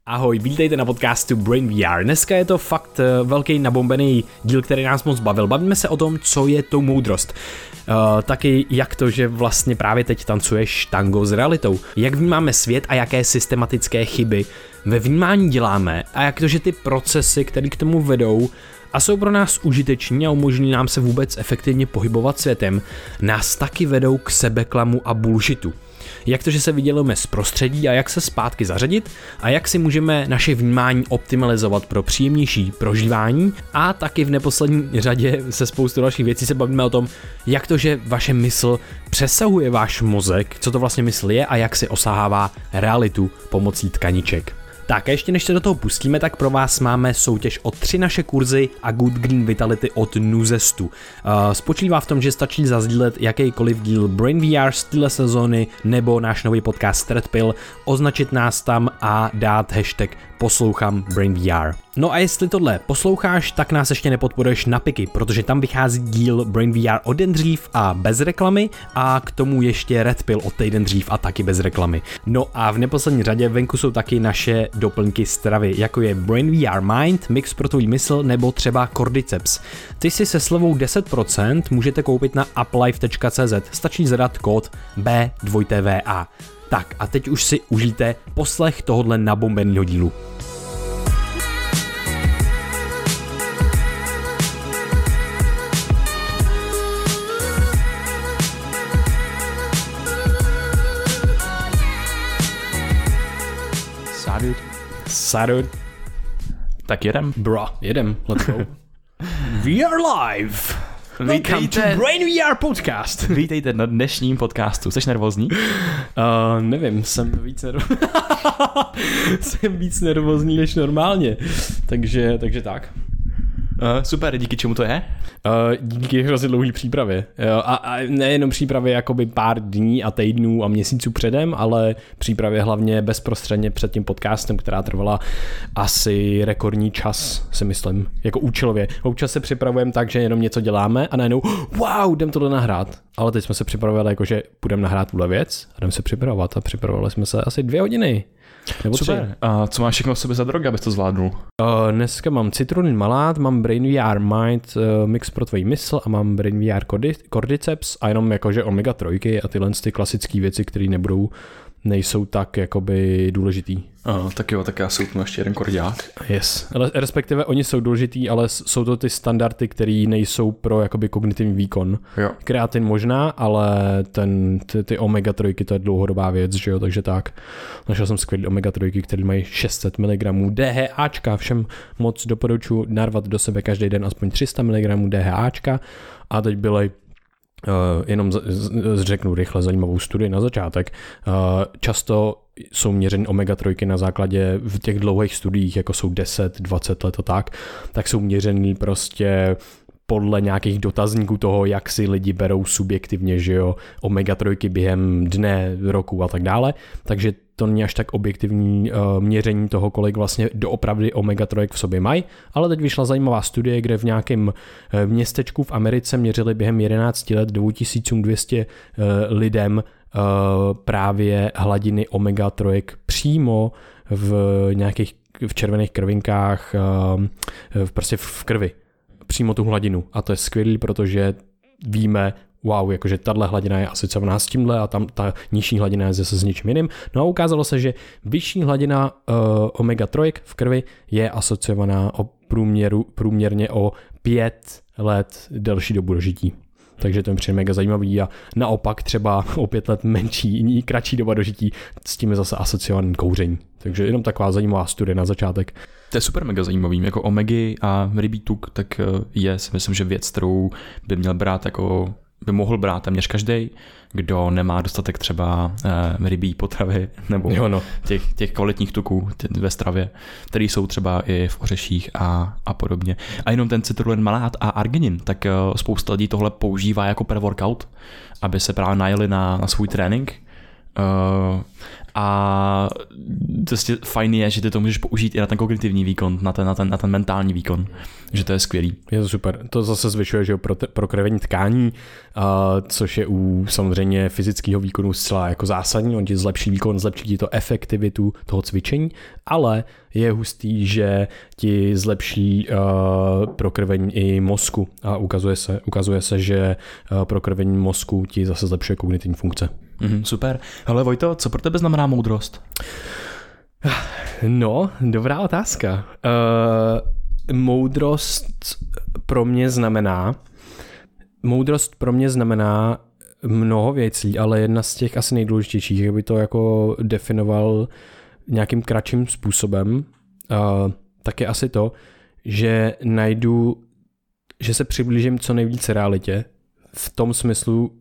Ahoj, vítejte na podcastu Brain VR. Dneska je to fakt velký nabombený díl, který nás moc bavil. Bavíme se o tom, co je to moudrost. Taky jak to, že vlastně právě teď tancuješ tango s realitou. Jak vnímáme svět a jaké systematické chyby ve vnímání děláme a jak to, že ty procesy, které k tomu vedou a jsou pro nás užiteční a umožní nám se vůbec efektivně pohybovat světem, nás taky vedou k sebeklamu a bullshitu. Jak to, že se vydělujeme z prostředí a jak se zpátky zařadit a jak si můžeme naše vnímání optimalizovat pro příjemnější prožívání a taky v neposlední řadě se spoustu dalších věcí se bavíme o tom, jak to, že vaše mysl přesahuje váš mozek, co to vlastně mysl je a jak si osahává realitu pomocí tkaniček. Tak a ještě než se do toho pustíme, tak pro vás máme soutěž o 3 naše kurzy a Good Green Vitality od Nuzestu. Spočívá v tom, že stačí zazdílet jakýkoliv díl Brain VR z téhle sezóny nebo náš nový podcast Threadpill, označit nás tam a dát hashtag poslouchám Brain VR. No a jestli tohle posloucháš, tak nás ještě nepodporuješ na Piky, protože tam vychází díl Brain VR o den dřív a bez reklamy a k tomu ještě Red Pill o týden dřív a taky bez reklamy. No a v neposlední řadě venku jsou taky naše doplňky stravy, jako je Brain VR Mind, mix pro tvůj mysl nebo třeba Cordyceps. Ty si se slevou 10% můžete koupit na uplife.cz, stačí zadat kód B2TVA. Tak a teď už si užijte poslech tohodle nabombenýho dílu. Salut. Tak jedem. Bro, jedem, let's go. We are live. Welcome to Brain VR podcast. Vítejte na dnešním podcastu. Jsi nervózní? Nevím, jsem víc nervózní než normálně. Takže tak. Super, díky čemu to je? Díky hrozně dlouhý přípravě. A nejenom přípravě jakoby pár dní a týdnů a měsíců předem, ale přípravě hlavně bezprostředně před tím podcastem, která trvala asi rekordní čas, si myslím, jako účelově. Občas se připravujeme tak, že jenom něco děláme a najednou wow, jdem tohle nahrát. Ale teď jsme se připravovali jako, že půjdeme nahrát tuhle věc a jdeme se připravovat a připravovali jsme se asi 2 hodiny. Nebo super. 3. A co máš všechno v sobě za drogy, abys to zvládnul? Dneska mám citronin malát, mám Brain VR Mind, mix pro tvoji mysl a mám Brain VR Cordyceps a jenom jakože omega 3 a tyhle ty klasické věci, které nejsou tak jakoby důležitý. Tak jo, tak já si utnu ještě jeden kordiák. Yes, respektive oni jsou důležitý, ale jsou to ty standardy, které nejsou pro jakoby kognitivní výkon. Jo. Kreatin možná, ale ty omega 3 to je dlouhodobá věc, že jo, takže tak. Našel jsem skvělý omega 3, které mají 600 mg DHAčka, všem moc doporučuji narvat do sebe každý den aspoň 300 mg DHAčka a teď byly jenom řeknu rychle zajímavou studii na začátek. Často jsou měřeny omega 3 na základě v těch dlouhých studiích, jako jsou 10, 20 let a tak jsou měřený prostě podle nějakých dotazníků toho, jak si lidi berou subjektivně, že jo, omega 3 během dne, roku a tak dále. Takže to není až tak objektivní měření toho, kolik vlastně doopravdy omega 3 v sobě mají, ale teď vyšla zajímavá studie, kde v nějakém městečku v Americe měřili během 11 let 2200 lidem právě hladiny omega 3 přímo v červených krvinkách, prostě v krvi. Přímo tu hladinu. A to je skvělý, protože víme, wow, jakože tahle hladina je asociovaná s tímhle a tam ta nižší hladina je zase s ničím jiným. No a ukázalo se, že vyšší hladina omega 3 v krvi je asociovaná průměrně o 5 let delší dobu dožití. Takže to mi přijde mega zajímavý a naopak třeba o 5 let kratší doba dožití, s tím je zase asociovaný kouření. Takže jenom taková zajímavá studie na začátek. To je super mega zajímavý, jako omegy a rybí tuk, tak je si myslím, že věc, kterou by mohl brát téměř každý, kdo nemá dostatek třeba rybí potravy nebo těch kvalitních tuků ve stravě, které jsou třeba i v ořeších a podobně. A jenom ten citronin malát a arginin, tak spousta lidí tohle používá jako pre-workout, aby se právě najeli na svůj trénink. a prostě fajn je, že ty to můžeš použít i na ten kognitivní výkon, na ten mentální výkon, že to je skvělý. Je to super. To zase zvyšuje, že prokrvení tkání, což je u samozřejmě fyzického výkonu zcela jako zásadní, on ti zlepší výkon, zlepší ti to efektivitu toho cvičení, ale je hustý, že ti zlepší prokrvení i mozku a ukazuje se, že prokrvení mozku ti zase zlepšuje kognitivní funkce. Super. Hele Vojto, co pro tebe znamená moudrost? No, dobrá otázka. Moudrost pro mě znamená mnoho věcí, ale jedna z těch asi nejdůležitějších, jak by to jako definoval nějakým kratším způsobem, tak je asi to, že že se přiblížím co nejvíce realitě v tom smyslu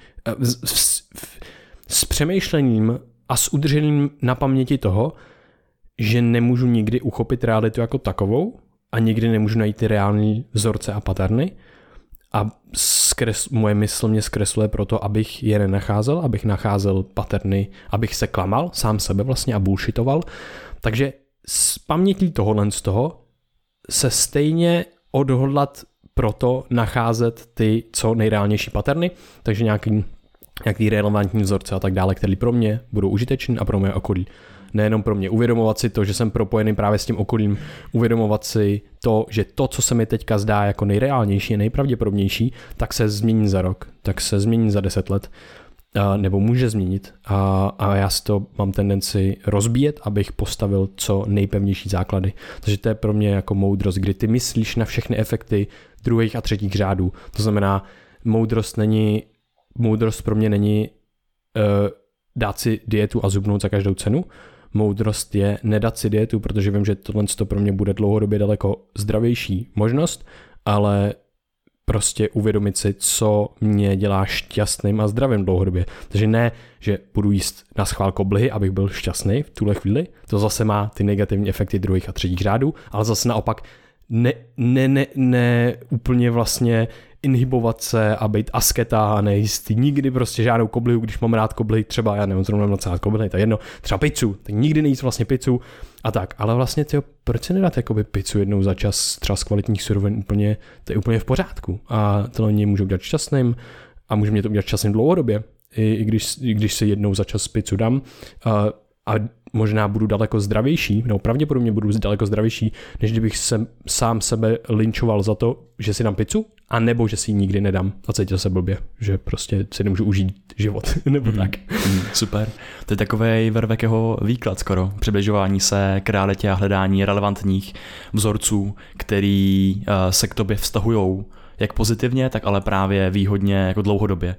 s přemýšlením a s udržením na paměti toho, že nemůžu nikdy uchopit realitu jako takovou a nikdy nemůžu najít ty reální vzorce a paterny a moje mysl mě zkresluje proto, abych je nenacházel, abych nacházel paterny, abych se klamal sám sebe vlastně a bullshitoval. Takže s pamětí tohohle z toho se stejně odhodlat proto nacházet ty co nejreálnější paterny, takže nějaký relevantní vzorce a tak dále, které pro mě budou užiteční a pro moje okolí. Nejenom pro mě. Uvědomovat si to, že jsem propojený právě s tím okolím, uvědomovat si to, že to, co se mi teďka zdá jako nejreálnější a nejpravděpodobnější, tak se změní za rok, tak se změní za 10 let, nebo může změnit. A já si to mám tendenci rozbíjet, abych postavil co nejpevnější základy. Takže to je pro mě jako moudrost, kdy ty myslíš na všechny efekty druhých a třetích řádů. To znamená, moudrost pro mě není dát si dietu a zubnout za každou cenu. Moudrost je nedat si dietu, protože vím, že tohle pro mě bude dlouhodobě daleko zdravější možnost, ale prostě uvědomit si, co mě dělá šťastným a zdravým dlouhodobě. Takže ne, že budu jíst na schvál koblihy, abych byl šťastný v tuhle chvíli, to zase má ty negativní efekty druhých a třetích řádů, ale zase naopak ne úplně vlastně inhibovat se a být asketa a nejíst nikdy prostě žádnou koblihu, když mám rád koblihy, třeba já nevím, zrovna moc rád koblihy, to je jedno, třeba pizzu, tak nikdy nejíst vlastně pizzu a tak, ale vlastně proč se nedat jakoby pizzu jednou za čas třeba z kvalitních surovin úplně, to je úplně v pořádku a tohle mě může udělat šťastným a může mě to udělat šťastným dlouhodobě, i když si jednou za čas pizzu dám a možná budu daleko zdravější, nebo pravděpodobně budu daleko zdravější, než kdybych sám sebe linčoval za to, že si dám pizzu, a nebo že si ji nikdy nedám a cítil se blbě, že prostě si nemůžu užít život, nebo tak. Super. To je takovej Vervekeho výklad skoro. Přibližování se k realitě a hledání relevantních vzorců, který se k tobě vztahujou jak pozitivně, tak ale právě výhodně jako dlouhodobě.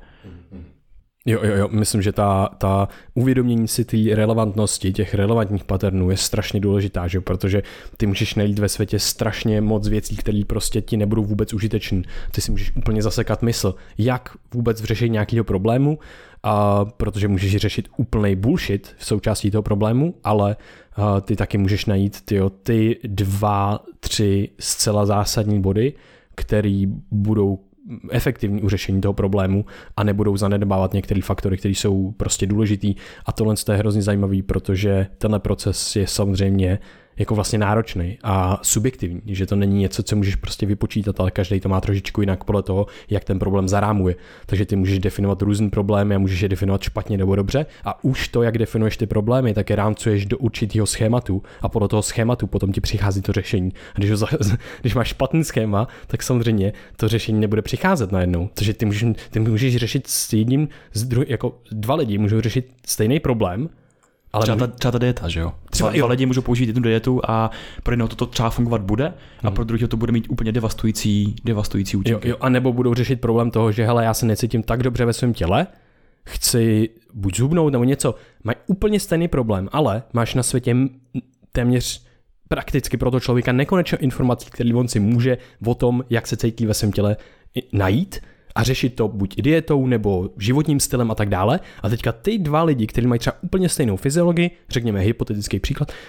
Jo, myslím, že ta uvědomění si té relevantnosti, těch relevantních patternů je strašně důležitá, že? Protože ty můžeš najít ve světě strašně moc věcí, které prostě ti nebudou vůbec užitečné. Ty si můžeš úplně zasekat mysl, jak vůbec řešit nějakého problému, protože můžeš řešit úplnej bullshit v součástí toho problému, ale ty taky můžeš najít ty 2-3 zcela zásadní body, které budou efektivní u řešení toho problému a nebudou zanedbávat některé faktory, které jsou prostě důležitý. A tohle je hrozně zajímavý, protože tenhle proces je samozřejmě jako vlastně náročný a subjektivní, že to není něco, co můžeš prostě vypočítat, ale každý to má trošičku jinak podle toho, jak ten problém zarámuje. Takže ty můžeš definovat různý problémy a můžeš je definovat špatně nebo dobře a už to, jak definuješ ty problémy, tak je rámcuješ do určitého schématu a podle toho schématu potom ti přichází to řešení. A když máš špatný schéma, tak samozřejmě to řešení nebude přicházet najednou. Takže ty můžeš řešit s jedním, jako 2 lidi můžou řešit stejný problém, ale třeba ta dieta, že jo? Třeba 2 lidi můžou použít jednu dietu a pro jednoho to třeba fungovat bude a pro druhého to bude mít úplně devastující účinky. Jo, a nebo budou řešit problém toho, že hele, já se necítím tak dobře ve svém těle, chci buď zhubnout nebo něco. Mají úplně stejný problém, ale máš na světě téměř prakticky pro toho člověka nekonečnou informací, který on si může o tom, jak se cítí ve svém těle najít a řešit to buď dietou nebo životním stylem a tak dále. A teďka ty 2 lidi, kteří mají třeba úplně stejnou fyziologii, řekněme hypotetický příklad,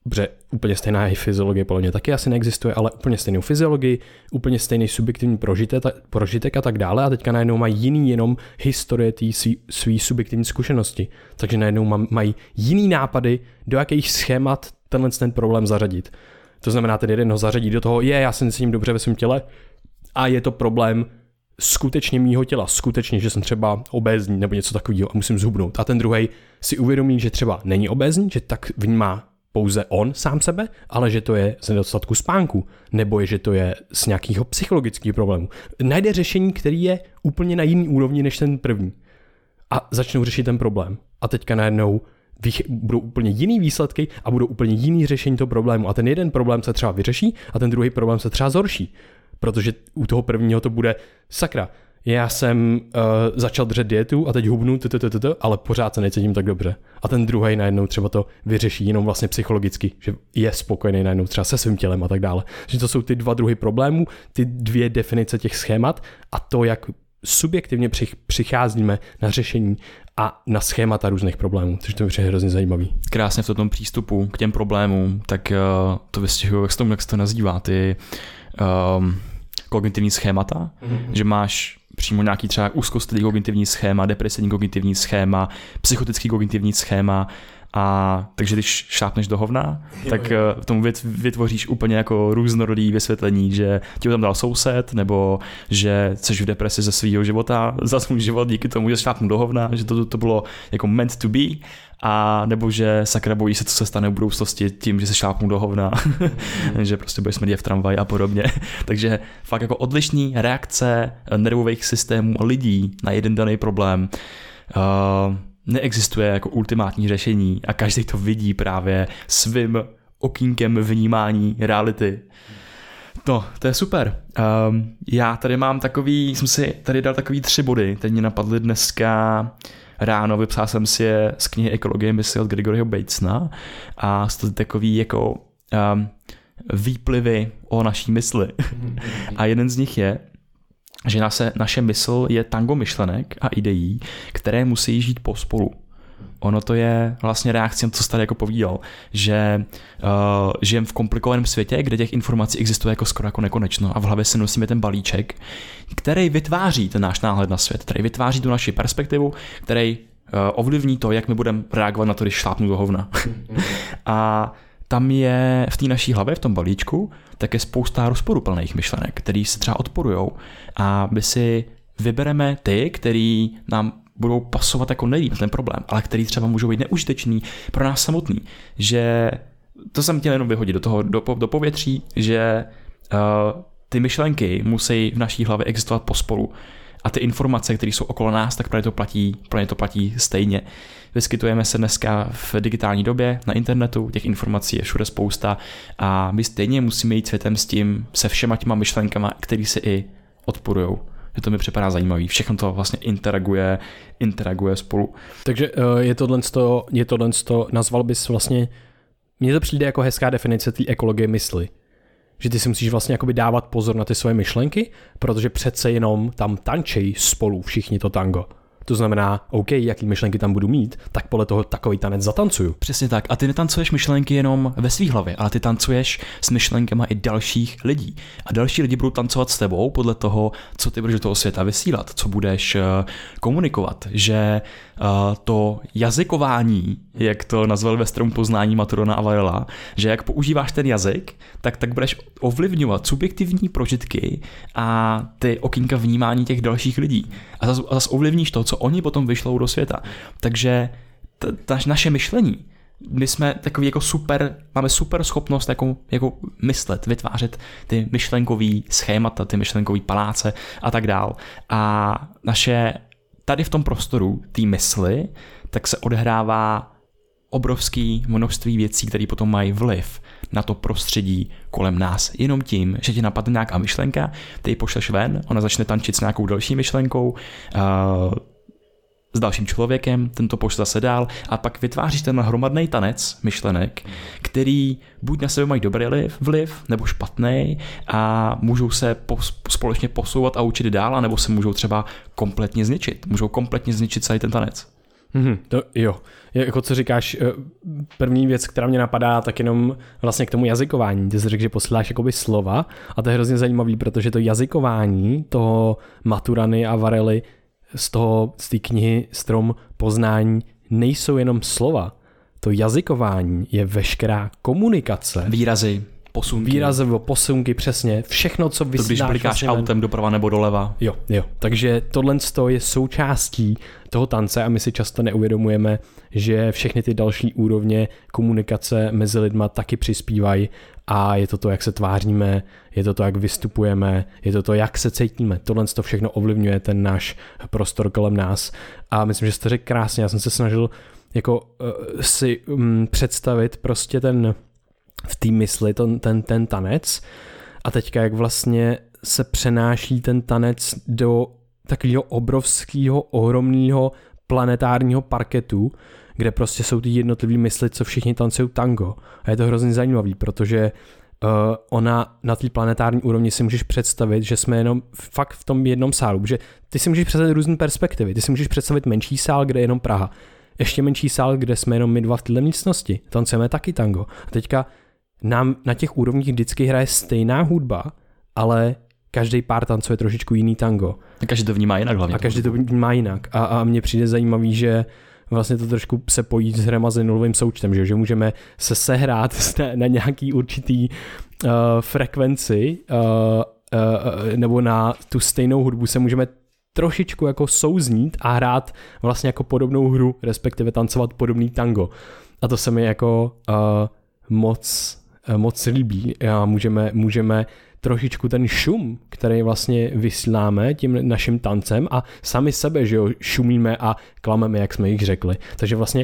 Protože úplně stejná fyziologie podle mě taky asi neexistuje, ale úplně stejnou fyziologii, úplně stejný subjektivní prožitek a tak dále a teďka najednou mají jiný jenom historie té svý subjektivní zkušenosti. Takže najednou mají jiný nápady, do jakých schémat ten problém zařadit. To znamená, ten jeden ho zařadí do toho, já se necítím dobře ve svém těle a je to problém skutečně mýho těla, skutečně, že jsem třeba obézní nebo něco takového a musím zhubnout. A ten druhej si uvědomí, že třeba není obézní, že tak vnímá pouze on sám sebe, ale že to je z nedostatku spánku, nebo je, že to je z nějakého psychologického problému. Najde řešení, který je úplně na jiný úrovni než ten první. A začnou řešit ten problém. A teďka najednou budou úplně jiný výsledky a budou úplně jiný řešení toho problému. A ten jeden problém se třeba vyřeší a ten druhý problém se třeba zhorší. Protože u toho prvního to bude sakra. Já jsem začal držet dietu a teď hubnu, ale pořád se necítím tak dobře. A ten druhý najednou třeba to vyřeší jenom vlastně psychologicky, že je spokojený najednou třeba se svým tělem a tak dále. Že to jsou ty dva druhy problémů, ty dvě definice těch schémat a to, jak subjektivně přicházíme na řešení a na schémata různých problémů, což to mi přijde hrozně zajímavý. Krásně v tom přístupu k těm problémům, tak to vystihuji, jak se to nazývá, ty kognitivní schémata, že máš přímo nějaký třeba úzkostlivý kognitivní schéma, depresivní kognitivní schéma, psychotický kognitivní schéma a takže když šlápneš do hovna, tak v tomu vytvoříš úplně jako různorodý vysvětlení, že ti ho tam dal soused, nebo že jsi v depresi ze svého života, za svůj život díky tomu, že šlápnu do hovna, že to bylo jako meant to be, a nebo že sakra bojí se, co se stane v budoucnosti tím, že se šlápnu do hovna, že prostě budeš smrdět v tramvaji a podobně. Takže fakt jako odlišný reakce nervových systémů lidí na jeden daný problém neexistuje jako ultimátní řešení a každý to vidí právě svým okýnkem vnímání reality. No, to je super. Já tady mám jsem si tady dal takový 3 body, teď mě napadly dneska ráno, vypsal jsem si je z knihy Ekologie mysli od Gregoryho Batesona a jsou to takový jako výplivy o naší mysli. A jeden z nich je, že naše mysl je tango myšlenek a ideí, které musí žít pospolu. Ono to je vlastně reakce na to, co jsi tady jako povídal, že žijeme v komplikovaném světě, kde těch informací existuje jako skoro jako nekonečno a v hlavě si nosíme ten balíček, který vytváří ten náš náhled na svět, který vytváří tu naši perspektivu, který ovlivní to, jak my budeme reagovat na to, když šlápnu do hovna. A tam je v té naší hlavě, v tom balíčku, tak je spousta rozporuplných myšlenek, který si třeba odporujou a my si vybereme ty, který nám budou pasovat jako nejlíp na ten problém, ale který třeba můžou být neužitečný pro nás samotný. Že to jsem chtěl jenom vyhodit do povětří, že ty myšlenky musí v naší hlavě existovat pospolu. A ty informace, které jsou okolo nás, tak pro ně to platí stejně. Vyskytujeme se dneska v digitální době na internetu, těch informací je všude spousta a my stejně musíme jít světem se všema těma myšlenkama, které si i odporujou. Že to mi připadá zajímavý. Všechno to vlastně interaguje spolu. Takže je tohle, nazval bys vlastně, mně to přijde jako hezká definice té ekologie mysli. Že ty si musíš vlastně jakoby dávat pozor na ty svoje myšlenky, protože přece jenom tam tančejí spolu všichni to tango. To znamená, OK, jaký myšlenky tam budu mít, tak podle toho takový tanec zatancuju. Přesně tak. A ty netancuješ myšlenky jenom ve svý hlavě, ale ty tancuješ s myšlenkama i dalších lidí. A další lidi budou tancovat s tebou podle toho, co ty budeš do toho světa vysílat, co budeš komunikovat. Že to jazykování, jak to nazval ve Stromu poznání Maturana a Varela, že jak používáš ten jazyk, tak budeš ovlivňovat subjektivní prožitky a ty okýnka vnímání těch dalších lidí. A zase ovlivníš to, co oni potom vyšlou do světa. Takže naše myšlení, my jsme takový jako máme super schopnost jako myslet, vytvářet ty myšlenkový schémata, ty myšlenkový paláce a tak dál. A tady v tom prostoru té mysli, tak se odehrává obrovský množství věcí, které potom mají vliv na to prostředí kolem nás. Jenom tím, že ti napadne nějaká myšlenka, ty ji pošleš ven, ona začne tančit s nějakou další myšlenkou, s dalším člověkem, ten to pošle zase dál a pak vytváříš ten hromadný tanec myšlenek, který buď na sebe mají dobrý vliv, nebo špatný a můžou se společně posouvat a učit dál, nebo se můžou třeba kompletně zničit. Můžou kompletně zničit celý ten tanec. To jo. Jako co říkáš, první věc, která mě napadá, tak jenom vlastně k tomu jazykování. Ty jsi řekl, že posíláš jakoby slova a to je hrozně zajímavý, protože to jazykování toho Maturany a Varely z té knihy Strom poznání nejsou jenom slova. To jazykování je veškerá komunikace. Výrazy, posunky, přesně. Všechno, co vysíláš. To když blikáš vlastně autem doprava nebo doleva. Jo. Takže tohle je součástí toho tance a my si často neuvědomujeme, že všechny ty další úrovně komunikace mezi lidma taky přispívají a je to to, jak se tváříme, je to to, jak vystupujeme, je to to, jak se cítíme. Tohle to všechno ovlivňuje ten náš prostor kolem nás a myslím, že jste to řekl krásně. Já jsem se snažil jako si představit prostě v té mysli ten tanec a teďka jak vlastně se přenáší ten tanec do takového obrovského, ohromného planetárního parketu, kde prostě jsou ty jednotlivý mysli, co všichni tancují tango. A je to hrozně zajímavý, protože ona na té planetární úrovni si můžeš představit, že jsme jenom fakt v tom jednom sálu, protože ty si můžeš představit různé perspektivy. Ty si můžeš představit menší sál, kde je jenom Praha. Ještě menší sál, kde jsme jenom my dva v této místnosti. Tancujeme taky tango. A teďka nám na těch úrovních vždycky hraje stejná hudba, ale každý pár tancuje trošičku jiný tango. A každý to vnímá jinak hlavně. A každý to vnímá jinak. A mně přijde zajímavý, že vlastně to trošku se pojí s hrem a s nulovým součtem, že můžeme se sehrát na nějaký určitý frekvenci nebo na tu stejnou hudbu se můžeme trošičku jako souznít a hrát vlastně jako podobnou hru, respektive tancovat podobný tango. A to se mi jako moc líbí. A můžeme trošičku ten šum, který vlastně vysíláme tím naším tancem a sami sebe, že jo, šumíme a klameme, jak jsme jich řekli. Takže vlastně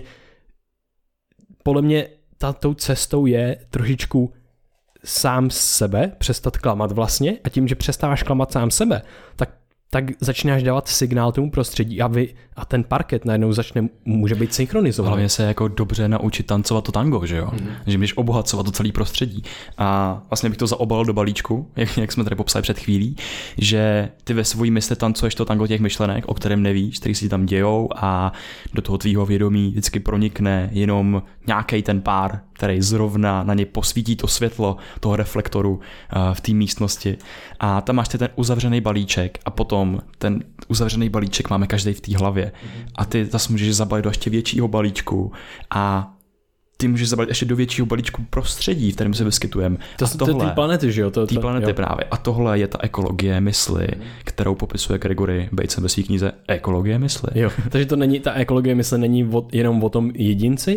podle mě tou cestou je trošičku sám sebe přestat klamat vlastně a tím, že přestáváš klamat sám sebe, tak začínáš dávat signál tomu prostředí a ten parket najednou může být synchronizovaný. Hlavně se jako dobře naučit tancovat to tango, že jo? Že můžeš obohacovat to celé prostředí. A vlastně bych to zaobalil do balíčku, jak jsme tady popsali před chvílí, že ty ve svojí mysli tancuješ to tango těch myšlenek, o kterém nevíš, který si tam dějou a do toho tvýho vědomí vždycky pronikne jenom nějaký ten pár, který zrovna na něj posvítí to světlo toho reflektoru v té místnosti. A tam máš ten uzavřený balíček a potom ten uzavřený balíček máme každý v té hlavě. A ty zase můžeš zabalit do ještě většího balíčku a ty můžeš zabalit ještě do většího balíčku prostředí, v kterém se vyskytujeme. To je ty planety, že jo? Ty planety jo. Právě. A tohle je ta ekologie mysli, kterou popisuje Gregory Bateson ve své knize Ekologie mysli. Jo, takže ta ekologie mysli není jenom o tom jedinci,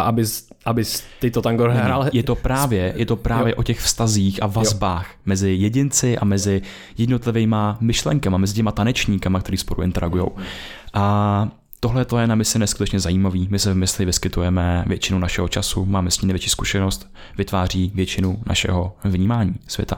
abys ty to tango hrál. Je to právě o těch vztazích a vazbách mezi jedinci a mezi jednotlivýma myšlenkama, mezi těma tanečníkama, který spolu interagujou. A tohle to je na mysli neskutečně zajímavý. My se v mysli vyskytujeme většinu našeho času, máme s ní největší zkušenost, vytváří většinu našeho vnímání světa.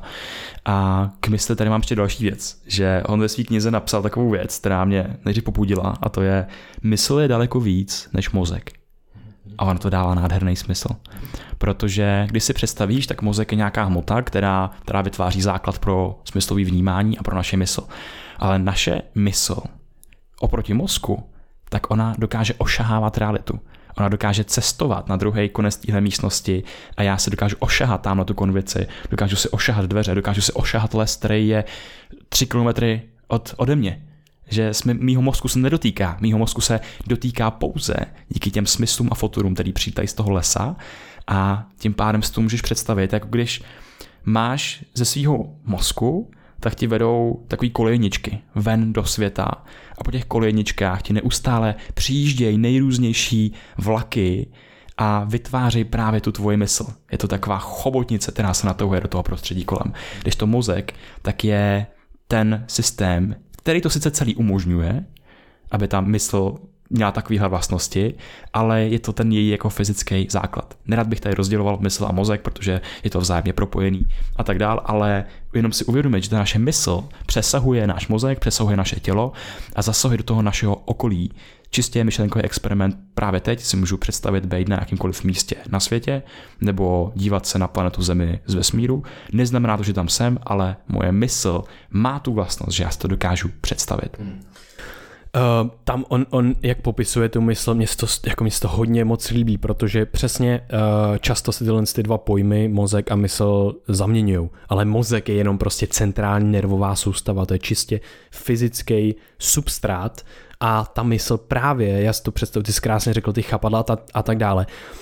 A k mysli tady mám ještě další věc, že on ve své knize napsal takovou věc, která mě nejdřív popudila, a to je: mysl je daleko víc než mozek. A on to dává nádherný smysl. Protože když si představíš, tak mozek je nějaká hmota, která vytváří základ pro smyslový vnímání a pro naše mysl. Ale naše mysl oproti mozku, tak ona dokáže ošahávat realitu. Ona dokáže cestovat na druhý konec téhle místnosti a já se dokážu ošahat tam na tu konvici, dokážu si ošahat dveře, dokážu si ošahat les, který je 3 kilometry ode mě. Že mýho mozku se nedotýká. Mýho mozku se dotýká pouze díky těm smyslům a fotorům, který přijítají z toho lesa, a tím pádem si to můžeš představit, jako když máš ze svého mozku, tak ti vedou takový kolejničky ven do světa a po těch kolejničkách ti neustále přijíždějí nejrůznější vlaky a vytvářejí právě tu tvoji mysl. Je to taková chobotnice, která se natahuje do toho prostředí kolem. Když to mozek, tak je ten systém, který to sice celý umožňuje, aby ta mysl měla takovéhle vlastnosti, ale je to ten její jako fyzický základ. Nerad bych tady rozděloval mysl a mozek, protože je to vzájemně propojený a tak dál, ale jenom si uvědomit, že ta naše mysl přesahuje náš mozek, přesahuje naše tělo a zasahuje do toho našeho okolí. Čistě myšlenkový experiment právě teď si můžu představit být na jakýmkoliv místě na světě nebo dívat se na planetu Zemi z vesmíru. Neznamená to, že tam jsem, ale moje mysl má tu vlastnost, že já si to dokážu představit. Tam on jak popisuje tu mysl, mě se to hodně moc líbí, protože přesně často se ty dva pojmy, mozek a mysl, zaměňují. Ale mozek je jenom prostě centrální nervová soustava, to je čistě fyzický substrát a ta mysl právě, já si to představuji, ty jsi krásně řekl, ty chapadla a tak dále.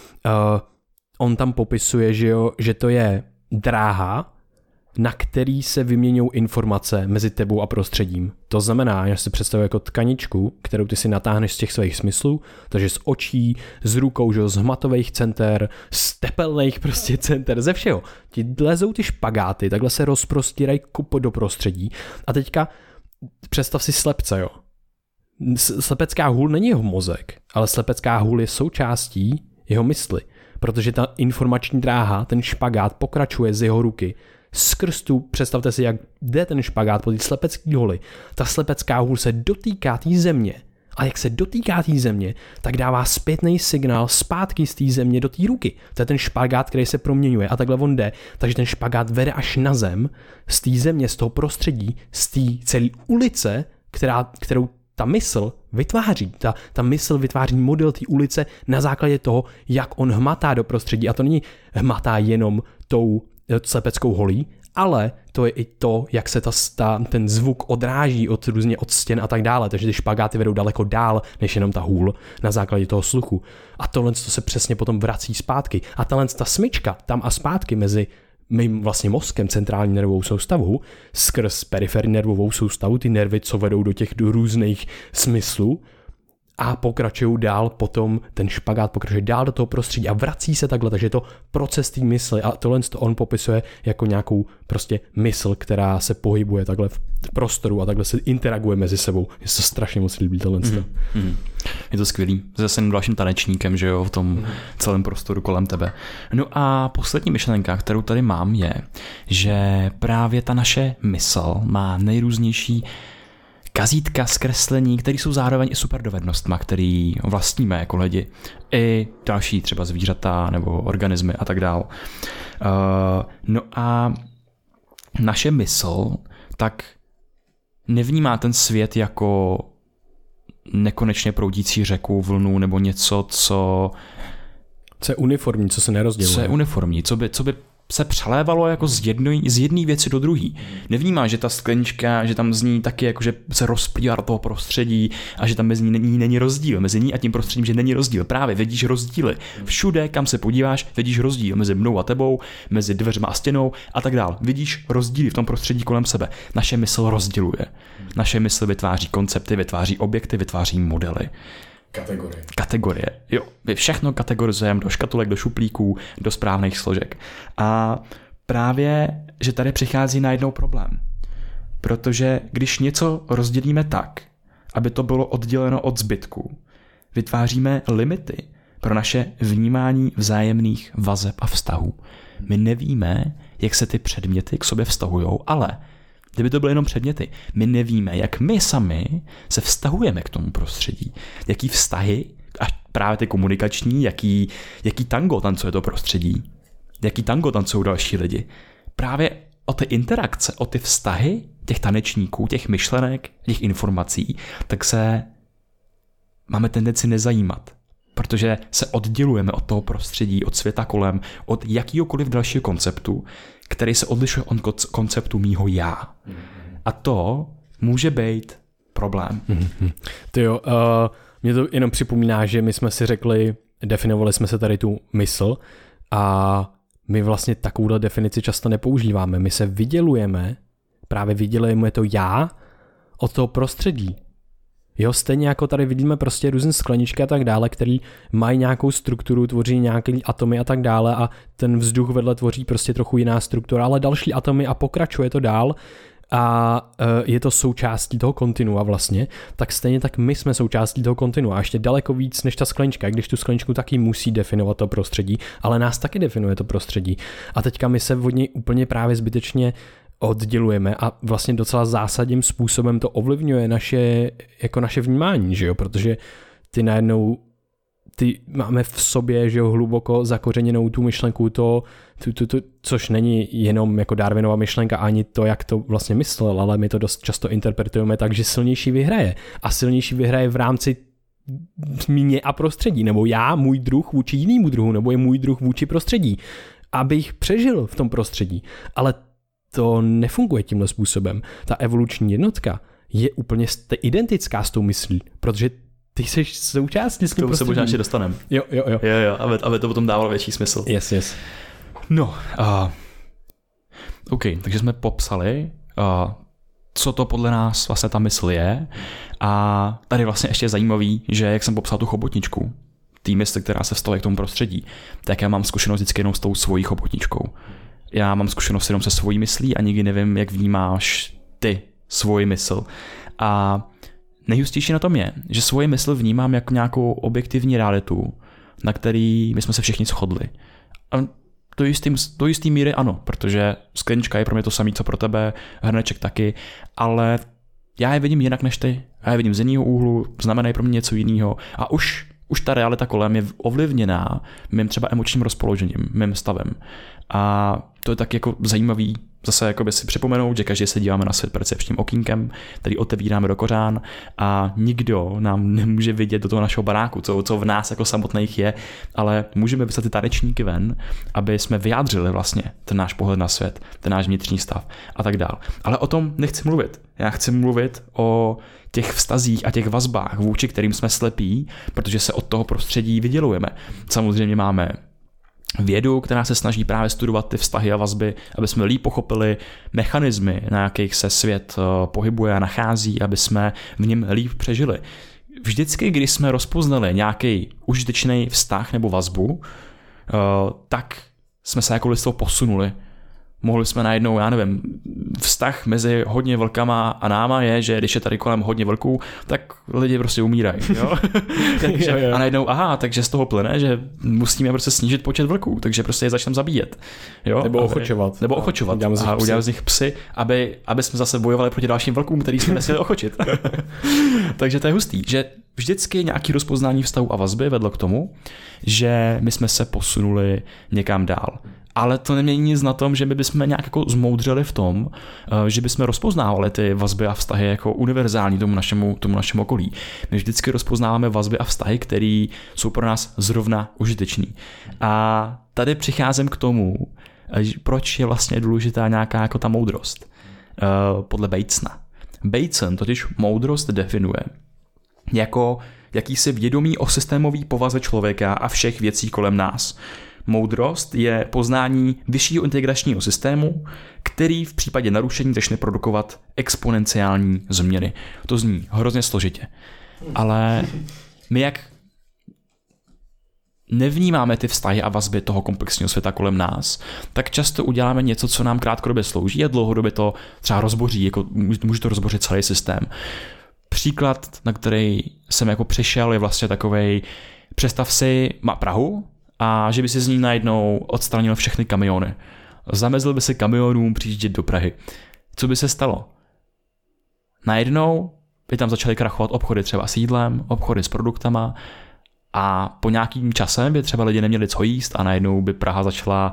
On tam popisuje, že to je dráha, na který se vyměňují informace mezi tebou a prostředím. To znamená, že si představuji jako tkaničku, kterou ty si natáhneš z těch svých smyslů, takže z očí, z rukou, že z hmatových center, z tepelných prostě center, ze všeho. Ti lezou ty špagáty, takhle se rozprostírají do prostředí. A teďka představ si slepce, jo. Slepecká hůl není jeho mozek, ale slepecká hůl je součástí jeho mysli, protože ta informační dráha, ten špagát pokračuje z jeho ruky skrz tu, představte si, jak jde ten špagát po té slepecké holi. Ta slepecká hůl se dotýká té země. A jak se dotýká té země, tak dává zpětný signál zpátky z té země do té ruky. To je ten špagát, který se proměňuje a takhle on jde. Takže ten špagát vede až na zem, z té země, z toho prostředí, z té celé ulice, kterou ta mysl vytváří. Ta mysl vytváří model té ulice na základě toho, jak on hmatá do prostředí. A to není hmatá jenom tou slepeckou holí, ale to je i to, jak se ten zvuk odráží od stěn a tak dále, takže ty špagáty vedou daleko dál, než jenom ta hůl na základě toho sluchu. A tohle to se přesně potom vrací zpátky. A ta smyčka tam a zpátky mezi mým vlastně mozkem, centrální nervovou soustavou, skrz periferní nervovou soustavu, ty nervy, co vedou do těch různých smyslů, a pokračují dál, potom ten špagát pokračuje dál do toho prostředí a vrací se takhle, takže je to proces té mysli a tohle on popisuje jako nějakou prostě mysl, která se pohybuje takhle v prostoru a takhle se interaguje mezi sebou. Je to strašně moc líbí tohle. Je to skvělý. Zase dalším tanečníkem, že jo, v tom celém prostoru kolem tebe. No a poslední myšlenka, kterou tady mám, je, že právě ta naše mysl má nejrůznější kazítka, zkreslení, které jsou zároveň i super dovednostma, který vlastníme jako lidi. I další třeba zvířata nebo organismy a tak dál. No a naše mysl tak nevnímá ten svět jako nekonečně proudící řeku, vlnu nebo něco, co je uniformní, co se nerozděluje. Co je uniformní, co by se přelévalo jako z jedné věci do druhé. Nevnímá, že ta sklenička, že tam z ní taky jako, že se rozplývá do toho prostředí a že tam mezi ní není rozdíl. Mezi ní a tím prostředím, že není rozdíl. Právě vidíš rozdíly. Všude, kam se podíváš, vidíš rozdíl mezi mnou a tebou, mezi dveřma a stěnou a tak dál. Vidíš rozdíly v tom prostředí kolem sebe. Naše mysl rozděluje. Naše mysl vytváří koncepty, vytváří objekty, vytváří modely. Kategorie. Jo, my všechno kategorizujeme do škatulek, do šuplíků, do správných složek. A právě, že tady přichází najednou problém. Protože když něco rozdělíme tak, aby to bylo odděleno od zbytku, vytváříme limity pro naše vnímání vzájemných vazeb a vztahů. My nevíme, jak se ty předměty k sobě vztahujou, ale kdyby to byly jenom předměty, my nevíme, jak my sami se vztahujeme k tomu prostředí. Jaký vztahy, a právě ty komunikační, jaký tango tancuje to prostředí. Jaký tango tancují další lidi. Právě o ty interakce, o ty vztahy těch tanečníků, těch myšlenek, těch informací, tak se máme tendenci nezajímat. Protože se oddělujeme od toho prostředí, od světa kolem, od jakýhokoliv dalšího konceptu, který se odlišuje od konceptu mýho já. A to může být problém. Tyjo, mě to jenom připomíná, že my jsme si řekli, definovali jsme se tady tu mysl a my vlastně takovouhle definici často nepoužíváme. My se vydělujeme to já od toho prostředí. Jo, stejně jako tady vidíme prostě různé skleničky a tak dále, který mají nějakou strukturu, tvoří nějaké atomy a tak dále a ten vzduch vedle tvoří prostě trochu jiná struktura, ale další atomy a pokračuje to dál a je to součástí toho kontinua vlastně, tak stejně tak my jsme součástí toho kontinua a ještě daleko víc než ta sklenička, když tu skleničku taky musí definovat to prostředí, ale nás taky definuje to prostředí. A teďka my se od něj úplně právě zbytečně oddělujeme a vlastně docela zásadním způsobem to ovlivňuje naše vnímání, že jo, protože ty najednou ty máme v sobě, že jo, hluboko zakořeněnou tu myšlenku, což není jenom jako Darwinova myšlenka, ani to, jak to vlastně myslel, ale my to dost často interpretujeme tak, že silnější vyhraje. A silnější vyhraje v rámci mě a prostředí, nebo já, můj druh vůči jinému druhu, nebo je můj druh vůči prostředí, abych přežil v tom prostředí. Ale to nefunguje tímhle způsobem. Ta evoluční jednotka je úplně identická s tou myslí, protože ty jsi součástí s tím prostředím. K tomu se možná ještě dostaneme. Jo, aby to potom dávalo větší smysl. Yes. No, OK, takže jsme popsali, co to podle nás vlastně ta mysl je. A tady vlastně ještě je zajímavý, že jak jsem popsal tu chobotničku, tý mysl, která se vztahuje k tomu prostředí, tak já mám zkušenost vždycky jenom s tou svojí chobotničkou. Já mám zkušenost jenom se svojí myslí a nikdy nevím, jak vnímáš ty svoji mysl. A nejhustější na tom je, že svoji mysl vnímám jako nějakou objektivní realitu, na který my jsme se všichni shodli. A do jistý míry ano, protože sklenička je pro mě to samé, co pro tebe, hrneček taky, ale já je vidím jinak než ty. Já je vidím z jiného úhlu, znamenají pro mě něco jiného a už ta realita kolem je ovlivněná mým třeba emočním rozpoložením, mým stavem. A to je tak jako zajímavý zase jakoby si připomenout, že každý se díváme na svět percepčním okýnkem, který otevíráme do kořán a nikdo nám nemůže vidět do toho našeho baráku, co v nás jako samotných je, ale můžeme vyslat ty tanečníky ven, aby jsme vyjádřili vlastně ten náš pohled na svět, ten náš vnitřní stav a tak dál. Ale o tom nechci mluvit. Já chci mluvit o těch vztazích a těch vazbách, vůči kterým jsme slepí, protože se od toho prostředí vydělujeme. Samozřejmě máme vědu, která se snaží právě studovat ty vztahy a vazby, aby jsme líp pochopili mechanismy, na jakých se svět pohybuje a nachází, aby jsme v něm líp přežili. Vždycky, když jsme rozpoznali nějaký užitečný vztah nebo vazbu, tak jsme se jako lidstvo posunuli. Mohli jsme najednou, já nevím, vztah mezi hodně vlkama a náma je, že když je tady kolem hodně vlků, tak lidi prostě umírají. Jo? Takže, a najednou, takže z toho plyne, že musíme prostě snížit počet vlků, takže prostě je začneme zabíjet. Jo? Nebo ochočovat. A udělat z nich psy, aby jsme zase bojovali proti dalším vlkům, který jsme nesměli ochočit. Takže to je hustý, že vždycky nějaké rozpoznání vztahu a vazby vedlo k tomu, že my jsme se posunuli někam dál. Ale to nemění nic na tom, že my bychom nějak jako zmoudřeli v tom, že bychom rozpoznávali ty vazby a vztahy jako univerzální tomu našemu okolí. My vždycky rozpoznáváme vazby a vztahy, které jsou pro nás zrovna užiteční. A tady přicházím k tomu, proč je vlastně důležitá nějaká jako ta moudrost. Podle Batesona. Bateson totiž moudrost definuje jako jakýsi vědomí o systémový povaze člověka a všech věcí kolem nás. Moudrost je poznání vyššího integračního systému, který v případě narušení začne produkovat exponenciální změny. To zní hrozně složitě. Ale my jak nevnímáme ty vztahy a vazby toho komplexního světa kolem nás, tak často uděláme něco, co nám krátkodobě slouží a dlouhodobě to třeba rozboří, jako může to rozbořit celý systém. Příklad, na který jsem jako přišel, je vlastně takovej, představ si Prahu, a že by si z ní najednou odstranil všechny kamiony. Zamezil by se kamionům přijíždět do Prahy. Co by se stalo? Najednou by tam začaly krachovat obchody třeba s jídlem, obchody s produktama a po nějakým časem by třeba lidi neměli co jíst a najednou by Praha začala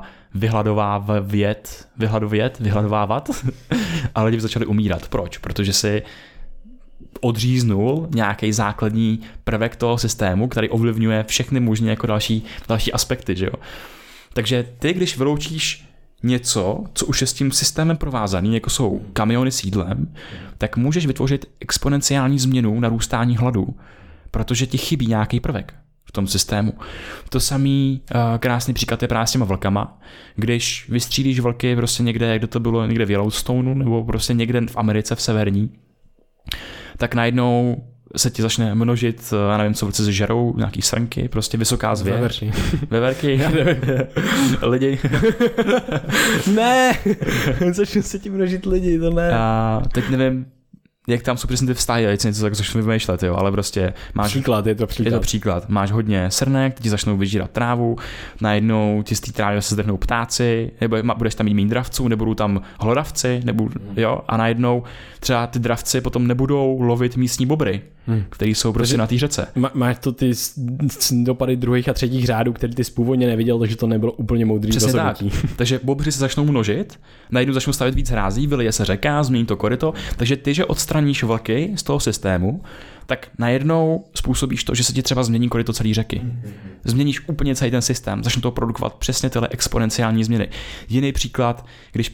vyhladovávat a lidi by začali umírat. Proč? Protože si odříznul nějaký základní prvek toho systému, který ovlivňuje všechny možné jako další aspekty, že jo. Takže ty, když vyloučíš něco, co už je s tím systémem provázaný, jako jsou kamiony s jídlem, tak můžeš vytvořit exponenciální změnu narůstání hladu, protože ti chybí nějaký prvek v tom systému. To samý krásný příklad je právě s těma vlkama. Když vystřílíš vlky prostě někde, jak to bylo, někde v Yellowstoneu, nebo prostě někde v Americe v severní, tak najednou se ti začne množit, já nevím, co vlci žerou, nějaký srnky, prostě vysoká zvěř. Veverky. Já nevím. Lidi. Ne, začnou se ti množit lidi, to ne. A teď nevím, jak tam jsou přesně ty vztahy, teď si něco tak začnu vymýšlet, jo, ale prostě máš... Je to příklad. Máš hodně srnek, ti začnou vyžírat trávu, najednou ti z té trávy se zdrhnou ptáci, nebo budeš tam mít méně dravců, nebudou tam hlodavci, jo, a najednou třeba ty dravci potom nebudou lovit místní bobry, který jsou prostě na té řece. Máš to ty dopady druhých a třetích řádů, který ty původně neviděl, takže to nebylo úplně moudrý rozhodnutí. Takže bobři se začnou množit, najednou začnou stavět víc hrází, vylije se řeka, změní to koryto, takže ty, že odstraníš vlky z toho systému, tak najednou způsobíš to, že se ti třeba změní koryto celé řeky. Změníš úplně celý ten systém, začnou to produkovat přesně tyhle exponenciální změny. Jiný příklad, když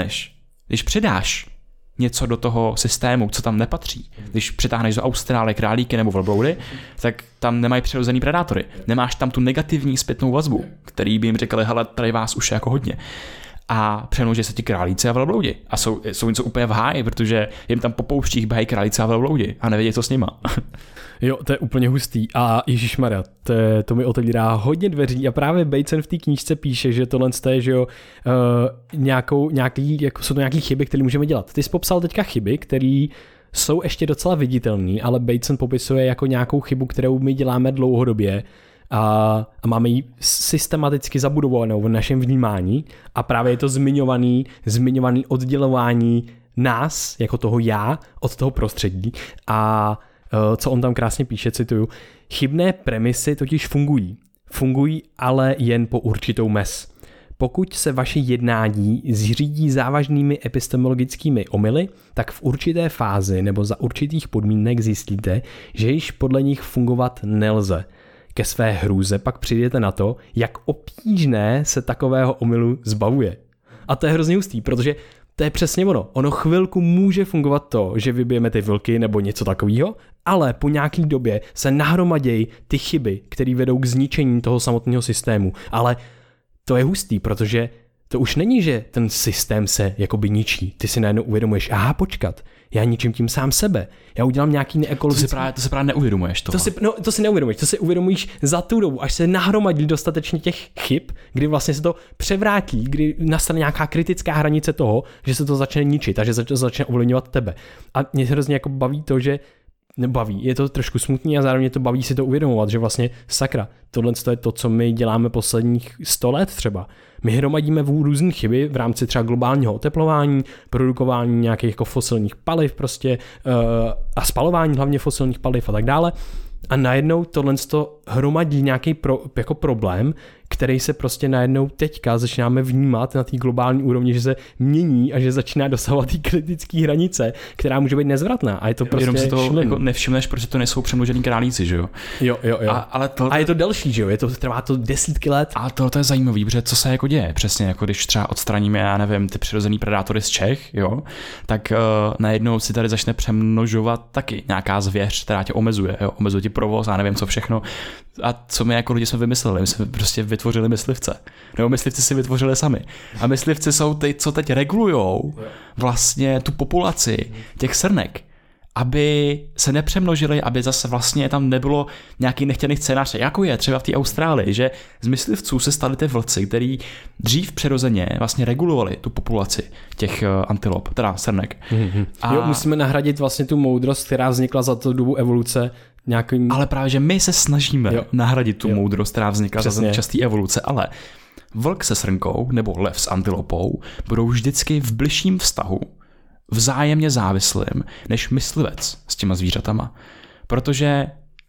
přidáš něco do toho systému, co tam nepatří. Když přitáhneš do Austrálie králíky nebo velbloudy, tak tam nemají přirozený predátory. Nemáš tam tu negativní zpětnou vazbu, který by jim řekli, hele, tady vás už je jako hodně. A přemnoží se ti králíci a velbloudi. A jsou něco úplně v háji, protože jim tam po pouštích běhají králíci a velbloudi a nevědí, co s nima. Jo, to je úplně hustý. A ježišmarja, to mi otevírá hodně dveří a právě Bateson v té knížce píše, že tohle je, že jo, jsou to nějaký chyby, které můžeme dělat. Ty jsi popsal teďka chyby, které jsou ještě docela viditelné, ale Bateson popisuje jako nějakou chybu, kterou my děláme dlouhodobě a máme ji systematicky zabudovanou v našem vnímání a právě je to zmiňovaný oddělování nás, jako toho já, od toho prostředí a co on tam krásně píše, cituju, chybné premisy totiž fungují, ale jen po určitou mez. Pokud se vaše jednání zřídí závažnými epistemologickými omyly, tak v určité fázi nebo za určitých podmínek zjistíte, že již podle nich fungovat nelze. Ke své hrůze pak přijdete na to, jak obtížné se takového omylu zbavuje. A to je hrozně hustý, protože to je přesně ono. Ono chvilku může fungovat to, že vybijeme ty vlky nebo něco takového, ale po nějaký době se nahromadějí ty chyby, které vedou k zničení toho samotného systému. Ale to je hustý, protože to už není, že ten systém se jakoby ničí. Ty si najednou uvědomuješ, aha, počkat, já ničím tím sám sebe. Já udělám nějaký neekologický... To se právě neuvědomuješ. To si neuvědomuješ, to si uvědomíš za tu dobu, až se nahromadí dostatečně těch chyb, kdy vlastně se to převrátí, kdy nastane nějaká kritická hranice toho, že se to začne ničit a že se to začne ovlivňovat tebe. A mě hrozně jako baví to, že nebaví. Je to trošku smutný a zároveň to baví si to uvědomovat, že vlastně sakra, tohle je to, co my děláme posledních 100 let třeba. My hromadíme různé chyby v rámci třeba globálního oteplování, produkování nějakých jako fosilních paliv prostě a spalování hlavně fosilních paliv a tak dále. A najednou tohle hromadí nějaký jako problém, který se prostě najednou teďka začínáme vnímat na té globální úrovni, že se mění a že začíná dosahovat té kritické hranice, která může být nezvratná. A je to prostě jenom si to jako nevšimneš, protože to nejsou přemnožený králíci, že jo? Jo. A je to delší, že jo? Trvá to desítky let. A tohle je zajímavý, protože co se jako děje? Přesně jako když třeba odstraníme, já nevím, ty přirozený predátory z Čech, jo? Tak najednou si tady začne přemnožovat taky nějaká zvěř, která tě omezuje, jo? Omezuje ti provoz, já nevím co všechno. A co my jako lidi jsme vymysleli? My jsme prostě vytvořili myslivce. Nebo myslivci si vytvořili sami. A myslivci jsou ty, co teď regulujou vlastně tu populaci těch srnek, aby se nepřemnožili, aby zase vlastně tam nebylo nějaký nechtěný scénář, jako je třeba v té Austrálii, že z myslivců se stali ty vlci, který dřív přirozeně vlastně regulovali tu populaci těch antilop, teda srnek. Jo, musíme nahradit vlastně tu moudrost, která vznikla za tu dobu evoluce nějakým... Ale právě, že my se snažíme nahradit tu moudrost, která vznikla za ten čas té evoluce, ale vlk se srnkou nebo lev s antilopou budou vždycky v bližším vztahu, vzájemně závislým, než myslivec s těma zvířatama. Protože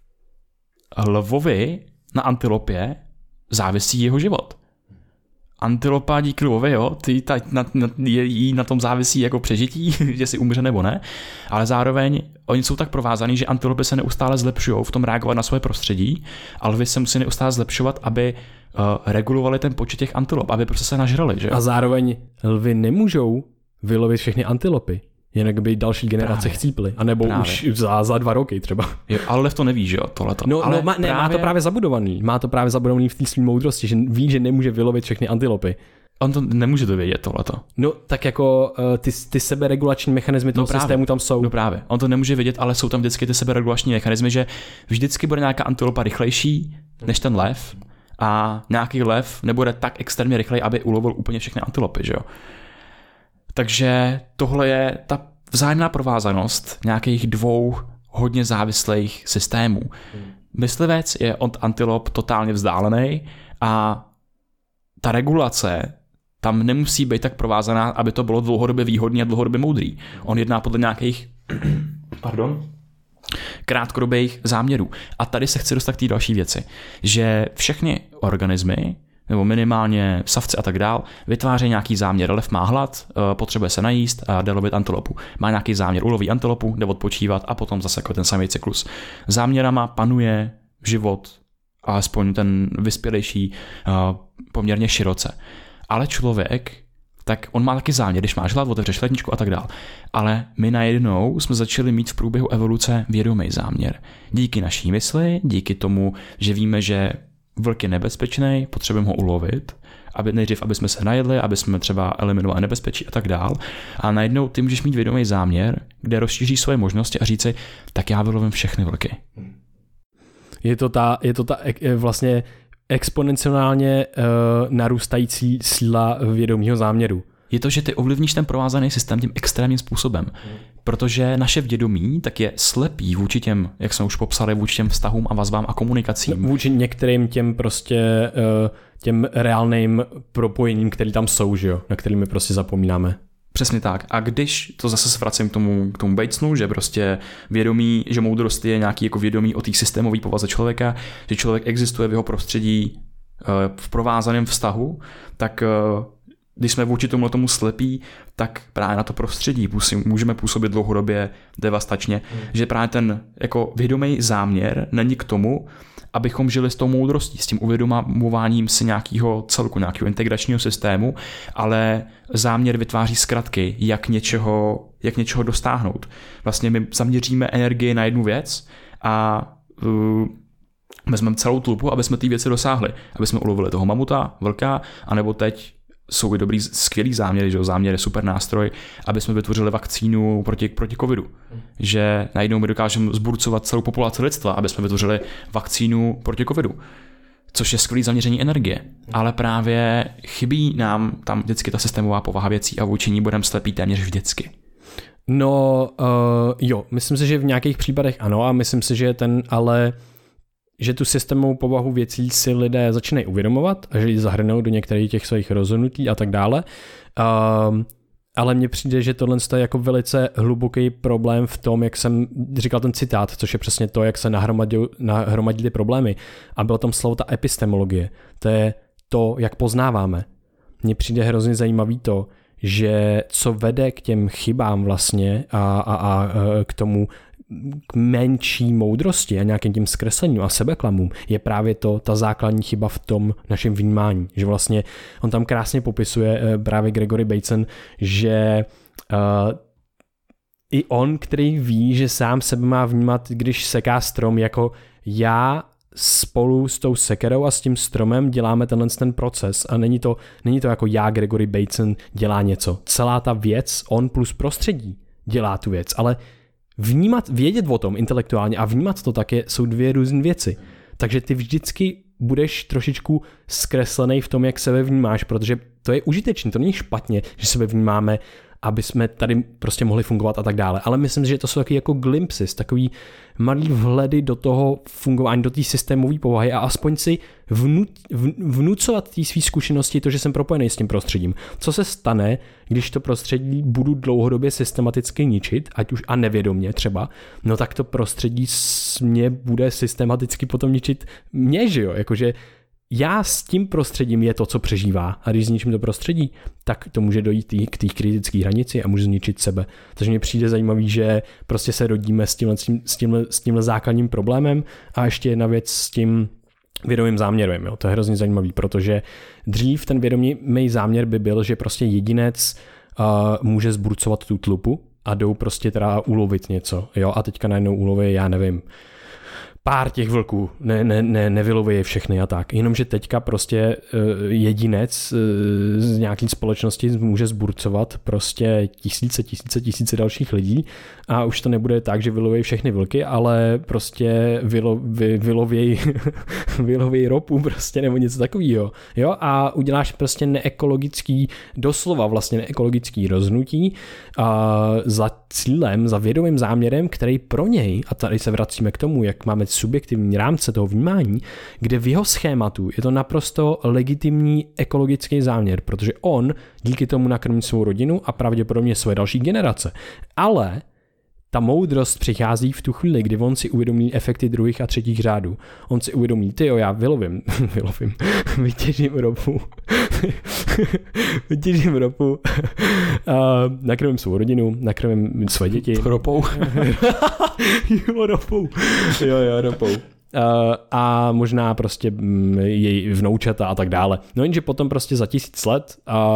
lvovi na antilopě závisí jeho život. Antilopa díky lvovi, jo, jí na tom závisí jako přežití, že si umře nebo ne, ale zároveň oni jsou tak provázaný, že antilopy se neustále zlepšují v tom reagovat na svoje prostředí, a lvy se musí neustále zlepšovat, aby regulovali ten počet těch antilop, aby prostě se nažrali. Že? A zároveň lvy nemůžou vylovit všechny antilopy, jinak by další generace chcíply, anebo už za 2 roky třeba. Jo, ale lev to neví, že jo, tohleto. Má to právě zabudovaný. Má to právě zabudovaný v té své moudrosti, že ví, že nemůže vylovit všechny antilopy. On to nemůže to vědět, tohleto. No, tak jako ty seberegulační mechanismy toho systému tam jsou. No právě, on to nemůže vědět, ale jsou tam vždycky ty seberegulační mechanismy, že vždycky bude nějaká antilopa rychlejší než ten lev a nějaký lev nebude tak extrémně rychlej, aby ulovil úplně všechny antilopy, že jo. Takže tohle je ta vzájemná provázanost nějakých 2 hodně závislých systémů. Myslivec je od antilop totálně vzdálený a ta regulace tam nemusí být tak provázaná, aby to bylo dlouhodobě výhodný a dlouhodobě moudrý. On jedná podle nějakých krátkodobých záměrů. A tady se chci dostat k té další věci, že všechny organismy, nebo minimálně savci a tak dál, vytváří nějaký záměr. Lev má hlad, potřebuje se najíst a jde lovit antilopu. Má nějaký záměr, uloví antilopu, jde odpočívat a potom zase jako ten samý cyklus. Záměrama panuje život, alespoň ten vyspělejší, poměrně široce. Ale člověk, tak on má taky záměr, když máš hlad, otevřeš ledničku a tak dál. Ale my najednou jsme začali mít v průběhu evoluce vědomý záměr. Díky naší mysli, díky tomu, že víme, že vlk je nebezpečný, potřebujeme ho ulovit, aby jsme se najedli, aby jsme třeba eliminovali nebezpečí a tak dál. A najednou ty můžeš mít vědomý záměr, kde rozšíříš svoje možnosti a říci, tak já vylovím všechny vlky. Je to ta vlastně exponenciálně narůstající síla vědomího záměru. Je to, že ty ovlivníš ten provázaný systém tím extrémním způsobem. Protože naše vědomí tak je slepý vůči těm, jak jsme už popsali, vůči těm vztahům a vazbám a komunikacím. Vůči některým těm prostě těm reálným propojením, které tam jsou, že jo, na kterými prostě zapomínáme. Přesně tak. A když to zase vracím k tomu Batesonu, že prostě vědomí, že moudrost je nějaký jako vědomí o té systémové povaze člověka, že člověk existuje v jeho prostředí v provázaném vztahu, tak když jsme vůči tomu slepí, tak právě na to prostředí můžeme působit dlouhodobě devastačně, že právě ten jako vědomý záměr není k tomu, abychom žili s tou moudrostí, s tím uvědomováním si nějakého celku, nějakého integračního systému, ale záměr vytváří zkratky, jak něčeho dostáhnout. Vlastně my zaměříme energii na jednu věc a vezmeme celou tlupu, aby jsme ty věci dosáhli, aby jsme ulovili toho mamuta, vlka, anebo teď jsou i dobrý, skvělý záměry, že záměr je super nástroj, aby jsme vytvořili vakcínu proti covidu. Že najednou my dokážeme zburcovat celou populaci lidstva, aby jsme vytvořili vakcínu proti covidu. Což je skvělý zaměření energie. Ale právě chybí nám tam vždycky ta systémová povaha věcí a vůči ní budeme slepí téměř vždycky. No jo, myslím si, že v nějakých případech ano a myslím si, že tu systémovou povahu věcí si lidé začínají uvědomovat a že ji zahrnou do některých těch svých rozhodnutí a tak dále. Ale mně přijde, že tohle je jako velice hluboký problém v tom, jak jsem říkal ten citát, což je přesně to, jak se nahromadily problémy. A bylo tam slovo ta epistemologie. To je to, jak poznáváme. Mně přijde hrozně zajímavý to, že co vede k těm chybám vlastně a k tomu k menší moudrosti a nějakým tím zkreslením a sebeklamům je právě ta základní chyba v tom našem vnímání. Že vlastně on tam krásně popisuje právě Gregory Bateson, že i on, který ví, že sám sebe má vnímat, když seká strom, jako já spolu s tou sekerou a s tím stromem děláme ten proces a není to jako já, Gregory Bateson, dělá něco. Celá ta věc, on plus prostředí dělá tu věc, ale vědět o tom intelektuálně a vnímat to také jsou dvě různé věci. Takže ty vždycky budeš trošičku zkreslený v tom, jak sebe vnímáš, protože to je užitečné, to není špatně, že sebe vnímáme, aby jsme tady prostě mohli fungovat a tak dále. Ale myslím, že to jsou taky jako glimpses, takový malý vhledy do toho fungování, do té systémové povahy a aspoň si vnucovat té své zkušenosti to, že jsem propojený s tím prostředím. Co se stane, když to prostředí budu dlouhodobě systematicky ničit, ať už a nevědomě třeba, no tak to prostředí mě bude systematicky potom ničit mě, že jo, jakože já s tím prostředím je to, co přežívá. A když zničím to prostředí, tak to může dojít k té kritické hranici a může zničit sebe. Takže mně přijde zajímavý, že prostě se rodíme s tímhle základním problémem a ještě jedna věc s tím vědomým záměrem. Jo. To je hrozně zajímavý, protože dřív ten vědomý záměr by byl, že prostě jedinec může zburcovat tu tlupu a jdou prostě teda ulovit něco. Jo. A teďka najednou uloví, já nevím, pár těch vlků, nevyloví je všechny a tak. Jenomže teďka prostě jedinec z nějaké společnosti může zburcovat prostě tisíce dalších lidí a už to nebude tak, že vyloví všechny vlky, ale prostě vylověj ropu prostě nebo něco takového. Jo? A uděláš prostě doslova vlastně neekologický rozhodnutí za cílem, za vědomým záměrem, který pro něj, a tady se vracíme k tomu, jak máme subjektivní rámce toho vnímání, kde v jeho schématu je to naprosto legitimní ekologický záměr, protože on díky tomu nakrmí svou rodinu a pravděpodobně své další generace. Ale ta moudrost přichází v tu chvíli, kdy on si uvědomí efekty druhých a třetích řádů. On si uvědomí, já vylovím, vytěžím ropu, nakrmím svou rodinu, nakrmím své děti. Ropou. Ropou. A možná prostě její vnoučata a tak dále. No jenže potom prostě za 1000 let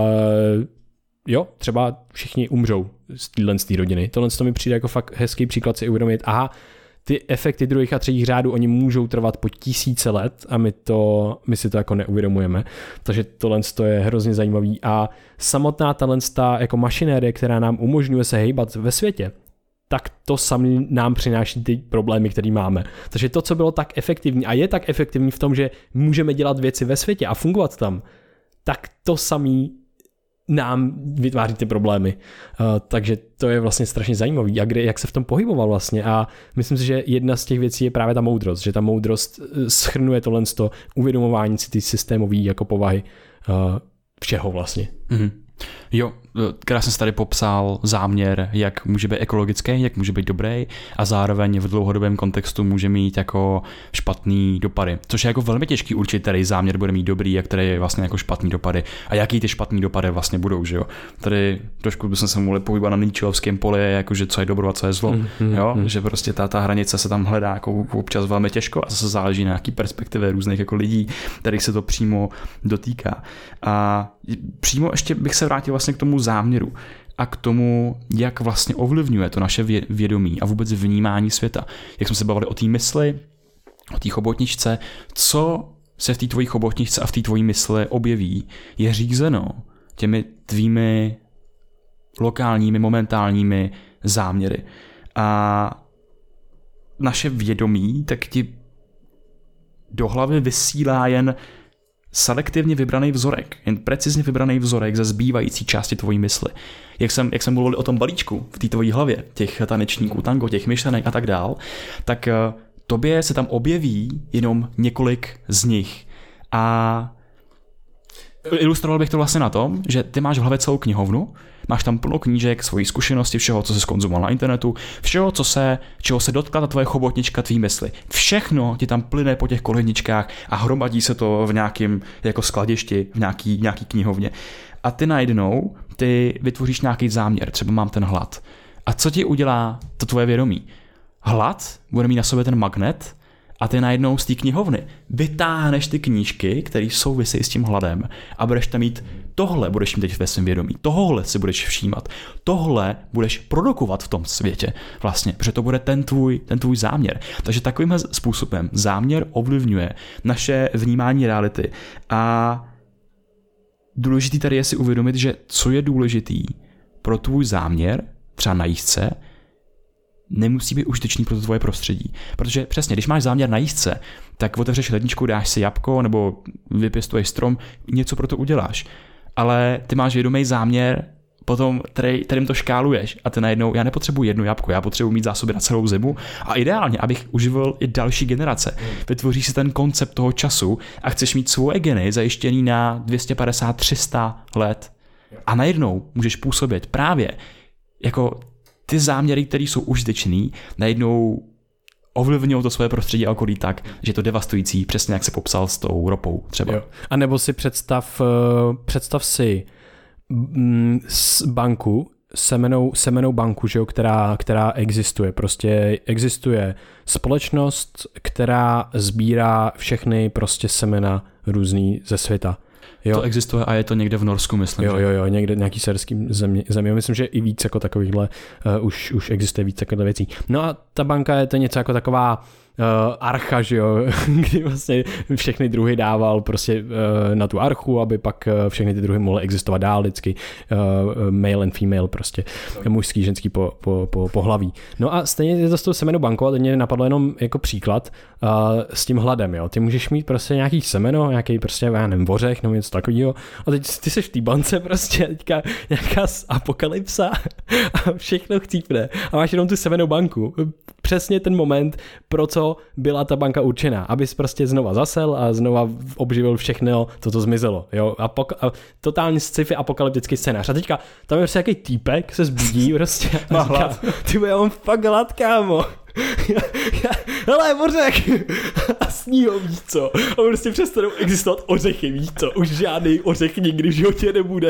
třeba všichni umřou z té rodiny. Tohle mi přijde jako fakt hezký příklad si uvědomit, ty efekty druhých a třetích řádů, oni můžou trvat po 1000 let a my si to jako neuvědomujeme. Takže tohle je hrozně zajímavý a samotná ta jako mašinérie, která nám umožňuje se hejbat ve světě, tak to samý nám přináší ty problémy, které máme. Takže to, co bylo tak efektivní a je tak efektivní v tom, že můžeme dělat věci ve světě a fungovat tam, tak to samý nám vytváří ty problémy. Takže to je vlastně strašně zajímavý. A jak se v tom pohyboval vlastně. A myslím si, že jedna z těch věcí je právě ta moudrost. Že ta moudrost shrnuje tohle uvědomování si ty systémové jako povahy všeho vlastně. Mm-hmm. Jo, krásně jsi tady popsal záměr, jak může být ekologický, jak může být dobrý a zároveň v dlouhodobém kontextu může mít jako špatný dopady. Což je jako velmi těžký určit, který záměr bude mít dobrý a který je vlastně jako špatný dopady a jaký ty špatný dopady vlastně budou, že jo. Tady trošku bychom se mohli pohybovat na Nietzscheovském poli, jakože co je dobro a co je zlo, jo, že prostě ta hranice se tam hledá jako občas velmi těžko a zase záleží na nějaký perspektivy různých jako lidí, kterých se to přímo dotýká. A přímo ještě bych se vrátil vlastně k tomu záměru a k tomu, jak vlastně ovlivňuje to naše vědomí a vůbec vnímání světa. Jak jsme se bavili o té mysli, o té chobotničce, co se v té tvojí chobotničce a v té tvojí mysli objeví, je řízeno těmi tvými lokálními, momentálními záměry. A naše vědomí tak ti do hlavy vysílá jen selektivně vybraný vzorek, jen precizně vybraný vzorek ze zbývající části tvojí mysli. Jak jsem mluvil o tom balíčku v té tvojí hlavě, těch tanečníků, tango, těch myšlenek a tak dál, tak tobě se tam objeví jenom několik z nich. A ilustroval bych to vlastně na tom, že ty máš v hlavě celou knihovnu, máš tam plno knížek, svojí zkušenosti, všeho, co jsi zkonzumoval na internetu, všeho, čeho se dotkla ta tvoje chobotnička tvý mysli. Všechno ti tam plyne po těch kolejničkách a hromadí se to v nějakém jako skladišti, v nějaký knihovně. A ty najednou vytvoříš nějaký záměr, třeba mám ten hlad. A co ti udělá to tvoje vědomí? Hlad bude mít na sobě ten magnet a ty najednou z té knihovny vytáhneš ty knížky, které souvisí s tím hladem a budeš tam mít tohle, budeš mít teď ve svém vědomí, tohle si budeš všímat, tohle budeš produkovat v tom světě vlastně, protože to bude ten tvůj záměr. Takže takovým způsobem záměr ovlivňuje naše vnímání reality a důležitý tady je si uvědomit, že co je důležitý pro tvůj záměr, třeba na jízdce, nemusí být užitečný pro to tvoje prostředí. Protože přesně, když máš záměr na jízdce, tak otevřeš ledničku, dáš si jabko nebo vypěstuješ strom, něco pro to uděláš. Ale ty máš vědomý záměr, potom kterým to škáluješ a ty najednou, já nepotřebuji jedno jabko, já potřebuji mít zásoby na celou zimu a ideálně, abych uživil i další generace. Vytvoříš si ten koncept toho času a chceš mít svoje geny zajištěný na 250-300 let a najednou můžeš působit právě jako ty záměry, které jsou užitečný, najednou ovlivňují to svoje prostředí a okolí tak, že je to devastující, přesně jak se popsal s tou ropou třeba. Jo. A nebo si představ si banku, semenou banku, že jo, která existuje. Prostě existuje společnost, která sbírá všechny prostě semena různý ze světa. Jo. To existuje a je to někde v Norsku, myslím. Jo, někde nějaký severský zemi. Myslím, že i víc jako takovýchhle už existuje víc takovýchhle věcí. No a ta banka je to něco jako taková archa, že jo, kdy vlastně všechny druhy dával prostě na tu archu, aby pak všechny ty druhy mohly existovat dál vždycky, male and female prostě, mužský, ženský pohlaví. No a stejně je to s tou semenou bankou a teď mě napadlo jenom jako příklad s tím hladem, jo. Ty můžeš mít prostě nějaký semeno, nějaký prostě, já nevím, ořech nebo něco takového a teď ty seš v té bance prostě teďka nějaká apokalypsa a všechno chcípne a máš jenom tu semenou banku. přesně ten moment, pro co byla ta banka určená, abys prostě znova zasel a znova obživil všechno, co zmizelo, jo, a totální sci-fi apokalyptický scénář. A teďka tam je prostě jaký týpek, se zbudí prostě a říká, ty já mám fakt hlad, kámo. Hele, ořech! A sní ho, víš co? A prostě přestanou existovat ořechy, víš co? Už žádný ořech nikdy v životě nebude.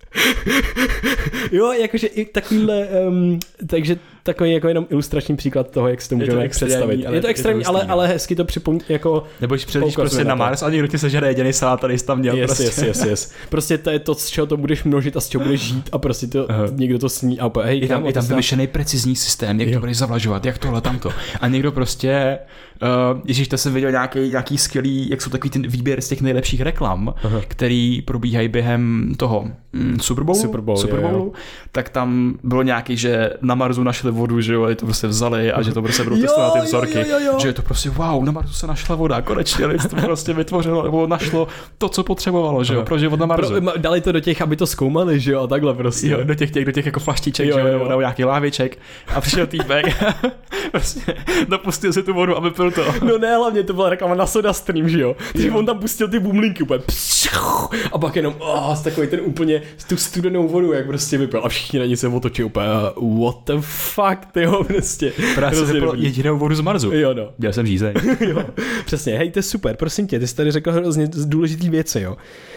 Jo, jakože i takovýhle, takže takový jako jenom ilustrační příklad toho, jak si to můžeme představit. Je to extrémní, ale hezky to připomíná jako... Nebo když přijdeš prostě na Mars a někdo ti sežere jediný salát, tady jsi tam měl yes. Prostě to je to, z čeho to budeš množit a z čeho budeš žít a prostě to, někdo to sní a opět, hej, je tam vyvěšený precizní systém, jak to budeš zavlažovat, jak tohle, tamto. A někdo prostě, ježíš, to jsem viděl nějaký skvělý, jak jsou takový ten výběr z těch nejlepších reklam, který probíhají během toho Super Bowlu, tak tam bylo nějaký, že na Marsu našli vodu, že jo, to prostě vzali a že to prostě budou testovat ty vzorky, že je to prostě wow, na Marsu se našla voda, konečně to prostě vytvořilo, nebo našlo to, co potřebovalo, že jo, pro život na Marsu. Dali to do těch, aby to zkoumali, že jo, a takhle prostě. Jo, do těch jako flaštiček, že jo, nebo nějaký láviček a přišel týpek, prostě dopustil si tu vodu, aby pil to. No ne, hlavně to byla reklama na SodaStream, že jo, takže on tam pustil ty bumlinky úplně a pak jenom takový ten úplně tu studenou vodu, jak prostě vypil a všichni na ní se otočí úplně what the fuck, tyjo, prostě. Právě jsem vypil jedinou vodu z Marsu. Jo, no. Měl jsem žízeň. Jo, přesně, hej, to je super, prosím tě, ty jsi tady řekl hrozně důležitý věci, jo.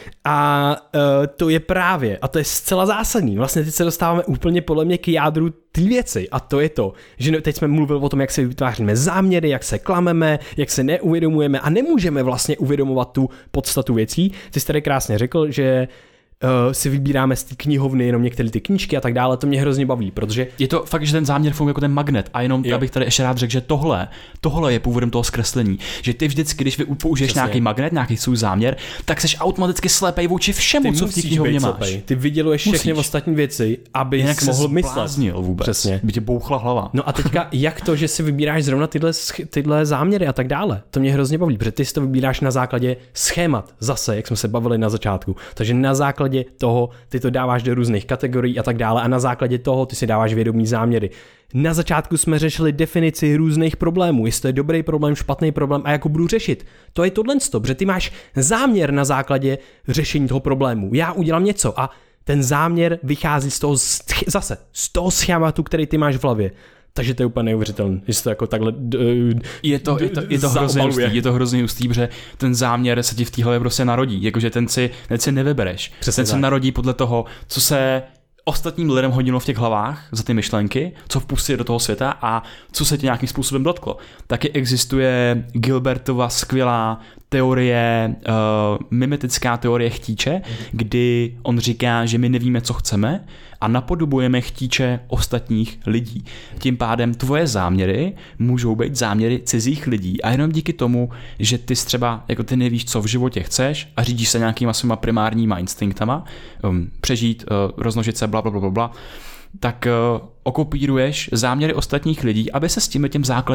A to je právě, a to je zcela zásadní, vlastně teď se dostáváme úplně podle mě k jádru ty věci a to je to, že teď jsme mluvili o tom, jak se vytváříme záměry, jak se klameme, jak se neuvědomujeme a nemůžeme vlastně uvědomovat tu podstatu věcí. Ty jsi tady krásně řekl, že si vybíráme z té knihovny jenom některé ty knížky a tak dále, to mě hrozně baví, protože je to fakt, že ten záměr funguje jako ten magnet a jenom abych tady ještě rád řekl, že tohle je původem toho zkreslení, že ty vždycky, když použiješ nějaký magnet, nějaký svůj záměr, tak seš automaticky slepej vůči všemu, co v té knihovně máš. Ty vyděluješ všechny ostatní věci, aby jsi mohl myslet. Vůbec. Přesně. By tě bouchla hlava. No a teďka jak to, že si vybíráš zrovna tyhle záměry a tak dále, to mě hrozně baví, protože ty si to vybíráš na základě schémat, zase, jak jsme se bavili na začátku. Takže na základě toho ty to dáváš do různých kategorií a tak dále a na základě toho ty si dáváš vědomí záměry. Na začátku jsme řešili definici různých problémů, jestli to je dobrý problém, špatný problém a jak ho budu řešit. To je tohle, protože ty máš záměr na základě řešení toho problému. Já udělám něco a ten záměr vychází z toho schématu, který ty máš v hlavě. Takže to je úplně neuvěřitelné, že to jako takhle je to hrozně hustý, protože ten záměr se ti v té hlavě prostě narodí, jakože ten si nevybereš. Přesně ten se narodí podle toho, co se ostatním lidem hodilo v těch hlavách za ty myšlenky, co vpustí do toho světa a co se ti nějakým způsobem dotklo. Taky existuje Gilbertova skvělá teorie, mimetická teorie chtíče, kdy on říká, že my nevíme, co chceme a napodobujeme chtíče ostatních lidí. Tím pádem tvoje záměry můžou být záměry cizích lidí a jenom díky tomu, že ty třeba jako ty nevíš, co v životě chceš a řídíš se nějakýma svýma primárníma instinktama, přežít, rozmnožit se, blablabla, tak okopíruješ záměry ostatních lidí, aby se s těm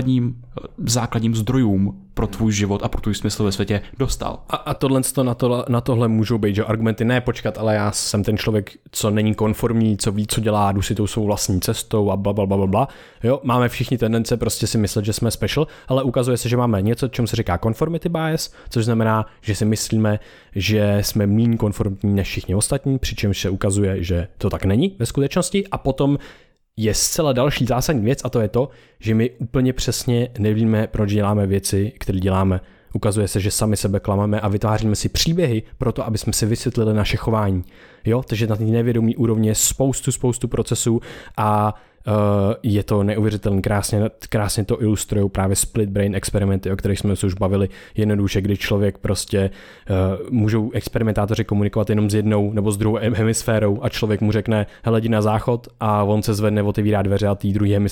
základním zdrojům pro tvůj život a pro tvůj smysl ve světě dostal. A na tohle můžou být, že argumenty ne, počkat, ale já jsem ten člověk, co není konformní, co ví, co dělá, jdu si tou svou vlastní cestou a blablabla. Jo, máme všichni tendence prostě si myslet, že jsme special, ale ukazuje se, že máme něco, čemu se říká conformity bias, což znamená, že si myslíme, že jsme méně konformní než všichni ostatní, přičemž se ukazuje, že to tak není ve skutečnosti a potom je zcela další zásadní věc a to je to, že my úplně přesně nevíme, proč děláme věci, které děláme. Ukazuje se, že sami sebe klameme a vytváříme si příběhy pro to, aby jsme si vysvětlili naše chování. Jo, takže na té nevědomí úrovni je spoustu procesů a je to neuvěřitelně krásně to ilustrují právě split brain experimenty, o kterých jsme se už bavili jednoduše, kdy člověk prostě můžou experimentátoři komunikovat jenom s jednou nebo s druhou hemisférou a člověk mu řekne hele, jdi na záchod a on se zvedne, otevírá dveře a té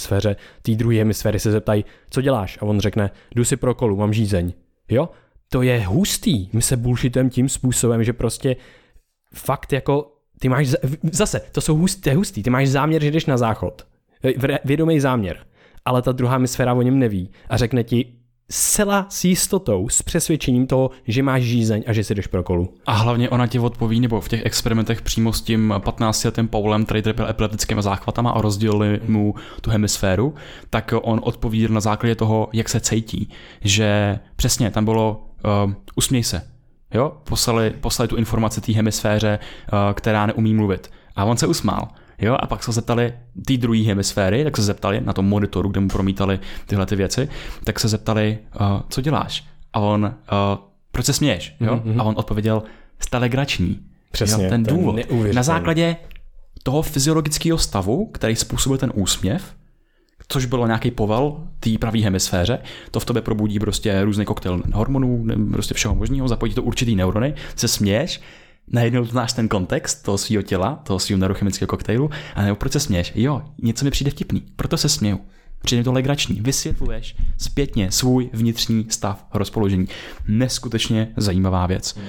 druhé hemisféry se zeptají, co děláš? A on řekne, jdu si pro kolu, mám žízeň. Jo? To je hustý. My se bullshitujeme tím způsobem, že prostě fakt jako ty máš, zase, to je hustý, ty máš záměr, že jdeš na záchod. Vědomý záměr, ale ta druhá hemisféra o něm neví a řekne ti, zcela s jistotou, s přesvědčením toho, že máš žízeň a že si jdeš pro kolu. A hlavně ona ti odpoví, nebo v těch experimentech přímo s tím 15letým Paulem, který trpěl epileptickými záchvatama a rozdělili mu tu hemisféru, tak on odpovídal na základě toho, jak se cítí. Že přesně tam bylo usměj se. Jo? Poslali tu informaci té hemisféře, která neumí mluvit. A on se usmál. Jo, a pak se zeptali té druhé hemisféry, tak se zeptali na tom monitoru, kde mu promítali tyhle ty věci, tak se zeptali, co děláš? A on, proč se směješ? Jo? A on odpověděl, jste legrační. Přesně, jo, ten důvod. Na základě toho fyziologického stavu, který způsobil ten úsměv, což bylo nějaký povel té pravé hemisféře, to v tobě probudí prostě různý koktejl hormonů, prostě všeho možného, zapojí to určitý neurony, se směješ, najednou znáš ten kontext toho svého těla, toho svého neurochemického koktejlu a nebo proč se směješ? Jo, něco mi přijde vtipný, proto se směju. Přijde mi to legrační. Vysvětluješ zpětně svůj vnitřní stav rozpoložení. Neskutečně zajímavá věc.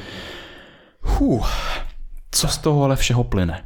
Co z toho ale všeho plyne?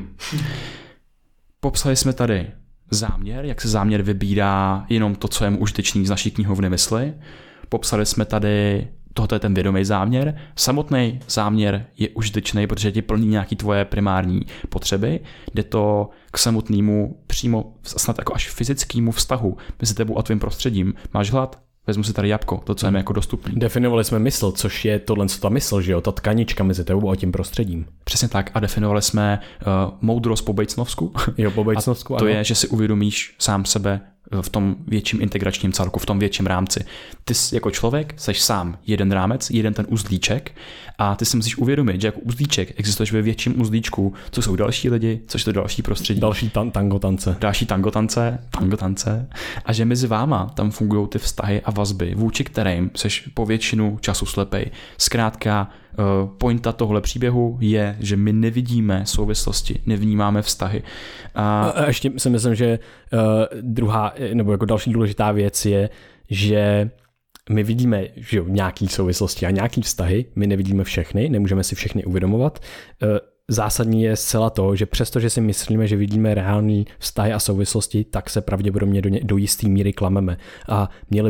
Popsali jsme tady záměr, jak se záměr vybírá jenom to, co je mu užitečný z naší knihovny mysli. Popsali jsme tady, tohle je ten vědomý záměr. Samotný záměr je užitečný, protože ti plní nějaké tvoje primární potřeby. Jde to k samotnému přímo snad jako až fyzickému vztahu mezi tebou a tvým prostředím. Máš hlad? Vezmu si tady jablko, to, co je mi jako dostupný. Definovali jsme mysl, což je tohle, co ta mysl, že jo, ta tkanička mezi tebou a tím prostředím. Přesně tak a definovali jsme moudrost po Bejcnovsku. Jo, po Bejcnovsku, a to je, že si uvědomíš sám sebe v tom větším integračním celku, v tom větším rámci. Ty jako člověk seš sám jeden rámec, jeden ten uzlíček a ty si musíš uvědomit, že jako uzlíček existuješ ve větším uzlíčku, co jsou další lidi, což to další prostředí. Další tangotance. Další tangotance a že mezi váma tam fungují ty vztahy a vazby, vůči kterým seš po většinu času slepej. Zkrátka pointa tohle příběhu je, že my nevidíme souvislosti, nevnímáme vztahy. A ještě si myslím, že druhá, nebo jako další důležitá věc je, že my vidíme, že jo, nějaký souvislosti a nějaký vztahy, my nevidíme všechny, nemůžeme si všechny uvědomovat. Zásadní je zcela to, že přestože si myslíme, že vidíme reální vztahy a souvislosti, tak se pravděpodobně do jisté míry klameme. A měli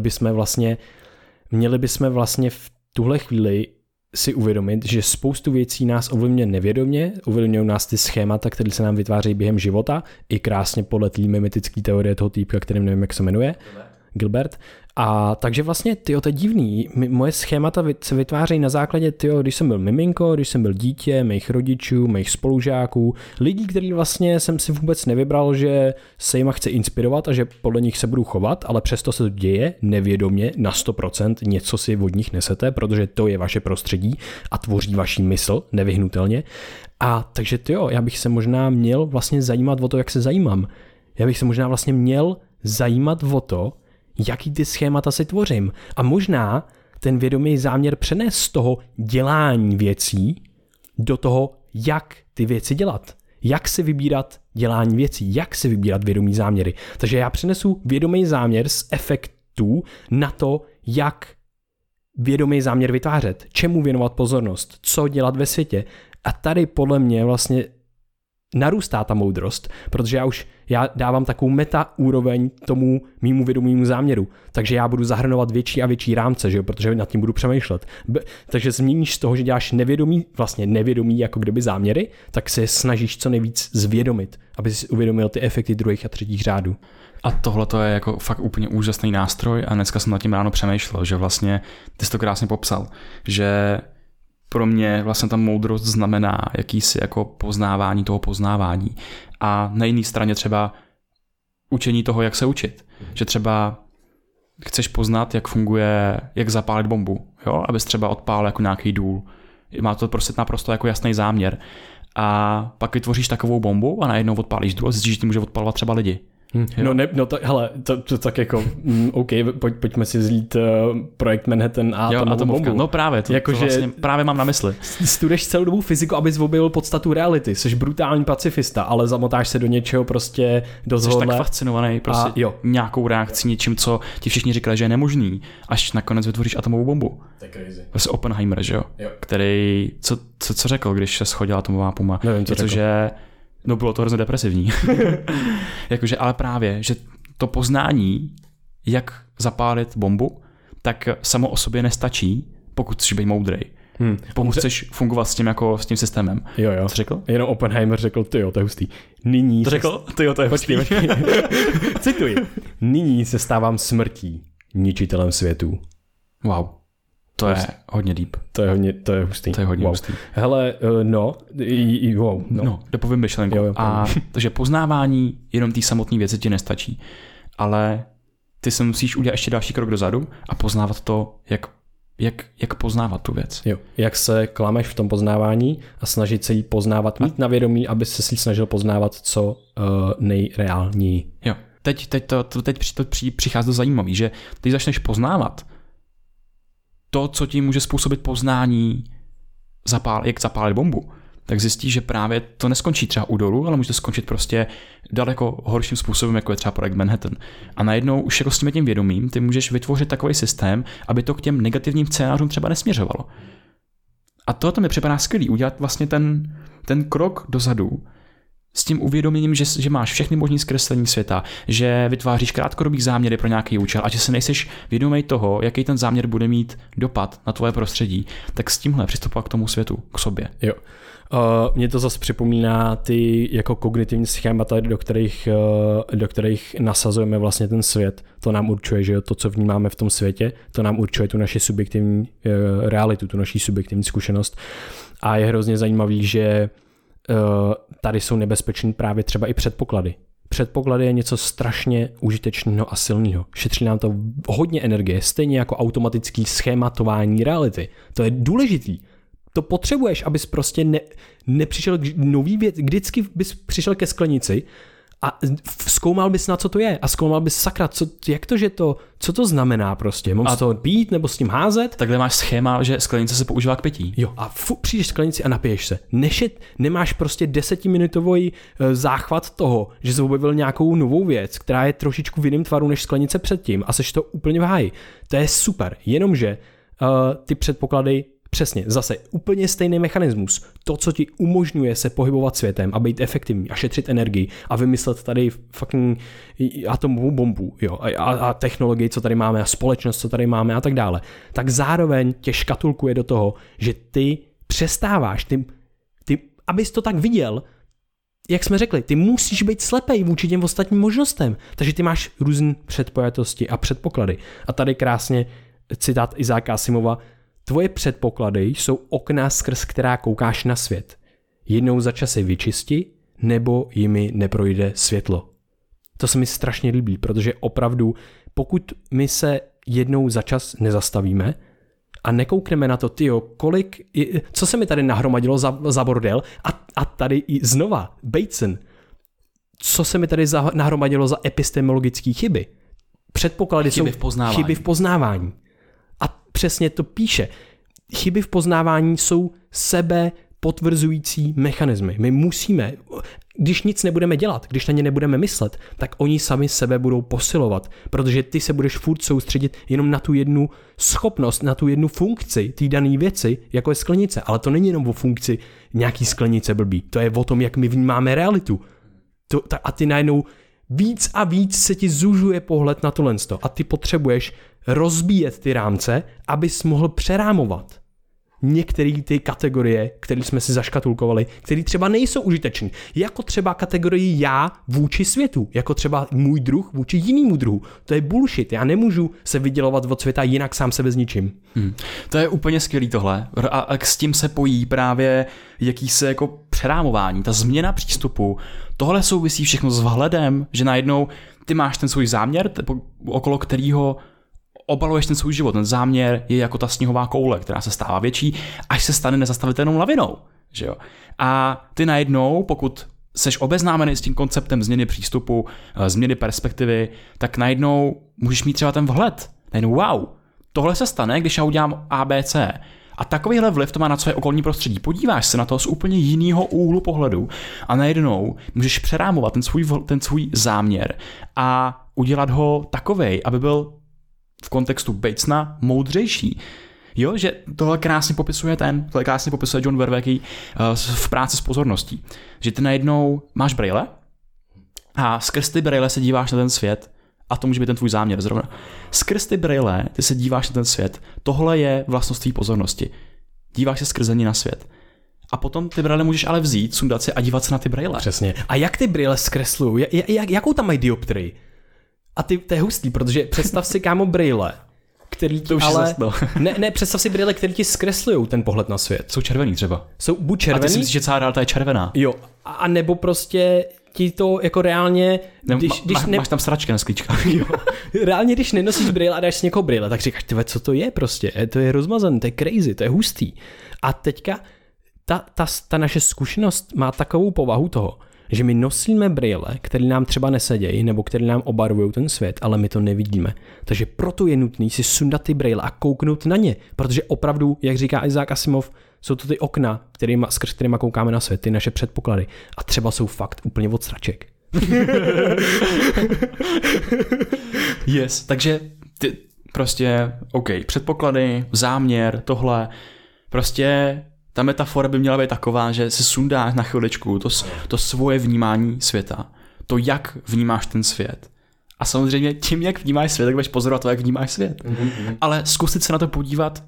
bychom vlastně v tuhle chvíli si uvědomit, že spoustu věcí nás ovlivňuje nevědomě, ovlivňují nás ty schémata, které se nám vytvářejí během života, i krásně podle té mimetické teorie toho týpka, kterým nevím, jak se jmenuje, Gilbert. A takže vlastně, to je divný, moje schémata se vytvářejí na základě, když jsem byl miminko, když jsem byl dítě, mých rodičů, mých spolužáků, lidí, který vlastně jsem si vůbec nevybral, že se jima chce inspirovat a že podle nich se budu chovat, ale přesto se to děje nevědomě na 100%, něco si od nich nesete, protože to je vaše prostředí a tvoří vaši mysl nevyhnutelně. A takže já bych se možná měl vlastně zajímat o to, jak se zajímám. Já bych se možná vlastně měl zajímat o to, jaký ty schémata si tvořím. A možná ten vědomý záměr přenést z toho dělání věcí do toho, jak ty věci dělat. Jak si vybírat dělání věcí, jak si vybírat vědomý záměry. Takže já přenesu vědomý záměr z efektů na to, jak vědomý záměr vytvářet, čemu věnovat pozornost, co dělat ve světě. A tady podle mě vlastně narůstá ta moudrost, protože já dávám takovou meta úroveň tomu mýmu vědomému záměru, takže já budu zahrnovat větší a větší rámce, že jo? Protože nad tím budu přemýšlet. Takže změníš z toho, že děláš nevědomý jako kdyby záměry, tak se snažíš co nejvíc zvědomit, aby si uvědomil ty efekty druhých a třetích řádů. A tohle to je jako fakt úplně úžasný nástroj a dneska jsem nad tím ráno přemýšlel, že vlastně ty jsi to krásně popsal, že pro mě vlastně ta moudrost znamená jakýsi jako poznávání toho poznávání. A na jiné straně třeba učení toho, jak se učit. Že třeba chceš poznat, jak funguje, jak zapálit bombu, jo? Abys třeba odpálil jako nějaký důl. Má to prostě naprosto jako jasný záměr. A pak vytvoříš takovou bombu a najednou odpálíš důl a zjistíš, že ti může odpalovat třeba lidi. To tak jako, OK, pojďme si zlít projekt Manhattan a atomovou bombu. No právě, to vlastně právě mám na mysli. Studuješ celou dobu fyziku, abys objevil podstatu reality. Jsi brutální pacifista, ale zamotáš se do něčeho prostě do zhodle. Jsi tak fascinovaný prostě nějakou reakcí, něčím, co ti všichni říkali, že je nemožný, až nakonec vytvoříš atomovou bombu. To je crazy. Vlastně Oppenheimer, že jo? Který, co řekl, když se shodila atomová bomba? Nevím, co řekl. No bylo to hrozně depresivní. Jakože, ale právě, že to poznání, jak zapálit bombu, tak samo o sobě nestačí, pokud chceš být moudrej. Pokud chceš fungovat s tím jako s tím systémem. Jo. Co řekl? Jenom Oppenheimer řekl, tyjo, to je hustý. Nyní to řekl? Tyjo, to je hustý. Cituji. Nyní se stávám smrtí, ničitelem světů. Wow. To je hodně deep. To je hustý. To je hodně hustý. Hele, dopovím myšlenku. Takže poznávání jenom té samotné věci ti nestačí. Ale ty se musíš udělat ještě další krok dozadu a poznávat to, jak poznávat tu věc. Jo, jak se klameš v tom poznávání a snažit se jí poznávat, mít na vědomí, aby se si snažil poznávat co nejreálněji. Jo, teď přichází do zajímavý, že ty začneš poznávat to, co ti může způsobit poznání, jak zapálit bombu, tak zjistíš, že právě to neskončí třeba u dolu, ale může to skončit prostě daleko horším způsobem, jako je třeba projekt Manhattan. A najednou už jako s tím vědomím ty můžeš vytvořit takový systém, aby to k těm negativním scénářům třeba nesměřovalo. A to mi připadá skvělý, udělat vlastně ten krok dozadu s tím uvědoměním, že máš všechny možný zkreslení světa, že vytváříš krátkodobý záměry pro nějaký účel a že se nejseš vědomý toho, jaký ten záměr bude mít dopad na tvoje prostředí, tak s tímhle přistupovat k tomu světu, k sobě. Jo. Mně to zase připomíná ty jako kognitivní schémata, do kterých nasazujeme vlastně ten svět. To nám určuje, že to, co vnímáme v tom světě, to nám určuje tu naši subjektivní realitu, tu naši subjektivní zkušenost. A je hrozně zajímavý, že tady jsou nebezpečný právě třeba i předpoklady. Předpoklady je něco strašně užitečného a silného. Šetří nám to hodně energie, stejně jako automatický schématování reality. To je důležitý. To potřebuješ, abys prostě nepřišel k nový věc. Vždycky bys přišel ke sklenici a zkoumal bys, na co to je. A zkoumal bys, sakra, co to znamená prostě. Mám z toho pít nebo s tím házet? Takhle máš schéma, že sklenice se používá k pití. Jo, a přijdeš sklenici a napiješ se. Nemáš prostě 10minutový záchvat toho, že jsi objevil nějakou novou věc, která je trošičku v jiném tvaru než sklenice předtím a seš to úplně v háji. To je super, jenomže ty předpoklady přesně, zase úplně stejný mechanismus. To, co ti umožňuje se pohybovat světem a být efektivní a šetřit energii a vymyslet tady fucking atomovou bombu, jo, a technologii, co tady máme, a společnost, co tady máme a tak dále, tak zároveň tě škatulkuje do toho, že ty přestáváš, ty abys to tak viděl, jak jsme řekli, ty musíš být slepej vůči těm ostatním možnostem. Takže ty máš různé předpojatosti a předpoklady. A tady krásně citát Izáka Asimova: tvoje předpoklady jsou okna, skrz která koukáš na svět. Jednou za čas je vyčisti, nebo jimi neprojde světlo. To se mi strašně líbí, protože opravdu, pokud my se jednou za čas nezastavíme a nekoukneme na to, co se mi tady nahromadilo za bordel, a tady i znova, Bateson, co se mi tady nahromadilo za epistemologické chyby. Předpoklady jsou chyby v poznávání. A přesně to píše. Chyby v poznávání jsou sebe potvrzující mechanismy. My musíme, když nic nebudeme dělat, když na ně nebudeme myslet, tak oni sami sebe budou posilovat, protože ty se budeš furt soustředit jenom na tu jednu schopnost, na tu jednu funkci té dané věci, jako je sklenice. Ale to není jenom o funkci nějaký sklenice blbý, to je o tom, jak my vnímáme realitu. A ty najednou víc a víc se ti zužuje pohled na tohle a ty potřebuješ rozbíjet ty rámce, abys mohl přerámovat některé ty kategorie, které jsme si zaškatulkovali, které třeba nejsou užitečné. Jako třeba kategorii já vůči světu, jako třeba můj druh vůči jinému druhu. To je bullshit, já nemůžu se vydělovat od světa jinak sám sebe zničím. To je úplně skvělý tohle. A s tím se pojí právě jakýsi jako přerámování, ta změna přístupu. Tohle souvisí všechno s vhledem, že najednou ty máš ten svůj záměr, okolo kterého obaluješ ten svůj život. Ten záměr je jako ta sněhová koule, která se stává větší, až se stane nezastavitelnou lavinou. Že jo? A ty najednou, pokud seš obeznámený s tím konceptem změny přístupu, změny perspektivy, tak najednou můžeš mít třeba ten vhled. Najednou wow, tohle se stane, když já udělám ABC. A takovýhle vliv to má na své okolní prostředí. Podíváš se na to z úplně jiného úhlu pohledu a najednou můžeš přerámovat ten svůj záměr a udělat ho takovej, aby byl v kontextu Batesona moudřejší. Jo, že tohle krásně popisuje John Vervaeke v práci s pozorností. Že ty najednou máš brejle a skrz ty brejle se díváš na ten svět A to může být ten tvůj záměr zrovna. Skrz ty brýle ty se díváš na ten svět. Tohle je vlastnost tvý pozornosti. Díváš se skrze ní na svět. A potom ty brýle můžeš ale vzít, sundat si a dívat se na ty brýle. Přesně. A jak ty brýle zkreslují? Jakou tam mají dioptrii? A to je hustý, protože představ si, kámo, brýle, který ti ale... ne, představ si brýle, který ti zkreslujou ten pohled na svět. Jsou červený třeba. Jsou buď červený. A ty si myslíš, že celá realita je červená. Jo. A nebo prostě ti to jako reálně... Máš tam sračky na sklíčkách. Jo. Reálně, když nenosíš brýle a dáš si někoho brýle, tak říkáš, tyve, co to je prostě? To je rozmazaný, to je crazy, to je hustý. A teďka ta naše zkušenost má takovou povahu toho, že my nosíme brýle, které nám třeba nesedějí, nebo které nám obarvují ten svět, ale my to nevidíme. Takže proto je nutný si sundat ty brýle a kouknout na ně, protože opravdu, jak říká Isaac Asimov, jsou to ty okna, skrz kterýma koukáme na svět, ty naše předpoklady. A třeba jsou fakt úplně od sraček. Yes, takže ty prostě, OK, předpoklady, záměr, tohle, prostě ta metafora by měla být taková, že si sundáš na chviličku to svoje vnímání světa, to, jak vnímáš ten svět. A samozřejmě tím, jak vnímáš svět, tak budeš pozorovat to, jak vnímáš svět. Mm-hmm. Ale zkusit se na to podívat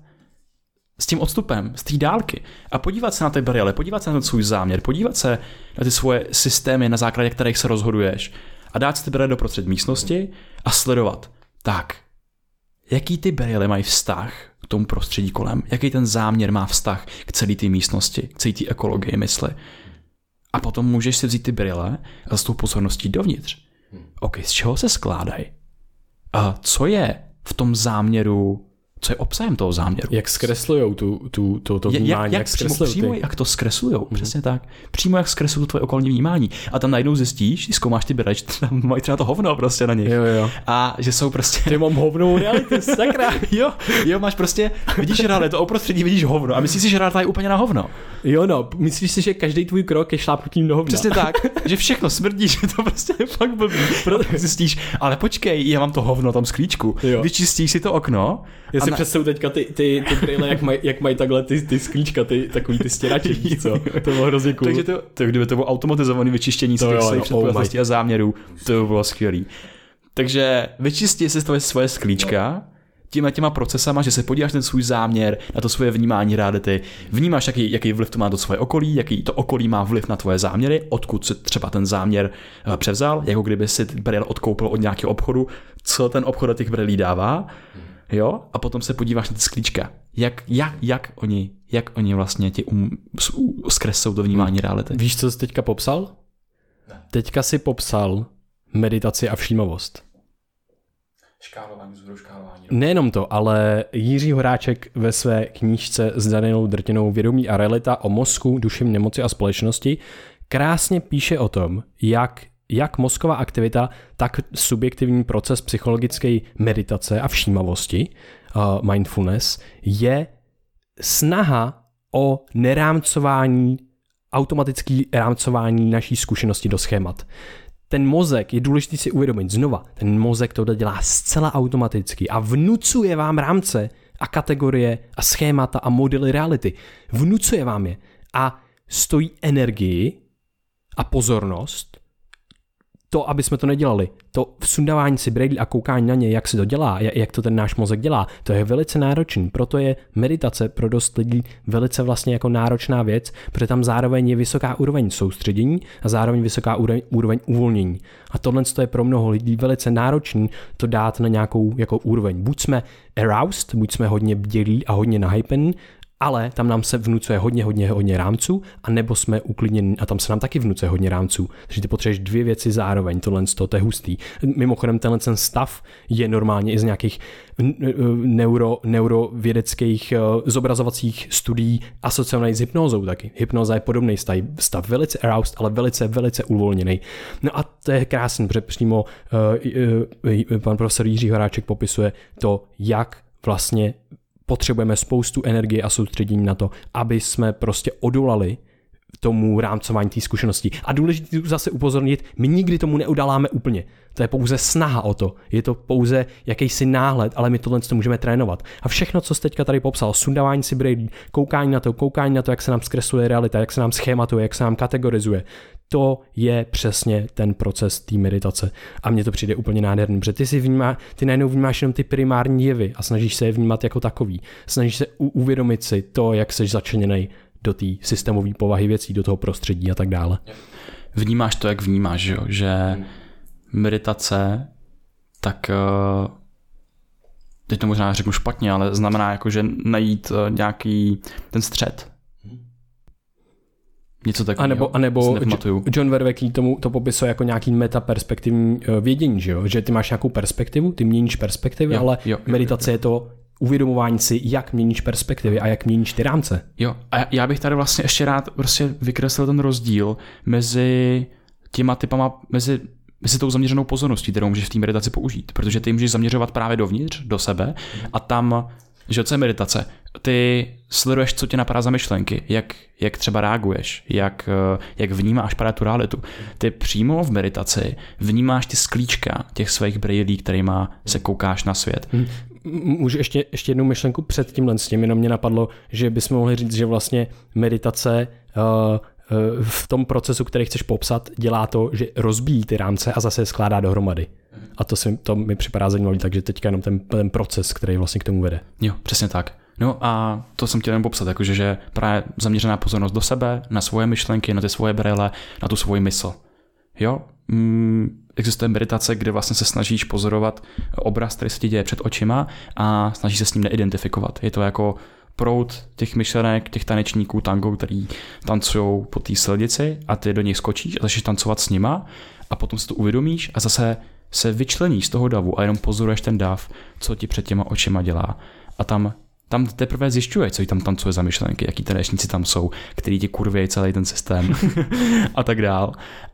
s tím odstupem, z té dálky a podívat se na ty brýle, podívat se na ten svůj záměr, podívat se na ty svoje systémy, na základě kterých se rozhoduješ a dát si ty brýle doprostřed místnosti a sledovat. Tak, jaký ty brýle mají vztah k tomu prostředí kolem, jaký ten záměr má vztah k celé té místnosti, k celé té ekologii mysli. A potom můžeš si vzít ty brýle a s tou pozorností dovnitř. OK, z čeho se skládají? A co je v tom záměru, co je obsahem toho záměru? Jak zkreslujou to vnímání? Jak to zkreslujou, přesně tak. Přímo jak zkreslují to tvoje okolní vnímání. A tam najednou zjistíš, když zkoumáš ty brýle, že tam mají třeba to hovno prostě na nich. Jo. A že jsou prostě... Ty mám hovnou realitu, sakra. jo, máš prostě, vidíš realitu, a prostředí vidíš hovno a myslíš si, že realita je úplně na hovno. Jo no, myslíš si, že každý tvůj krok je šlápnutím do hovna. Přesně tak, že všechno smrdí, že to prostě je fakt blbý. Proto zjistíš, ale počkej, já mám to hovno tam sklíčku. Vyčistíš si to okno. Já si představu teďka ty brýle, jak mají takhle ty sklíčka, takový ty stěrači, co? To bylo hrozně cool. Takže kdyby to bylo automatizované vyčištění z těch svých předpojatostí a záměrů, to by bylo skvělý. Takže vyčistí si svoje sklíčka těma procesama, že se podíváš na svůj záměr, na to svoje vnímání reality, vnímáš, jaký vliv to má do svoje okolí, jaký to okolí má vliv na tvoje záměry, odkud se třeba ten záměr převzal, jako kdyby si brýle odkoupil od nějakého obchodu, co ten obchod do těch brýlí dává. Jo? A potom se podíváš na ty sklíčka. Jak oni vlastně ti zkreslou do vnímání reality. Víš, co jsi teďka popsal? Ne. Teďka si popsal meditaci a všímavost. Škálování. Nejenom to, ale Jiří Horáček ve své knížce s Danielou Drtinou Vědomí a realita o mozku, duševní nemoci a společnosti krásně píše o tom, jak mozková aktivita, tak subjektivní proces psychologické meditace a všímavosti, mindfulness, je snaha o nerámcování, automatické rámcování naší zkušenosti do schémat. Ten mozek, je důležité si uvědomit znova, ten mozek to dělá zcela automaticky a vnucuje vám rámce a kategorie a schémata a modely reality. Vnucuje vám je a stojí energii a pozornost to, aby jsme to nedělali. To vsundávání si brýlí a koukání na ně, jak se to dělá, jak to ten náš mozek dělá, to je velice náročný. Proto je meditace pro dost lidí velice vlastně jako náročná věc, protože tam zároveň je vysoká úroveň soustředění a zároveň vysoká úroveň uvolnění. A tohle je pro mnoho lidí velice náročný to dát na nějakou jako úroveň. Buď jsme aroused, buď jsme hodně bdělí a hodně nahypení, ale tam nám se vnucuje hodně rámců, a nebo jsme uklidněni a tam se nám taky vnucuje hodně rámců. Takže ty potřebuješ dvě věci zároveň, to je hustý. Mimochodem tenhle staf je normálně i z nějakých neurovědeckých zobrazovacích studií asociovaných s hypnózou taky. Hypnóza je podobný stav, velice aroused, ale velice uvolněný. No a to je krásný, protože přímo pan profesor Jiří Horáček popisuje to, jak vlastně potřebujeme spoustu energie a soustředění na to, aby jsme prostě odolali tomu rámcování té zkušenosti. A důležité zase upozornit, my nikdy tomu neudáláme úplně. To je pouze snaha o to. Je to pouze jakýsi náhled, ale my tohle můžeme trénovat. A všechno, co jsi teďka tady popsal, sundávání si brýlí, koukání na to, jak se nám zkresluje realita, jak se nám schématuje, jak se nám kategorizuje, to je přesně ten proces té meditace. A mně to přijde úplně nádherný, protože ty najednou vnímáš jenom ty primární jevy a snažíš se je vnímat jako takový. Snažíš se uvědomit si to, jak jsi začleněnej do té systémové povahy věcí, do toho prostředí a tak dále. Vnímáš to, jak vnímáš, jo? Že meditace, tak teď to možná řeknu špatně, ale znamená jako, že najít nějaký ten střed. Něco takového. A nebo John Vervaeke tomu to popisuje jako nějaký metaperspektivní vědění, že jo? Že ty máš nějakou perspektivu, ty měníš perspektivy, ale meditace je to uvědomování si, jak měníš perspektivy a jak měníš ty rámce. Jo, a já bych tady vlastně ještě rád prostě vykreslil ten rozdíl mezi těma typama, mezi tou zaměřenou pozorností, kterou můžeš v té meditaci použít, protože ty můžeš zaměřovat právě dovnitř, do sebe a tam, že co je meditace, ty sleduješ, co tě napadá za myšlenky, jak třeba reaguješ, jak vnímáš právě tu realitu. Ty přímo v meditaci vnímáš ty sklíčka těch svých brýlí, kterýma se koukáš na svět. Můžu ještě jednu myšlenku před tímhle s tím, jenom mě napadlo, že bychom mohli říct, že vlastně meditace v tom procesu, který chceš popsat, dělá to, že rozbíjí ty rámce a zase je skládá dohromady. A to mi připadá zajímavý, takže teďka jenom ten proces, který vlastně k tomu vede. Jo, přesně tak. No a to jsem chtěl jen popsat, jakože že právě zaměřená pozornost do sebe, na svoje myšlenky, na ty svoje brýle, na tu svoji mysl. Jo? Existuje meditace, kde vlastně se snažíš pozorovat obraz, který se ti děje před očima a snažíš se s ním neidentifikovat. Je to jako proud těch myšlenek, těch tanečníků tango, který tancujou po té silnici a ty do nich skočíš a začneš tancovat s nima a potom si to uvědomíš a zase se vyčleníš z toho davu a jenom pozoruješ ten dav, co ti před těma očima dělá. A tam teprve zjišťuješ, co jí tam tancuje za myšlenky, jaký tanečníci tam jsou, který ti kurvějí celý ten systém a tak dál.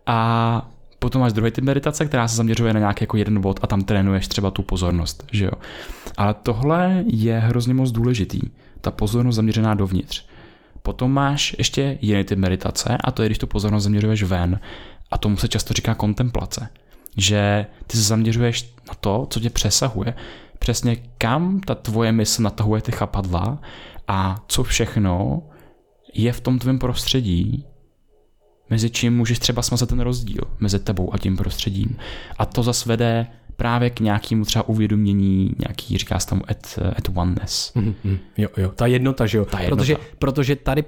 A potom máš druhý typ meditace, která se zaměřuje na nějaký jako jeden bod a tam trénuješ třeba tu pozornost, že jo. Ale tohle je hrozně moc důležitý, ta pozornost zaměřená dovnitř. Potom máš ještě jiný typ meditace a to je, když tu pozornost zaměřuješ ven a tomu se často říká kontemplace, že ty se zaměřuješ na to, co tě přesahuje, přesně kam ta tvoje mysl natahuje ty chapadla a co všechno je v tom tvém prostředí, mezi čím můžeš třeba smazat ten rozdíl mezi tebou a tím prostředím. A to zase vede právě k nějakému třeba uvědomění, nějaký, říká se tomu at oneness. Jo, ta jednota, že jo. Protože tady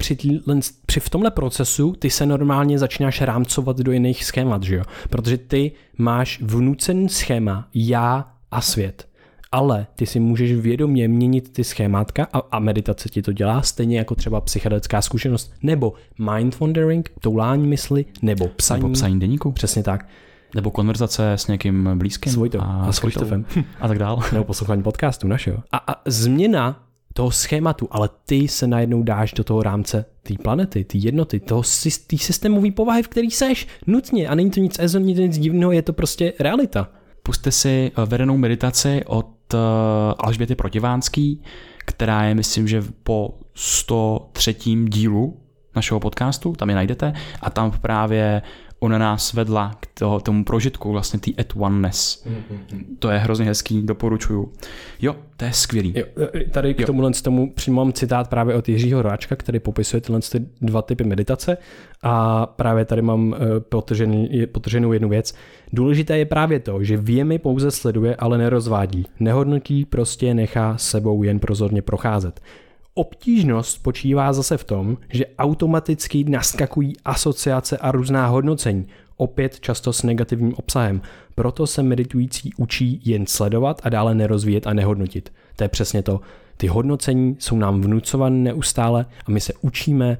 v tomhle procesu ty se normálně začínáš rámcovat do jiných schémat, že jo. Protože ty máš vnucený schéma já a svět. Ale ty si můžeš vědomě měnit ty schémátka a meditace ti to dělá, stejně jako třeba psychedelická zkušenost, nebo mind wandering, toulání mysli, nebo psaní deníku. Přesně tak. Nebo konverzace s někým blízkým. S Vojtou a s Krištofem. A tak dál. Nebo poslouchání podcastu našeho. A změna toho schématu, ale ty se najednou dáš do toho rámce té planety, té jednoty, té systémové povahy, v který seš nutně. A není to nic nic divného, je to prostě realita. Pusťte si vedenou meditaci od Alžběty Protivánský, která je, myslím, že po 103. dílu našeho podcastu, tam je najdete a tam právě ona nás vedla k tomu prožitku vlastně té at oneness. To je hrozně hezký, doporučuju. Jo, to je skvělý. Jo, tady k tomu přímo mám citát právě od Jiřího Horáčka, který popisuje tyhle dva typy meditace a právě tady mám podtrženou jednu věc. Důležité je právě to, že věmy pouze sleduje, ale nerozvádí. Nehodnotí, prostě nechá sebou jen prozorně procházet. Obtížnost spočívá zase v tom, že automaticky naskakují asociace a různá hodnocení, opět často s negativním obsahem. Proto se meditující učí jen sledovat a dále nerozvíjet a nehodnotit. To je přesně to. Ty hodnocení jsou nám vnucovány neustále a my se učíme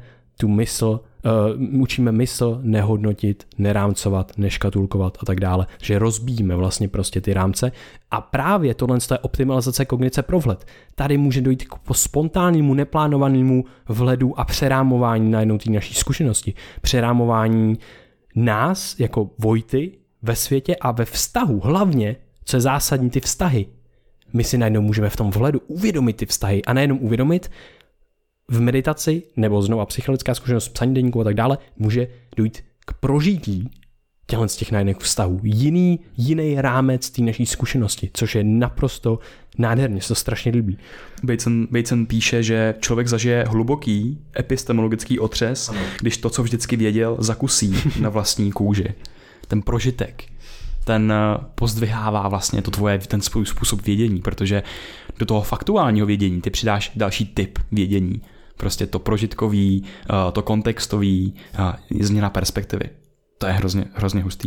mysl nehodnotit, nerámcovat, neškatulkovat a tak dále. Že rozbíjíme vlastně prostě ty rámce a právě tohle je optimalizace kognice pro vhled. Tady může dojít k spontánnímu, neplánovanému vhledu a přerámování najednou té naší zkušenosti. Přerámování nás jako Vojty ve světě a ve vztahu. Hlavně, co je zásadní, ty vztahy. My si najednou můžeme v tom vhledu uvědomit ty vztahy a nejenom uvědomit, v meditaci nebo znova psychologická zkušenost, psaní deníku a tak dále, může dojít k prožití těchto z těch najedných vztahů. Jiný rámec té naší zkušenosti, což je naprosto nádherně, se to strašně líbí. Bateson píše, že člověk zažije hluboký epistemologický otřes, když to, co vždycky věděl, zakusí na vlastní kůži. Ten prožitek, ten pozdvihává vlastně ten svůj způsob vědění, protože do toho faktuálního vědění ty přidáš další typ vědění. Prostě to prožitkový, to kontextový, změna perspektivy. To je hrozně hustý.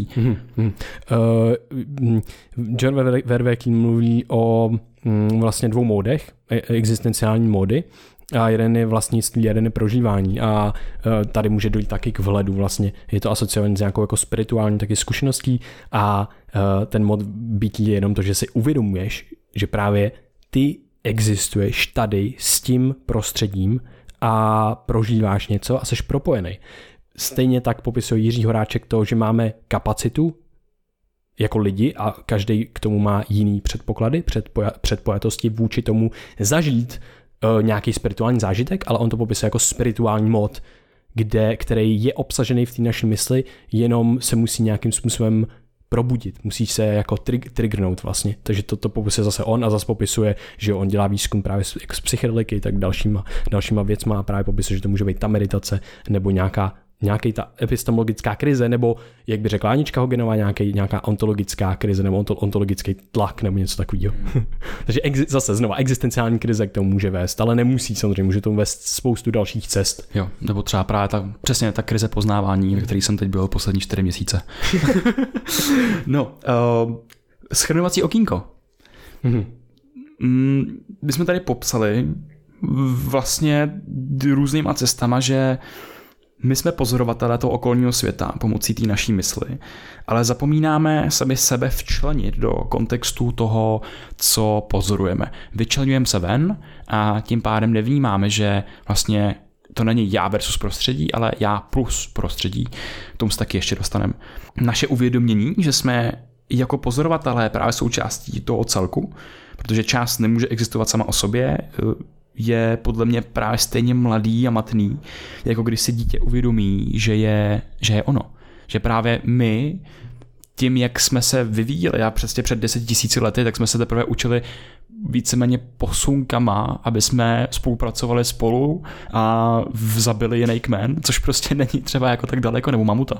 John Vervaeke mluví o vlastně 2 módech, existenciální módy. A jeden je vlastnictví, jeden je prožívání. A tady může dojít taky k vhledu vlastně. Je to asociované s nějakou jako spirituální taky zkušeností a ten mod bytí je jenom to, že si uvědomuješ, že právě ty existuješ tady s tím prostředím a prožíváš něco a jsi propojený. Stejně tak popisuje Jiří Horáček to, že máme kapacitu jako lidi a každý k tomu má jiný předpoklady, předpojatosti vůči tomu zažít nějaký spirituální zážitek, ale on to popisuje jako spirituální mod, který je obsažený v té naší mysli, jenom se musí nějakým způsobem probudit, musí se jako triggernout vlastně. Takže to popisuje zase on a zase popisuje, že on dělá výzkum právě z psychedeliky, tak dalšíma věcma a právě popisuje, že to může být ta meditace nebo nějaká ta epistemologická krize, nebo jak by řekla Anička Hogenová, nějaká ontologická krize nebo ontologický tlak nebo něco takového. Takže zase znova existenciální krize k tomu může vést, ale nemusí samozřejmě, může tomu vést spoustu dalších cest. Jo, nebo třeba právě přesně ta krize poznávání, ve který jsem teď byl poslední 4 měsíce. Shrnovací okýnko. My jsme tady popsali vlastně různýma cestama, že my jsme pozorovatelé toho okolního světa pomocí té naší mysli, ale zapomínáme sebe včlenit do kontextu toho, co pozorujeme. Vyčlenujeme se ven a tím pádem nevnímáme, že vlastně to není já versus prostředí, ale já plus prostředí. K tomu se taky ještě dostaneme. Naše uvědomění, že jsme jako pozorovatelé právě součástí toho celku, protože část nemůže existovat sama o sobě, je podle mě právě stejně mladý a matný, jako když si dítě uvědomí, že je ono. Že právě my, tím, jak jsme se vyvíjeli a přesně před 10 000 lety, tak jsme se teprve učili víceméně posunkama, aby jsme spolupracovali spolu a zabili jiný kmen, což prostě není třeba jako tak daleko, nebo mamuta.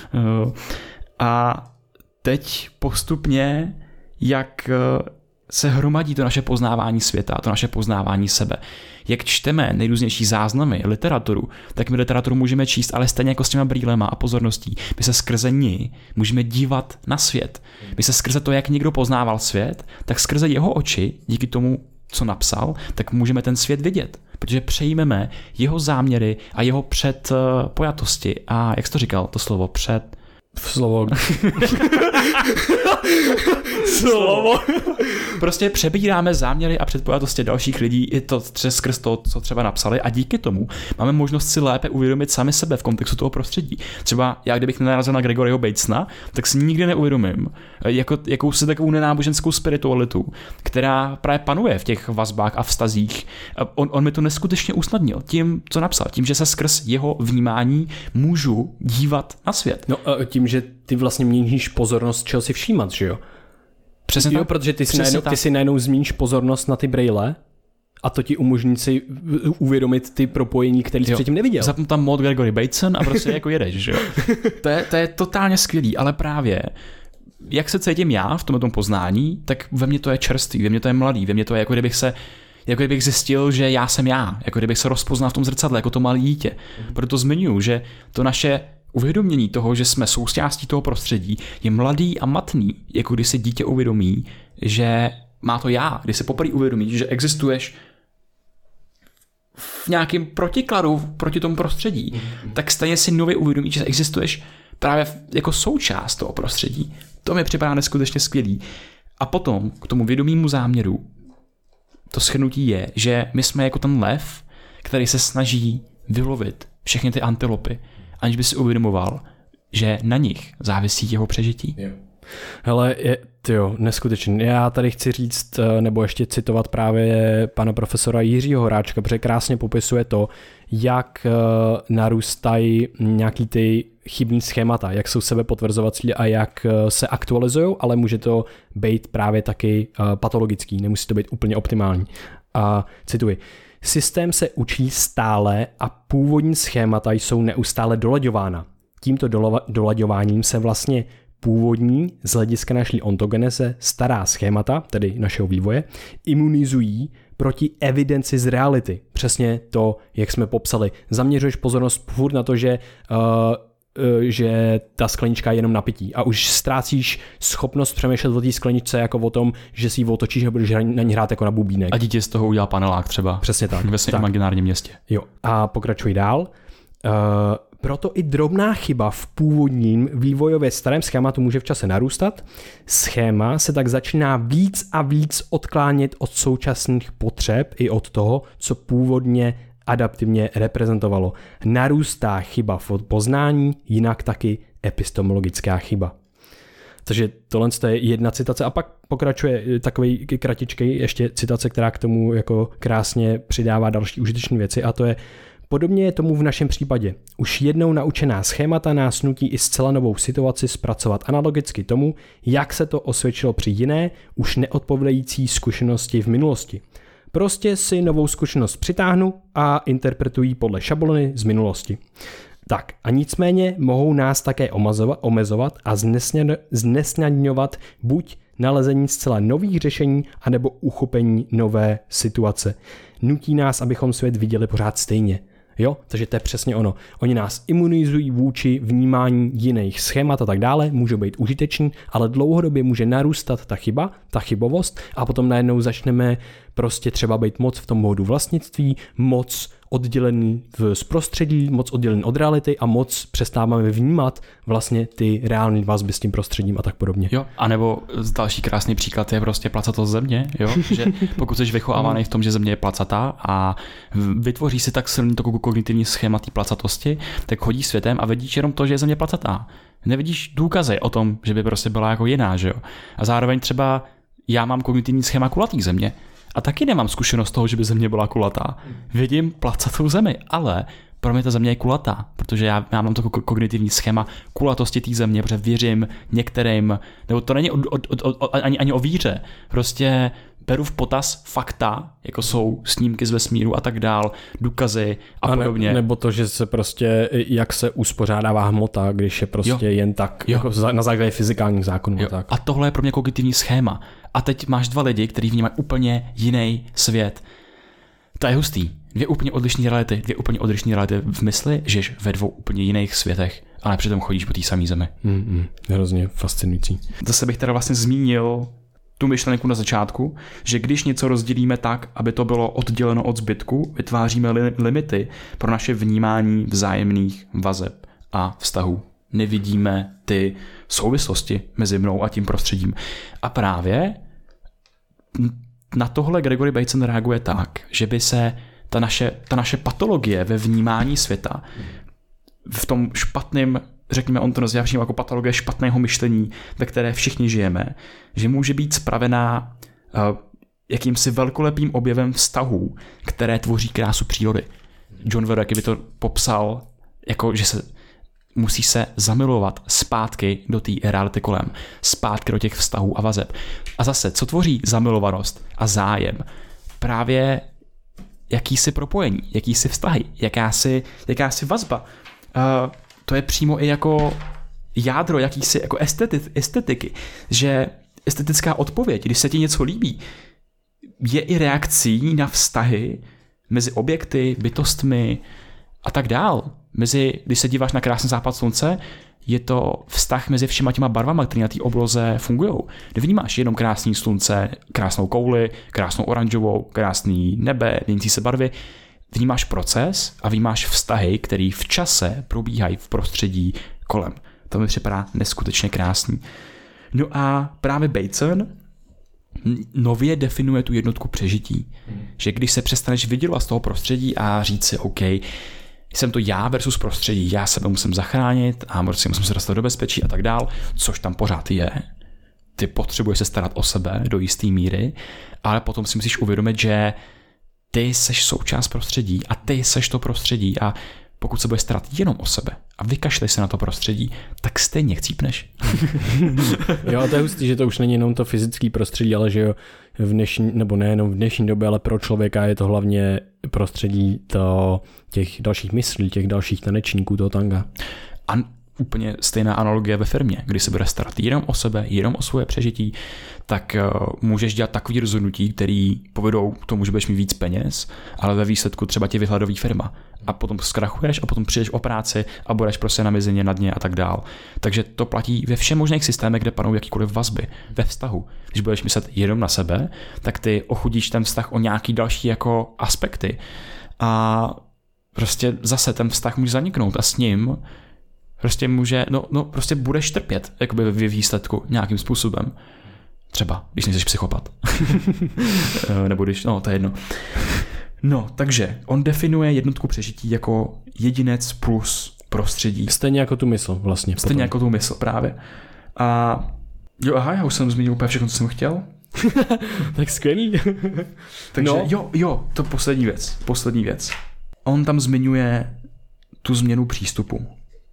A teď postupně, jak se hromadí to naše poznávání světa, to naše poznávání sebe. Jak čteme nejrůznější záznamy, literaturu, tak my literaturu můžeme číst, ale stejně jako s těma brýlema a pozorností. My se skrze ní můžeme dívat na svět. My se skrze to, jak někdo poznával svět, tak skrze jeho oči, díky tomu, co napsal, tak můžeme ten svět vidět. Protože přejmeme jeho záměry a jeho předpojatosti. A jak jsi to říkal, to slovo Slovo. Prostě přebíráme záměry a předpojatosti dalších lidí i to skrz to, co třeba napsali a díky tomu máme možnost si lépe uvědomit sami sebe v kontextu toho prostředí. Třeba já, kdybych nenarazil na Gregoryho Batesona, tak si nikdy neuvědomím jakousi takovou nenáboženskou spiritualitu, která právě panuje v těch vazbách a vztazích. On mi to neskutečně usnadnil tím, co napsal, tím, že se skrz jeho vnímání můžu dívat na svět. No tím, že ty vlastně měníš pozornost, čeho si všímat, že jo? Přesně tak. Protože ty si najednou zmíníš pozornost na ty brejle a to ti umožní si uvědomit ty propojení, které jsi předtím neviděl. Zapnu tam mod Gregory Bateson a prostě jako jedeš, že jo? To je totálně skvělý, ale právě jak se cítím já v tomto poznání, tak ve mně to je čerstvý, ve mně to je mladý, ve mně to je jako kdybych zjistil, že já jsem já, jako kdybych se rozpoznal v tom zrcadle, jako to malé dítě. Proto zmiňuji, že to naše uvědomění toho, že jsme součástí toho prostředí, je mladý a matný, jako když si dítě uvědomí, že má to já, když se poprvé uvědomí, že existuješ v nějakém protikladu proti tomu prostředí, tak stejně si nově uvědomí, že existuješ právě jako součást toho prostředí. To mi připadá neskutečně skvělý. A potom k tomu vědomímu záměru to shrnutí je, že my jsme jako ten lev, který se snaží vylovit všechny ty antilopy, aniž by si uvědomoval, že na nich závisí jeho přežití. Hele, neskutečný. Já tady chci říct, nebo ještě citovat právě pana profesora Jiřího Horáčka, protože krásně popisuje to, jak narůstají nějaký ty chybný schémata, jak jsou sebepotvrzovací a jak se aktualizují, ale může to být právě taky patologický, nemusí to být úplně optimální. A cituji. Systém se učí stále a původní schémata jsou neustále dolaďována. Tímto dolaďováním se vlastně původní z hlediska naší ontogeneze stará schémata, tedy našeho vývoje, imunizují proti evidenci z reality. Přesně to, jak jsme popsali. Zaměřuješ pozornost furt na to, že ta sklenička je jenom na pití a už ztrácíš schopnost přemýšlet o té skleničce jako o tom, že si ji otočíš a budeš na ní hrát jako na bubínek. A dítě z toho udělá panelák třeba. Přesně tak. Ve svém imaginárním městě. Jo. A pokračuj dál. Proto i drobná chyba v původním vývojově starém schématu může v čase narůstat. Schéma se tak začíná víc a víc odklánět od současných potřeb i od toho, co původně adaptivně reprezentovalo. Narůstá chyba v poznání, jinak taky epistemologická chyba. Takže tohle je jedna citace a pak pokračuje takový kratičkej ještě citace, která k tomu jako krásně přidává další užitečné věci a to je: podobně je tomu v našem případě. Už jednou naučená schémata nás nutí i zcela novou situaci zpracovat analogicky tomu, jak se to osvědčilo při jiné, už neodpovídající zkušenosti v minulosti. Prostě si novou zkušenost přitáhnu a interpretují podle šablony z minulosti. Tak a nicméně mohou nás také omezovat a znesnadňovat buď nalezení zcela nových řešení, anebo uchopení nové situace. Nutí nás, abychom svět viděli pořád stejně. Jo, takže to je přesně ono. Oni nás imunizují vůči vnímání jiných schémat a tak dále, může být užitečný, ale dlouhodobě může narůstat ta chybovost a potom najednou začneme prostě třeba být moc v tom módu vlastnictví, moc oddělený z prostředí, moc oddělený od reality a moc přestáváme vnímat vlastně ty reální vazby s tím prostředím a tak podobně. Jo, anebo další krásný příklad je prostě placatost země, jo, že pokud jsi vychovávaný v tom, že země je placatá a vytvoří si tak silný to kognitivní schéma té placatosti, tak chodí světem a vidíš jenom to, že je země placatá. Nevidíš důkazy o tom, že by prostě byla jako jiná, že jo. A zároveň třeba já mám kognitivní schéma kulatý země. A taky nemám zkušenost toho, že by země byla kulatá. Vidím placatou zemi, ale pro mě ta země je kulatá, protože já mám to kognitivní schéma kulatosti té země, protože věřím některým, nebo to není ani o víře, prostě beru v potaz fakta, jako jsou snímky z vesmíru a tak dál, důkazy a podobně. Nebo to, že se prostě, jak se uspořádává hmota, když je prostě jen tak, jako na základě fyzikálních zákonů. Tak. A tohle je pro mě kognitivní schéma. A teď máš dva lidi, kteří vnímají úplně jiný svět. To je hustý. Dvě úplně odlišné reality v mysli, žiješ ve dvou úplně jiných světech, ale přitom chodíš po té samé zemi. Hrozně fascinující. Zase bych teda vlastně zmínil tu myšlenku na začátku, že když něco rozdělíme tak, aby to bylo odděleno od zbytku, vytváříme limity pro naše vnímání vzájemných vazeb a vztahů. Nevidíme ty souvislosti mezi mnou a tím prostředím. A právě na tohle Gregory Bateson reaguje tak, že by se ta naše patologie ve vnímání světa v tom špatném, řekněme, on to nazývá jako patologie špatného myšlení, ve které všichni žijeme, že může být spravená jakýmsi velkolepým objevem vztahů, které tvoří krásu přírody. John Verweke by to popsal jako, že musí se zamilovat zpátky do té reality kolem, zpátky do těch vztahů a vazeb. A zase, co tvoří zamilovanost a zájem? Právě jakýsi propojení, jakýsi vztahy, jakási vazba. To je přímo i jako jádro jakýsi jako estetiky, že estetická odpověď, když se ti něco líbí, je i reakcí na vztahy mezi objekty, bytostmi a tak dál. Když se díváš na krásný západ slunce, je to vztah mezi všema těma barvama, které na té obloze fungují. Nevnímáš jenom krásný slunce, krásnou kouli, krásnou oranžovou, krásný nebe, měnící se barvy. Vnímáš proces a vnímáš vztahy, které v čase probíhají v prostředí kolem. To mi připadá neskutečně krásný. No a právě Bateson nově definuje tu jednotku přežití. Že když se přestaneš vydělovat z toho prostředí a říct si, OK, jsem to já versus prostředí, já sebe musím zachránit a musím se dostat do bezpečí a tak dál, což tam pořád je. Ty potřebuješ se starat o sebe do jisté míry, ale potom si musíš uvědomit, že ty seš součást prostředí a ty seš to prostředí a pokud se budeš starat jenom o sebe a vykašleš se na to prostředí, tak stejně chcípneš. Jo, to je hustý, že to už není jenom to fyzické prostředí, ale že jo, nebo nejenom v dnešní době, ale pro člověka je to hlavně prostředí těch dalších myslí, těch dalších tanečníků toho tanga. A úplně stejná analogie ve firmě, kdy se bude starat jenom o sebe, jenom o svoje přežití, tak můžeš dělat takový rozhodnutí, který povedou k tomu, že budeš mít víc peněz, ale ve výsledku třeba tě vyhladový firma. A potom zkrachuješ a potom přijdeš o práci a budeš prostě na mizině, na dně a tak dál. Takže to platí ve všech možných systémech, kde panou jakýkoliv vazby ve vztahu. Když budeš myslet jenom na sebe, tak ty ochudíš ten vztah o nějaký další jako aspekty. A prostě zase ten vztah může zaniknout a s ním prostě prostě budeš trpět jakoby ve výsledku nějakým způsobem. Třeba, když nejsi psychopat. Nebo když, to je jedno. No, takže on definuje jednotku přežití jako jedinec plus prostředí. Stejně jako tu mysl vlastně. Stejně jako tu mysl, právě. A já už jsem zmínil úplně všechno, co jsem chtěl. Tak skvělý. Takže to poslední věc. On tam zmiňuje tu změnu přístupu.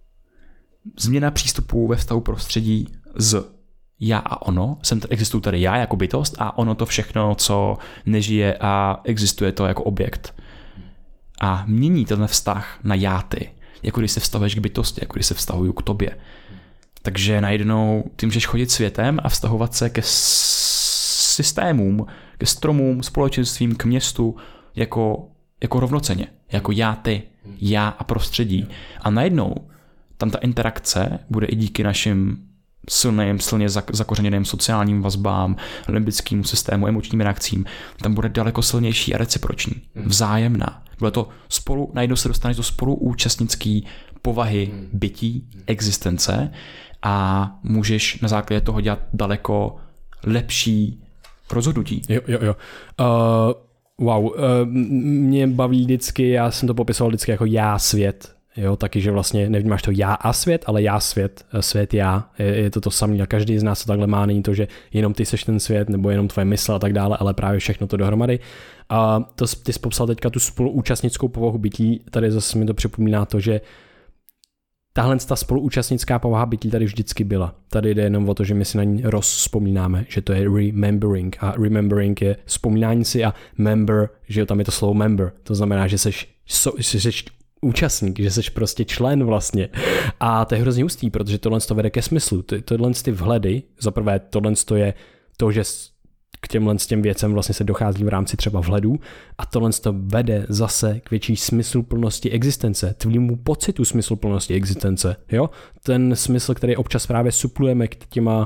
Změna přístupu ve vztahu prostředí z já a ono, existuje tady já jako bytost a ono to všechno, co nežije a existuje to jako objekt. A mění ten vztah na já ty, jako když se vztahuješ k bytosti, jako když se vztahuju k tobě. Takže najednou ty můžeš chodit světem a vztahovat se ke systémům, ke stromům, společenstvím, k městu jako rovnocenně, jako já ty, já a prostředí. A najednou tam ta interakce bude i díky našim silně zakořeněným sociálním vazbám, limbickému systému, emočním reakcím, tam bude daleko silnější a reciproční, vzájemná. Bude to najednou se dostaneš do spoluúčastnické povahy bytí, existence a můžeš na základě toho dělat daleko lepší rozhodnutí. Jo. Mě baví vždycky, já jsem to popisoval vždycky jako já svět. Jo, taky, že vlastně nevnímáš to já a svět, ale já svět, svět já, je to samé a každý z nás to takhle má, není to, že jenom ty seš ten svět nebo jenom tvoje mysl a tak dále, ale právě všechno to dohromady. A ty jsi popsal teďka tu spoluúčastnickou povahu bytí, tady zase mi to připomíná to, že tahle ta spoluúčastnická povaha bytí tady vždycky byla. Tady jde jenom o to, že my si na ní rozvzpomínáme, že to je remembering a remembering je vzpomínání si a member, že tam je to slovo member, to znamená, že seš účastník, že jsi prostě člen vlastně. A to je hrozně hustý, protože tohle to vede ke smyslu. Tohle ty vhledy, zaprvé tohle je to, že k těm věcem vlastně se dochází v rámci třeba vhledů a tohle to vede zase k větší smysluplnosti existence, tvýmu pocitu smysluplnosti existence. Jo? Ten smysl, který občas právě suplujeme k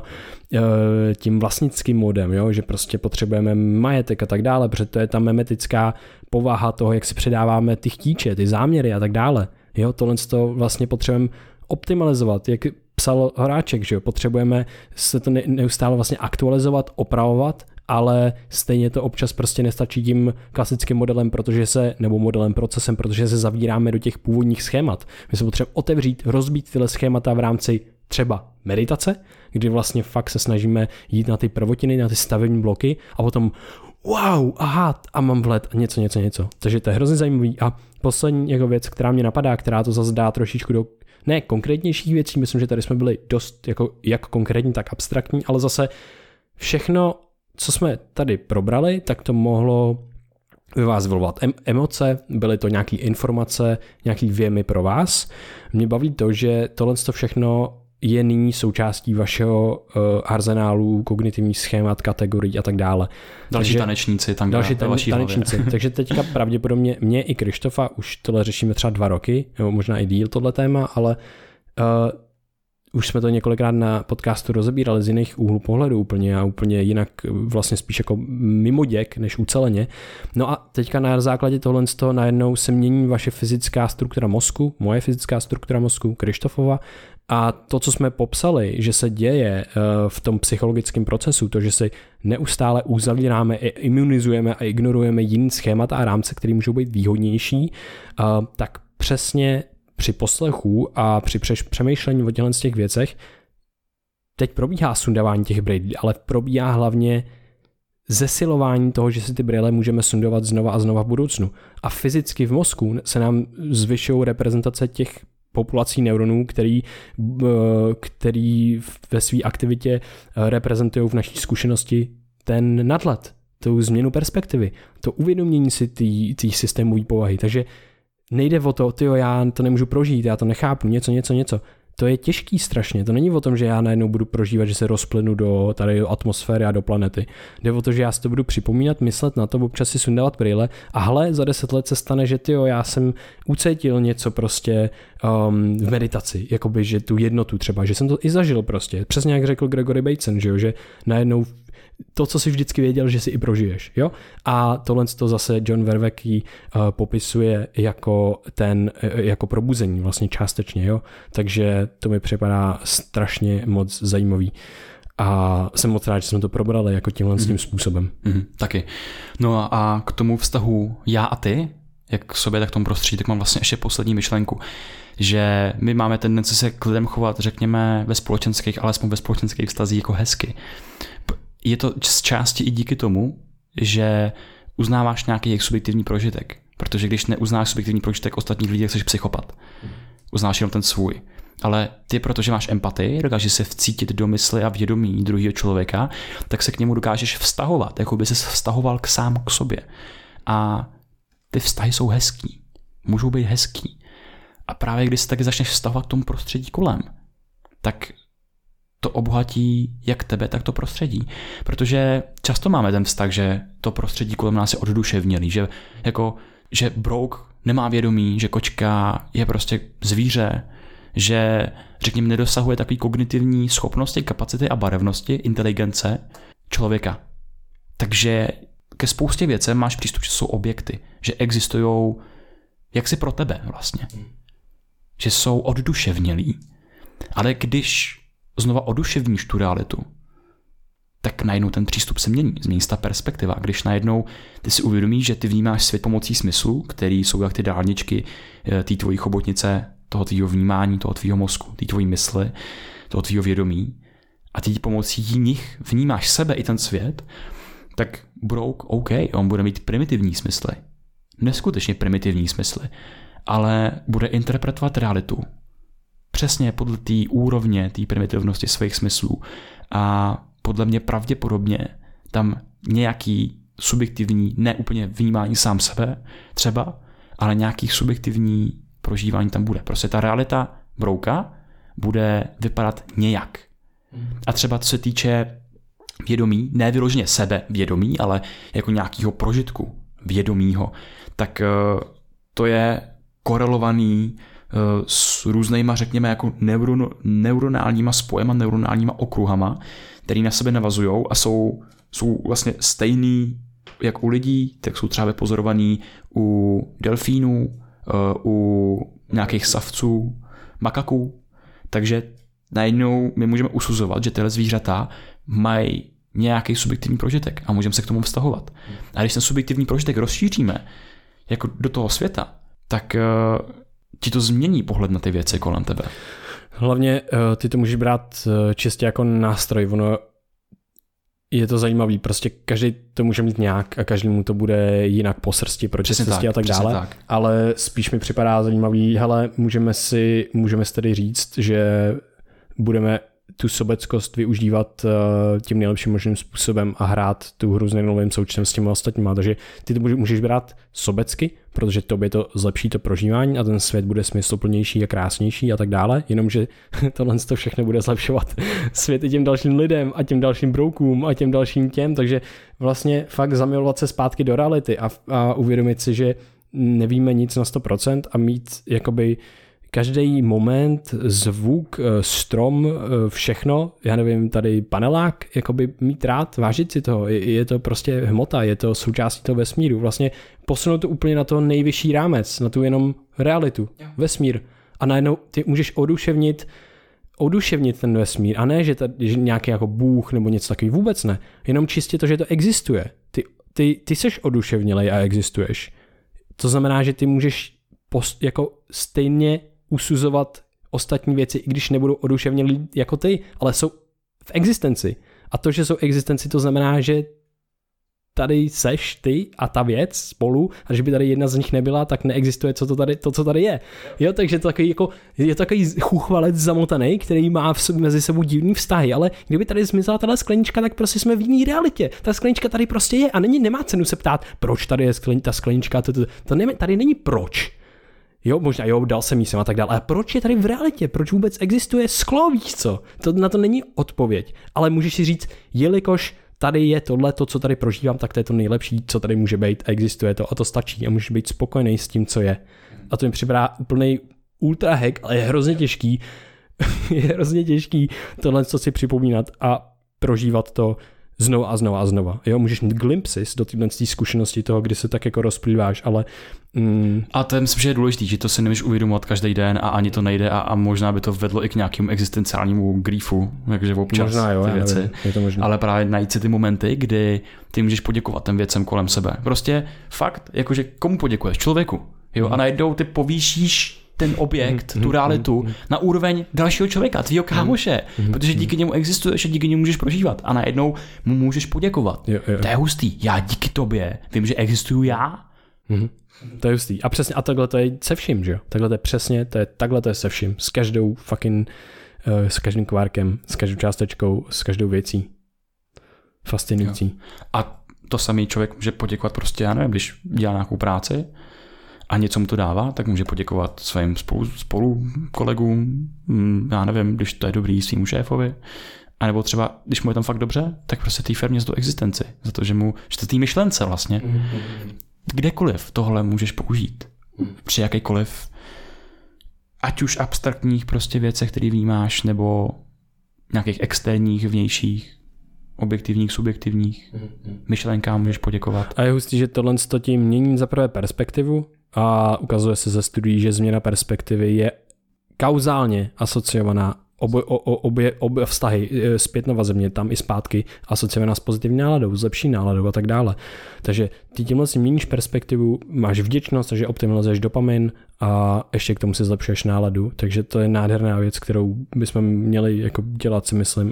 tím vlastnickým modem, jo? Že prostě potřebujeme majetek a tak dále, protože to je ta memetická povaha toho, jak si předáváme ty chtíče, ty záměry a tak dále. Jo? Tohle to vlastně potřebujeme optimalizovat, jak psal Horáček, že jo? Potřebujeme se to neustále vlastně aktualizovat, opravovat, ale stejně to občas prostě nestačí tím klasickým modelem, nebo modelem procesem, protože se zavíráme do těch původních schémat. My se potřebujeme otevřít, rozbít tyhle schémata v rámci třeba meditace, kdy vlastně fakt se snažíme jít na ty prvotiny, na ty stavební bloky a potom wow, aha, a mám vhled a něco. Takže to je hrozně zajímavý. A poslední jako věc, která mě napadá, která to zase dá trošičku do konkrétnějších věcí, myslím, že tady jsme byli dost jako jak konkrétní, tak abstraktní, ale zase všechno, co jsme tady probrali, tak to mohlo ve vás vyvolat emoce, byly to nějaké informace, nějaké věmy pro vás. Mě baví to, že tohle všechno je nyní součástí vašeho arzenálu kognitivních schémat, kategorií a tak dále. Další tanečníci. Takže teďka pravděpodobně mě i Krištofa, už tohle řešíme třeba 2 roky, nebo možná i díl tohle téma, ale už jsme to několikrát na podcastu rozebírali z jiných úhlů pohledu úplně a úplně jinak, vlastně spíš jako mimoděk než uceleně. No a teďka na základě tohle z toho najednou se mění vaše fyzická struktura mozku, moje fyzická struktura mozku, Krištofova, a to, co jsme popsali, že se děje v tom psychologickém procesu, to, že si neustále uzavíráme, imunizujeme a ignorujeme jiný schémata a rámce, které můžou být výhodnější, tak přesně při poslechu a při přemýšlení o těch věcech teď probíhá sundávání těch brýlí, ale probíhá hlavně zesilování toho, že si ty brýle můžeme sundovat znova a znova v budoucnu. A fyzicky v mozku se nám zvyšují reprezentace těch populací neuronů, který ve své aktivitě reprezentují v naší zkušenosti ten nadhled, tu změnu perspektivy, to uvědomění si té systémové povahy. Takže nejde o to, já to nemůžu prožít, já to nechápu, něco. To je těžký strašně. To není o tom, že já najednou budu prožívat, že se rozplynu do atmosféry a do planety. Jde o to, že já si to budu připomínat, myslet na to, občas si sundávat brýle a hle, za 10 let se stane, že já jsem ucítil něco prostě v meditaci, jakoby, že tu jednotu třeba, že jsem to i zažil prostě. Přesně jak řekl Gregory Bateson, že najednou to, co jsi vždycky věděl, že si i prožiješ. Jo? A tohle to zase John Vervaeke popisuje jako probuzení vlastně částečně. Jo? Takže to mi připadá strašně moc zajímavý. A jsem moc rád, že jsme to probrali jako tímhle tím způsobem. Taky. No a k tomu vztahu já a ty, jak k sobě, tak k tomu prostředí, tak mám vlastně ještě poslední myšlenku, že my máme tendenci se k lidem chovat, řekněme, ve společenských, alespoň ve společenských vztazích jako hezky. Je to z části i díky tomu, že uznáváš nějaký jejich subjektivní prožitek. Protože když neuznáš subjektivní prožitek ostatních lidí, tak jsi psychopat. Uznáš jenom ten svůj. Ale ty, protože máš empatii, dokážeš se vcítit do mysli a vědomí druhého člověka, tak se k němu dokážeš vztahovat, jako by ses vztahoval sám k sobě. A ty vztahy jsou hezký. Můžou být hezký. A právě když se taky začneš vztahovat k tomu prostředí kolem, tak to obohatí jak tebe, tak to prostředí. Protože často máme ten vztah, že to prostředí kolem nás je odduševnělý, že brouk nemá vědomí, že kočka je prostě zvíře, že řekněme nedosahuje takový kognitivní schopnosti, kapacity a barevnosti, inteligence člověka. Takže ke spoustě věcem máš přístup, že jsou objekty, že existují jaksi pro tebe vlastně. Že jsou odduševnělí. Ale když znova oduševníš tu realitu, tak najednou ten přístup se mění, změní se ta perspektiva. Když najednou ty si uvědomíš, že ty vnímáš svět pomocí smyslů, který jsou jak ty dálničky té tvojí chobotnice, toho tvýho vnímání, toho tvýho mozku, té tvojí mysli, toho tvýho vědomí, a ty pomocí nich vnímáš sebe i ten svět, tak brouk, OK, on bude mít primitivní smysly. Neskutečně primitivní smysly, ale bude interpretovat realitu přesně podle té úrovně, té primitivnosti svých smyslů. A podle mě pravděpodobně tam nějaký subjektivní, ne úplně vnímání sám sebe třeba, ale nějaký subjektivní prožívání tam bude. Prostě ta realita brouka bude vypadat nějak. A třeba co se týče vědomí, ne vyloženě sebe vědomí, ale jako nějakého prožitku vědomího, tak to je korelovaný s různýma, řekněme, jako neuronálníma spojema, neuronálníma okruhama, který na sebe navazujou a jsou vlastně stejný jak u lidí, tak jsou třeba vypozorovaný u delfínů, u nějakých savců, makaků. Takže najednou my můžeme usuzovat, že tyhle zvířata mají nějaký subjektivní prožitek a můžeme se k tomu vztahovat. A když ten subjektivní prožitek rozšíříme jako do toho světa, tak ti to změní pohled na ty věci kolem tebe. Hlavně ty to můžeš brát čistě jako nástroj. Ono je to zajímavý, prostě každý to může mít nějak a každému to bude jinak po srsti, pro častosti a tak dále. Tak. Ale spíš mi připadá zajímavý, hele, můžeme si tedy říct, že budeme tu sobeckost využívat tím nejlepším možným způsobem a hrát tu hru s nejnovým součtem s těmi ostatníma. Takže ty to můžeš brát sobecky, protože tobě to zlepší to prožívání a ten svět bude smysluplnější a krásnější a tak dále, jenomže tohle to všechno bude zlepšovat svět i těm dalším lidem a těm dalším broukům a těm dalším takže vlastně fakt zamilovat se zpátky do reality a uvědomit si, že nevíme nic na 100% a mít jakoby každý moment, zvuk, strom, všechno, já nevím, tady panelák, jakoby mít rád, vážit si toho, je to prostě hmota, je to součástí toho vesmíru, vlastně posunout to úplně na to nejvyšší rámec, na tu jenom realitu, vesmír. A najednou ty můžeš oduševnit ten vesmír, a ne, že nějaký jako Bůh nebo něco takový, vůbec ne, jenom čistě to, že to existuje. Ty seš oduševnělej a existuješ. To znamená, že ty můžeš jako stejně usuzovat ostatní věci, i když nebudou oduševnělí jako ty, ale jsou v existenci. A to, že jsou v existenci, to znamená, že tady seš ty a ta věc spolu a že by tady jedna z nich nebyla, tak neexistuje to, co tady je. Jo, takže to takový, jako, je to takový chuchvalec zamotaný, který má mezi sebou divný vztahy, ale kdyby tady zmizela tahle sklenička, tak prostě jsme v jiný realitě. Ta sklenička tady prostě je a nemá cenu se ptát, proč tady je ta sklenička, tady není proč. Jo, možná dal jsem jí sem a tak dále, ale proč je tady v realitě, proč vůbec existuje sklo, víš co? Na to není odpověď, ale můžeš si říct, jelikož tady je tohle, to, co tady prožívám, tak to je to nejlepší, co tady může být, existuje to a to stačí a můžeš být spokojený s tím, co je. A to mi připadá úplnej ultra hack, ale je hrozně těžký tohle, co si připomínat a prožívat to znova a znova. Jo, můžeš mít glimpses do téhle zkušenosti toho, kdy se tak jako rozplýváš, ale... A to myslím, že je důležitý, že to si nemůžeš uvědomovat každý den a ani to nejde a možná by to vedlo i k nějakému existenciálnímu griefu, takže občas možná, jo, ty věci. Nevím, je to možná. Ale právě najít si ty momenty, kdy ty můžeš poděkovat těm věcem kolem sebe. Prostě fakt, jakože komu poděkuješ? Člověku. Jo, a najednou ty povýšíš ten objekt, tu realitu na úroveň dalšího člověka, tvýho kámoše, protože díky němu existuješ a díky němu můžeš prožívat a najednou mu můžeš poděkovat. Jo. To je hustý. Já díky tobě vím, že existuju já. To je hustý. A přesně, a takhle to je se vším, že jo? Takhle to je přesně, takhle to je se vším. S každou fucking, s každým kvárkem, s každou částečkou, s každou věcí. Fascinující. Jo. A to samý člověk může poděkovat prostě, já nevím, když dělá nějakou práci a něco mu to dává, tak může poděkovat svým spolu kolegům, já nevím, když to je dobrý svýmu šéfovi, a nebo třeba, když mu je tam fakt dobře, tak prostě té firmě za tu existenci, za to, že to té myšlence vlastně. Kdekoliv tohle můžeš použít. Při jakýkoliv, ať už abstraktních prostě věcech, které vnímáš, nebo nějakých externích, vnějších, objektivních, subjektivních myšlenkám můžeš poděkovat. A je hustý, že tohle tím mění za prvé perspektivu a ukazuje se ze studií, že změna perspektivy je kauzálně asociovaná obě vztahy zpět na vazebně, tam i zpátky asociovaná s pozitivní náladou, s lepší náladou a tak dále. Takže ty tímhle si měníš perspektivu, máš vděčnost, takže optimalizuješ dopamin a ještě k tomu si zlepšuješ náladu, takže to je nádherná věc, kterou bychom měli jako dělat, si myslím,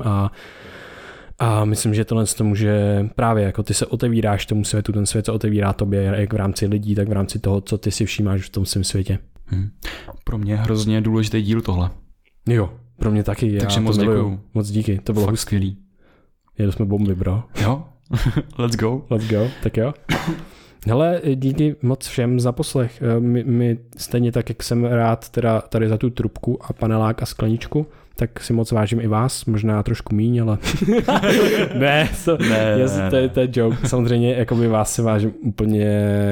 a myslím, že tohle to může právě, jako ty se otevíráš tomu světu, ten svět se otevírá tobě, jak v rámci lidí, tak v rámci toho, co ty si všímáš v tom svém světě. Pro mě hrozně důležitý díl tohle. Jo, pro mě taky. Takže moc děkuju. Moc díky, to bylo skvělý. Jeli jsme bomby, bro. Jo, let's go, tak jo. Hele, díky moc všem za poslech. My stejně tak, jak jsem rád teda tady za tu trubku a panelák a skleničku, tak si moc vážím i vás, možná trošku míň, ale ne, to je joke. Samozřejmě, jako by vás si vážím úplně,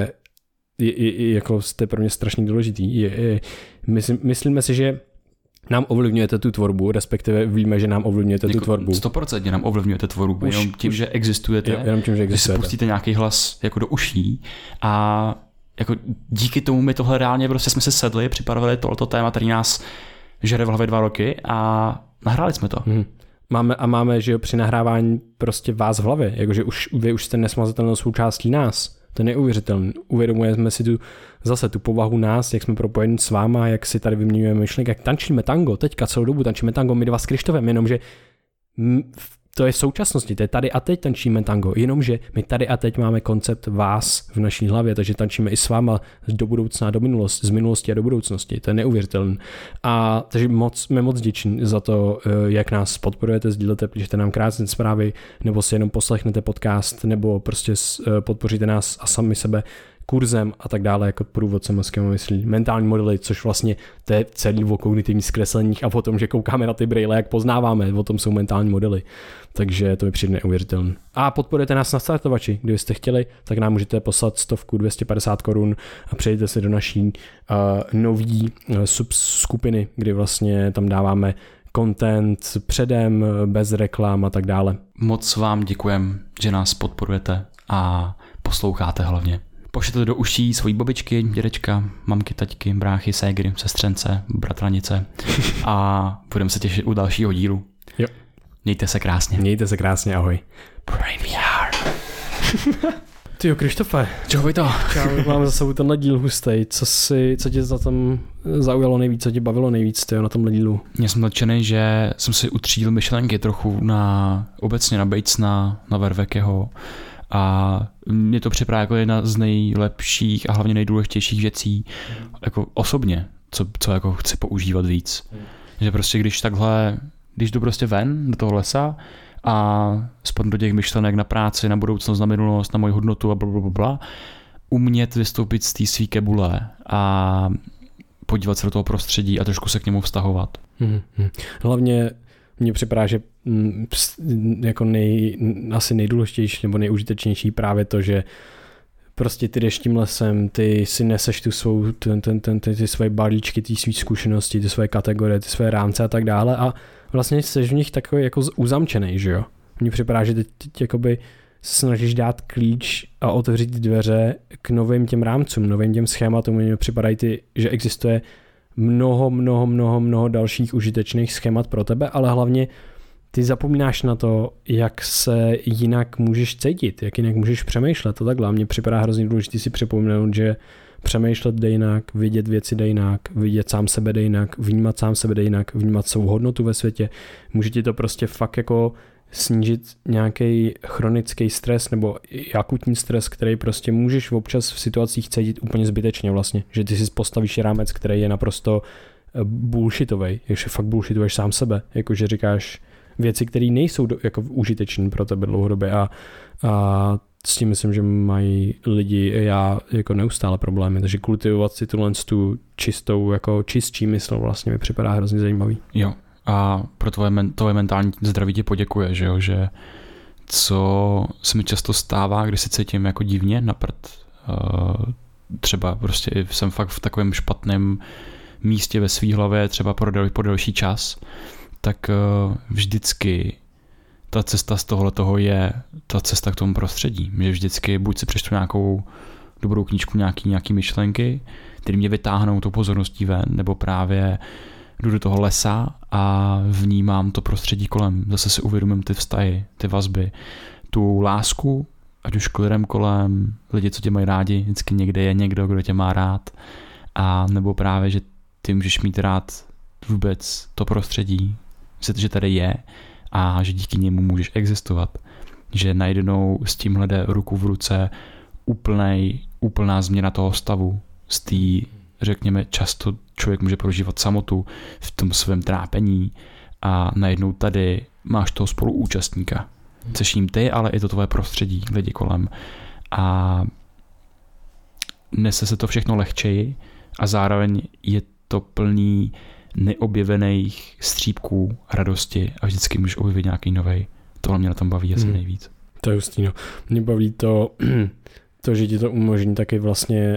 jako jste pro mě strašně důležitý. Myslíme si, že nám ovlivňujete tu tvorbu, respektive víme, že nám ovlivňujete tu tvorbu. 100% nám ovlivňujete tvorbu, jenom tím, že existujete. Jenom tím, že existujete. Když si pustíte nějaký hlas jako do uší a jako díky tomu my tohle reálně prostě jsme se sedli, připravili tohleto téma, který nás žere v hlavě 2 roky a nahráli jsme to. Máme, že při nahrávání prostě vás v hlavě, jakože vy už jste nesmazatelnou součástí nás. To je neuvěřitelné. Uvědomujeme si tu povahu nás, jak jsme propojeni s váma, jak si tady vyměňujeme myšlenky, jak tančíme tango, teďka celou dobu tančíme tango, my dva s Krištofem, jenomže to je v současnosti, to je tady a teď tančíme tango, jenomže my tady a teď máme koncept vás v naší hlavě, takže tančíme i s váma do budoucna, z minulosti a do budoucnosti, to je neuvěřitelné. A takže jsme moc vděční za to, jak nás podporujete, sdílete, píšete nám krásné zprávy, nebo si jenom poslechnete podcast, nebo prostě podpoříte nás a sami sebe kurzem a tak dále, jako průvodcem mozkem myslí. Mentální modely, což vlastně to je celý o kognitivních zkresleních a o tom, že koukáme na ty brýle, jak poznáváme, o tom jsou mentální modely. Takže to mi přijde neuvěřitelné. A podporujete nás na startovači, kdybyste chtěli, tak nám můžete poslat 100, 250 korun a přejděte se do naší nový subskupiny, kdy vlastně tam dáváme content předem, bez reklam a tak dále. Moc vám děkujem, že nás podporujete a posloucháte hlavně. Pošlete do uší svojí babičky, dědečka, mamky, taťky, bráchy, ségry, sestřence, bratranice a budeme se těšit u dalšího dílu. Jo. Mějte se krásně. Mějte se krásně, ahoj. Brain VR. Tyjo, Krištofe. Čau, Vojto. Čau, máme za sebou tenhle díl hustej. Co tě za tam zaujalo nejvíc, co tě bavilo nejvíc, tyjo, na tomhle dílu? Já jsem nadšený, že jsem si utřídil myšlenky trochu obecně na Batesona, na Verwekeho a mě to připadá jako jedna z nejlepších a hlavně nejdůležitějších věcí jako osobně, co jako chci používat víc. Že prostě když jdu prostě ven do toho lesa a spadnu do těch myšlenek na práci, na budoucnost, na minulost, na moji hodnotu a blablabla, umět vystoupit z té svý kebule a podívat se do toho prostředí a trošku se k němu vztahovat. Hlavně mně připadá, že jako asi nejdůležitější nebo nejužitečnější právě to, že prostě ty jdeš tím lesem, ty si neseš ty svoje balíčky, ty své zkušenosti, ty svoje kategorie, ty svoje rámce a tak dále a vlastně jsi v nich takový jako uzamčenej, že jo? Mně připadá, že teď jakoby se snažíš dát klíč a otevřít dveře k novým těm rámcům, novým těm schématům. Mně připadají že existuje mnoho dalších užitečných schémat pro tebe, ale hlavně ty zapomínáš na to, jak se jinak můžeš cítit, jak jinak můžeš přemýšlet. To takhle. Mně připadá hrozně důležité si připomenout, že přemýšlet jde jinak, vidět věci jde jinak, vidět sám sebe jde jinak, vnímat sám sebe jde jinak, vnímat svou hodnotu ve světě. Může ti to prostě fakt jako snížit nějaký chronický stres nebo akutní stres, který prostě můžeš občas v situacích cítit úplně zbytečně vlastně. Že ty si postavíš rámec, který je naprosto bullshitovej, takže fakt bullshituješ sám sebe, jakože říkáš věci, které nejsou jako užitečné pro tebe dlouhodobě a s tím myslím, že mají lidi já jako neustále problémy, takže kultivovat si tu čistou, jako čistší mysl vlastně mi připadá hrozně zajímavý. Jo, a pro tvoje mentální zdraví ti poděkuje, že jo, že co se mi často stává, když se cítím jako divně na prd, třeba prostě jsem fakt v takovém špatném místě ve svý hlavě, třeba po delší čas, tak vždycky ta cesta z tohohletoho je ta cesta k tomu prostředí. Že vždycky buď si přečtu nějakou dobrou knížku, nějaký myšlenky, které mě vytáhnou tou pozorností ven, nebo právě jdu do toho lesa a vnímám to prostředí kolem. Zase si uvědomím ty vztahy, ty vazby, tu lásku, ať už k lidem kolem, lidi, co tě mají rádi, vždycky někde je někdo, kdo tě má rád, a nebo právě, že ty můžeš mít rád vůbec to prostředí, že tady je a že díky němu můžeš existovat. Že najednou s tímhle jde ruku v ruce úplná změna toho stavu. Z té, řekněme, často člověk může prožívat samotu v tom svém trápení a najednou tady máš toho spoluúčastníka. Jseš jím ty, ale i to tvoje prostředí, lidi kolem. A nese se to všechno lehčeji a zároveň je to plný neobjevených střípků radosti a vždycky můžeš objevit nějaký novej. Tohle mě na tom baví asi nejvíc. To je hustý, no. Mě baví to, že ti to umožní taky vlastně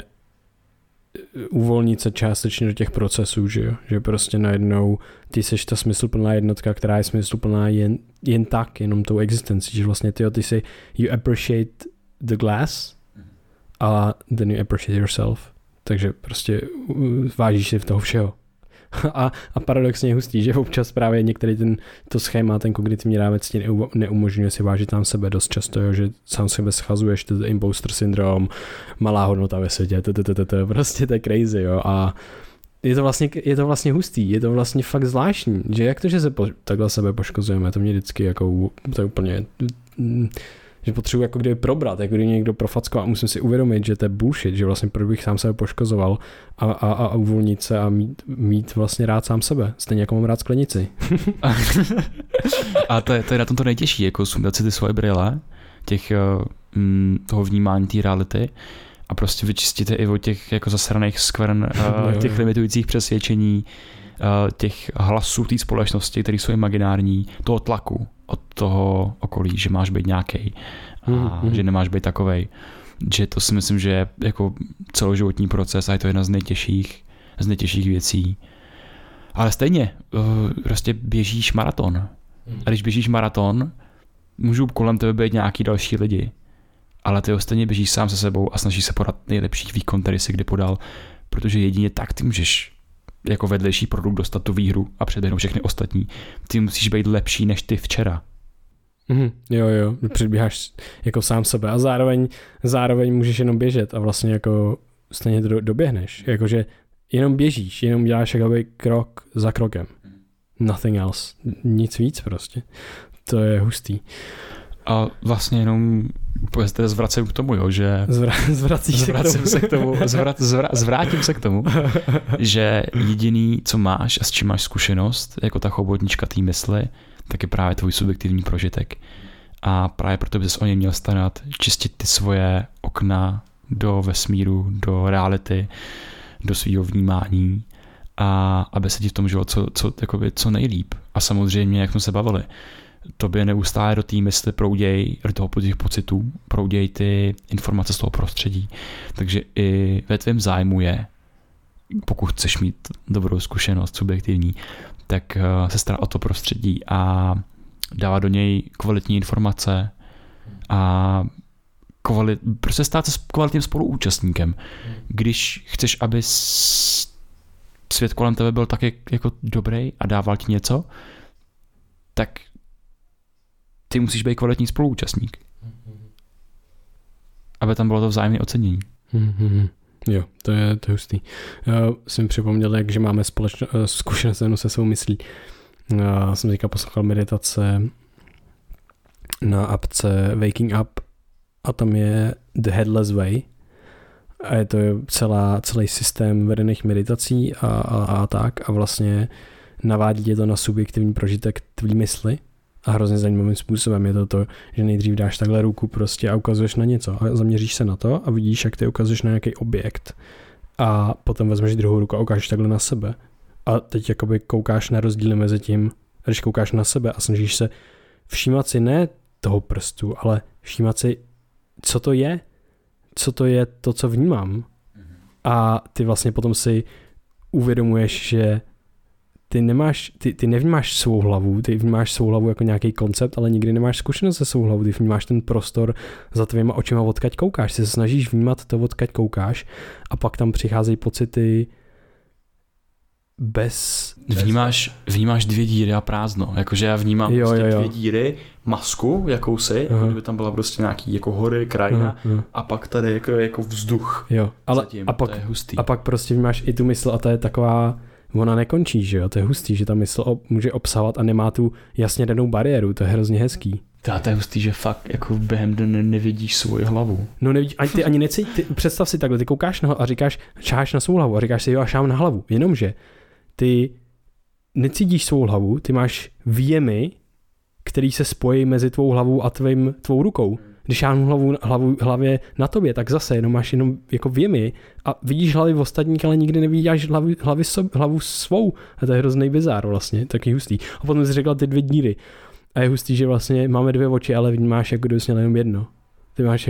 uvolnit se částečně do těch procesů, že jo? Že prostě najednou ty seš ta smysluplná jednotka, která je smysluplná jen tak, jenom tou existencí, že vlastně ty si you appreciate the glass a then you appreciate yourself. Takže prostě vážíš si v toho všeho. A paradoxně je hustý, že občas právě některý to schéma, ten kognitivní rámec ti neumožňuje si vážit tam sebe dost často, jo, že sám sebe schazuješ, to imposter syndrom, malá hodnota ve světě, prostě to je crazy, jo, a je to vlastně hustý, je to vlastně fakt zvláštní, že jak to, že se takhle sebe poškozujeme, to mě vždycky jako, to je úplně, že potřebuji jako kdyby probrat, jako kdyby někdo profackoval a musím si uvědomit, že to je bullshit, že vlastně proč bych sám sebe poškozoval a uvolnit se a mít vlastně rád sám sebe. Stejně jako mám rád sklenici. A to je na tom to nejtěžší, jako sundat si ty svoje brýle, toho vnímání té reality a prostě vyčistíte i od těch jako zasraných skvrn, těch limitujících přesvědčení, těch hlasů té společnosti, které jsou imaginární, toho tlaku od toho okolí, že máš být nějaký a že nemáš být takovej. Že to si myslím, že je jako celoživotní proces a je to jedna z nejtěžších věcí. Ale stejně, prostě běžíš maraton. A když běžíš maraton, můžou kolem tebe být nějaký další lidi. Ale ty stejně běžíš sám se sebou a snažíš se podat nejlepší výkon, který jsi kdy podal, protože jedině tak ty můžeš jako vedlejší produkt dostat tu výhru a předběhnout všechny ostatní. Ty musíš být lepší než ty včera. Jo, předbíháš jako sám sebe a zároveň můžeš jenom běžet a vlastně jako stejně to doběhneš. Jakože jenom běžíš, jenom děláš jakoby krok za krokem. Nothing else. Nic víc prostě. To je hustý. A vlastně jenom zvracím k tomu, jo, že... Zvrátím se k tomu, že jediný, co máš a s čím máš zkušenost, jako ta chobotnička té mysli, tak je právě tvůj subjektivní prožitek. A právě proto bys o něj měl starat, čistit ty svoje okna do vesmíru, do reality, do svého vnímání a aby se ti v tom žilo co nejlíp. A samozřejmě, jak jsme se bavili, tobě neustále do té mysli prouděj, do toho těch pocitů, prouděj ty informace z toho prostředí. Takže i ve tvém zájmu je, pokud chceš mít dobrou zkušenost subjektivní, tak se starat o to prostředí a dávat do něj kvalitní informace a prostě stát se kvalitním spoluúčastníkem. Když chceš, aby svět kolem tebe byl tak jako dobrý a dával ti něco, tak ty musíš být kvalitní spoluúčastník. Aby tam bylo to vzájemné ocenění. Jo, to je hustý. Já jsem připomněl, jak že máme zkušenost se svou myslí. Já jsem teďka poslouchal meditace na apce Waking Up a tam je The Headless Way a je to celý systém vedených meditací a tak a vlastně navádí tě to na subjektivní prožitek tvý mysli a hrozně zajímavým způsobem je to, že nejdřív dáš takhle ruku prostě a ukazuješ na něco a zaměříš se na to a vidíš, jak ty ukazuješ na nějaký objekt a potom vezmeš druhou ruku a ukážeš takhle na sebe a teď jakoby koukáš na rozdíly mezi tím, když koukáš na sebe a snažíš se všímat si ne toho prstu, ale všímat si, co to je to, co vnímám. A ty vlastně potom si uvědomuješ, že ty nevnímáš svou hlavu, ty vnímáš svou hlavu jako nějaký koncept, ale nikdy nemáš zkušenost se svou hlavou, ty vnímáš ten prostor za tvýma očima, odkaď koukáš, ty se snažíš vnímat to, odkaď koukáš a pak tam přicházejí pocity Vnímáš 2 díry a prázdno, jakože já vnímám prostě 2 díry, masku jakousi, jako kdyby tam byla prostě nějaký jako hory, krajina a pak tady jako vzduch. Jo, ale zatím, to je hustý. A pak prostě vnímáš i tu mysl a ta je taková, ona nekončí, že jo, to je hustý, že ta mysl může obsahovat a nemá tu jasně danou bariéru, to je hrozně hezký. To je hustý, že fakt jako během dne nevidíš svoji hlavu. No nevidíš, ty ani představ si takhle, ty koukáš a říkáš, šáháš na svou hlavu a říkáš si jo a šám na hlavu, jenomže ty necítíš svou hlavu, ty máš výjemy, který se spojí mezi tvou hlavou a tvou rukou. Když šáhnu hlavě na tobě, tak zase máš jenom jako výjemy a vidíš hlavy v ostatních, ale nikdy nevidíš hlavu svou. A to je hrozný bizár vlastně, taky hustý. A potom jsi řekla ty 2 díry. A je hustý, že vlastně máme 2 oči, ale vnímáš jako kdybys měl jenom jedno. Ty máš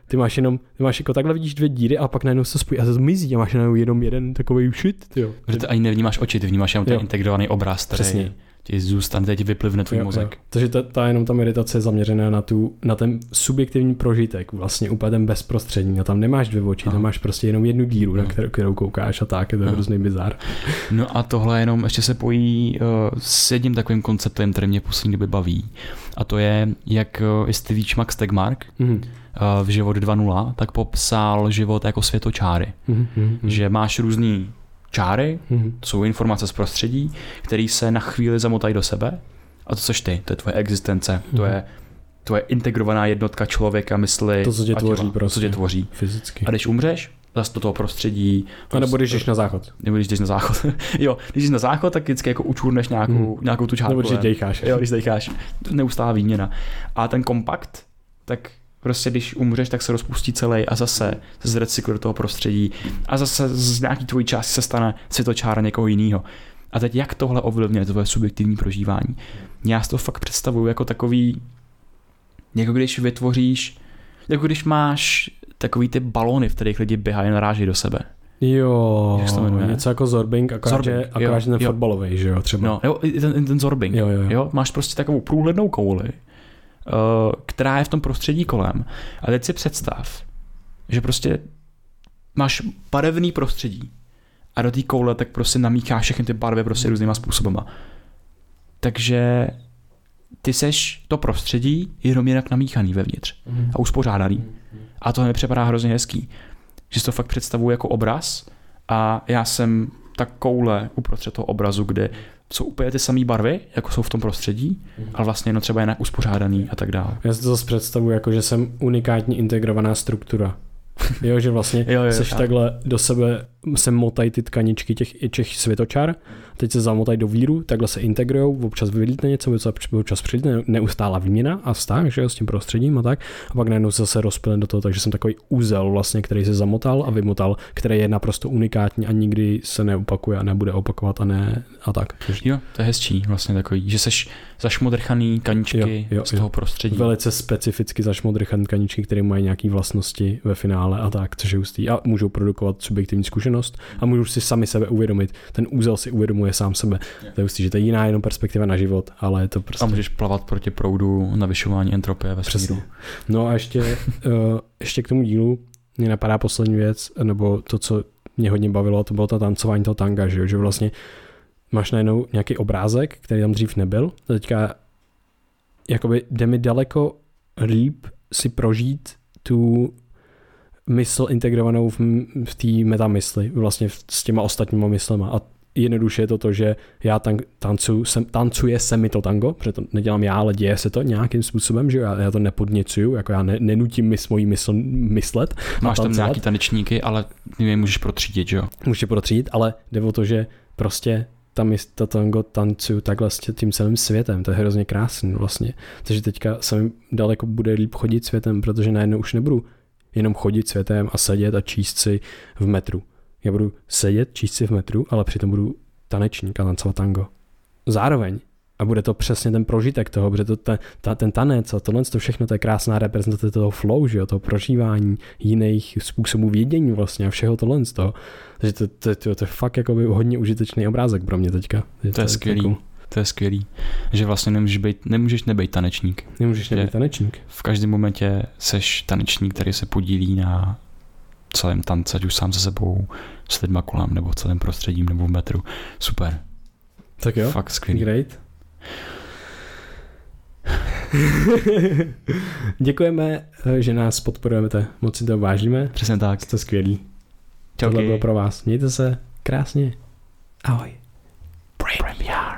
jako takhle vidíš 2 díry a pak najednou se spojí a to zmizí a máš jenom jeden takový shit, tyjo. Protože ty ani nevnímáš oči, ty vnímáš jenom ten integrovaný obraz, který ti zůstane, teď vyplivne tvůj mozek. Takže ta meditace je zaměřená na ten subjektivní prožitek, vlastně úplně ten bezprostřední a tam nemáš 2 oči, tam máš prostě jenom jednu díru, na kterou koukáš a tak, je to hrozný bizár. No a tohle jenom ještě se pojí s jedním takovým konceptem, který mě v poslední době baví a to je, jak jestli víš Max Tegmark, v Život 2.0, tak popsal život jako světočáry. Že máš různý čáry, to jsou informace z prostředí, které se na chvíli zamotají do sebe a to seš ty, to je tvoje existence, to je tvoje integrovaná jednotka člověka, mysli to, co tě tvoří, co tě tvoří. Fyzicky. A když umřeš, zase do toho prostředí. A nebo když jdeš na záchod. Nebo když jdeš na záchod. Jo, když jdeš na záchod, tak vždycky jako učurneš nějakou tu čárku. Nebo když dejcháš. Jo, když dejcháš. Neustálá výměna. A ten kompakt, tak prostě když umřeš, tak se rozpustí celý a zase se zrecykluje do toho prostředí a zase z nějaký tvojí části se stane světočára někoho jiného. A teď jak tohle ovlivňuje tvoje subjektivní prožívání? Já si to fakt představuju jako takový, jako když vytvoříš, jako když máš takový ty balony, v kterých lidi běhají a naráží do sebe. Jo, něco jako zorbing, akorát že ten fotbalový, že jo, třeba. No, jo, ten zorbing. Jo, máš prostě takovou průhlednou kouli, která je v tom prostředí kolem. A teď si představ, že prostě máš barevný prostředí a do té koule tak prostě namícháš všechny ty barvy prostě různýma způsobama. Takže ty seš to prostředí jenom jinak namíchaný vevnitř a uspořádaný. A to mi připadá hrozně hezký. Že si to fakt představuji jako obraz a já jsem ta koule uprostřed toho obrazu, kde jsou úplně ty samé barvy, jako jsou v tom prostředí, ale vlastně jenom třeba jinak uspořádaný a tak dále. Já si to zase představuji jako, že jsem unikátní integrovaná struktura. Jo, že vlastně seš takhle do sebe se motají ty tkaničky těch světočar, teď se zamotají do víru, takhle se integrujou, občas vylítne něco, občas přilítne, neustálá výměna a vztah, že jo, s tím prostředím a tak, a pak najednou se zase rozplyne do toho, takže jsem takový úzel vlastně, který se zamotal a vymotal, který je naprosto unikátní a nikdy se neopakuje a nebude opakovat a tak. Jo, to je hezčí vlastně takový, že seš zašmodrchaný kaničky z toho prostředí. Velice specificky zašmodrchaný kaničky, které mají nějaké vlastnosti ve finále a tak, což je hustý a můžou produkovat subjektivní zkušenost a můžu si sami sebe uvědomit. Ten úzel si uvědomuje sám sebe. To je hustý, že to je jiná jenom perspektiva na život, ale je to prostě... A můžeš plavat proti proudu navyšování entropie ve vesmíru. No a ještě k tomu dílu mě napadá poslední věc, nebo to, co mě hodně bavilo, to bylo to tancování toho tanga, že vlastně máš najednou nějaký obrázek, který tam dřív nebyl. A teďka jakoby jde mi daleko líp si prožít tu mysl integrovanou v té metamysli, vlastně s těma ostatníma myslema. A jednoduše je to, že já tancuje se mi to tango, protože to nedělám já, ale děje se to nějakým způsobem, že já to nepodněcuju, jako já nenutím svoji mysl myslet. Máš tam nějaký tanečníky, ale je můžeš protřídit, že jo? Můžeš protřídit, ale jde o to, že prostě to tango tancuju takhle s tím celým světem, to je hrozně krásný vlastně. Takže teďka se mi daleko bude líp chodit světem, protože najednou už nebudu jenom chodit světem a sedět a číst si v metru. Já budu sedět, číst si v metru, ale přitom budu tanečník a tancovat tango. Zároveň. A bude to přesně ten prožitek toho, protože ten tanec a tohle to všechno, to je krásná reprezentace toho flow, že jo, toho prožívání jiných způsobů vědění vlastně a všeho tohle z toho. Takže to je fakt jako hodně užitečný obrázek pro mě teďka. To je skvělý. To je skvělý, že vlastně nemůžeš nebejt tanečník. Nemůžeš nebejt tanečník. V každém momentě seš tanečník, který se podílí na celém tance, ať už sám se sebou, s lidma kolem, nebo v celém prostředím, nebo v metru. Super. Tak jo. Fakt skvělý. Great. Děkujeme, že nás podporujete. Moc si to vážíme. Přesně tak. Jste skvělí. Tohle bylo pro vás. Mějte se krásně. Ahoj.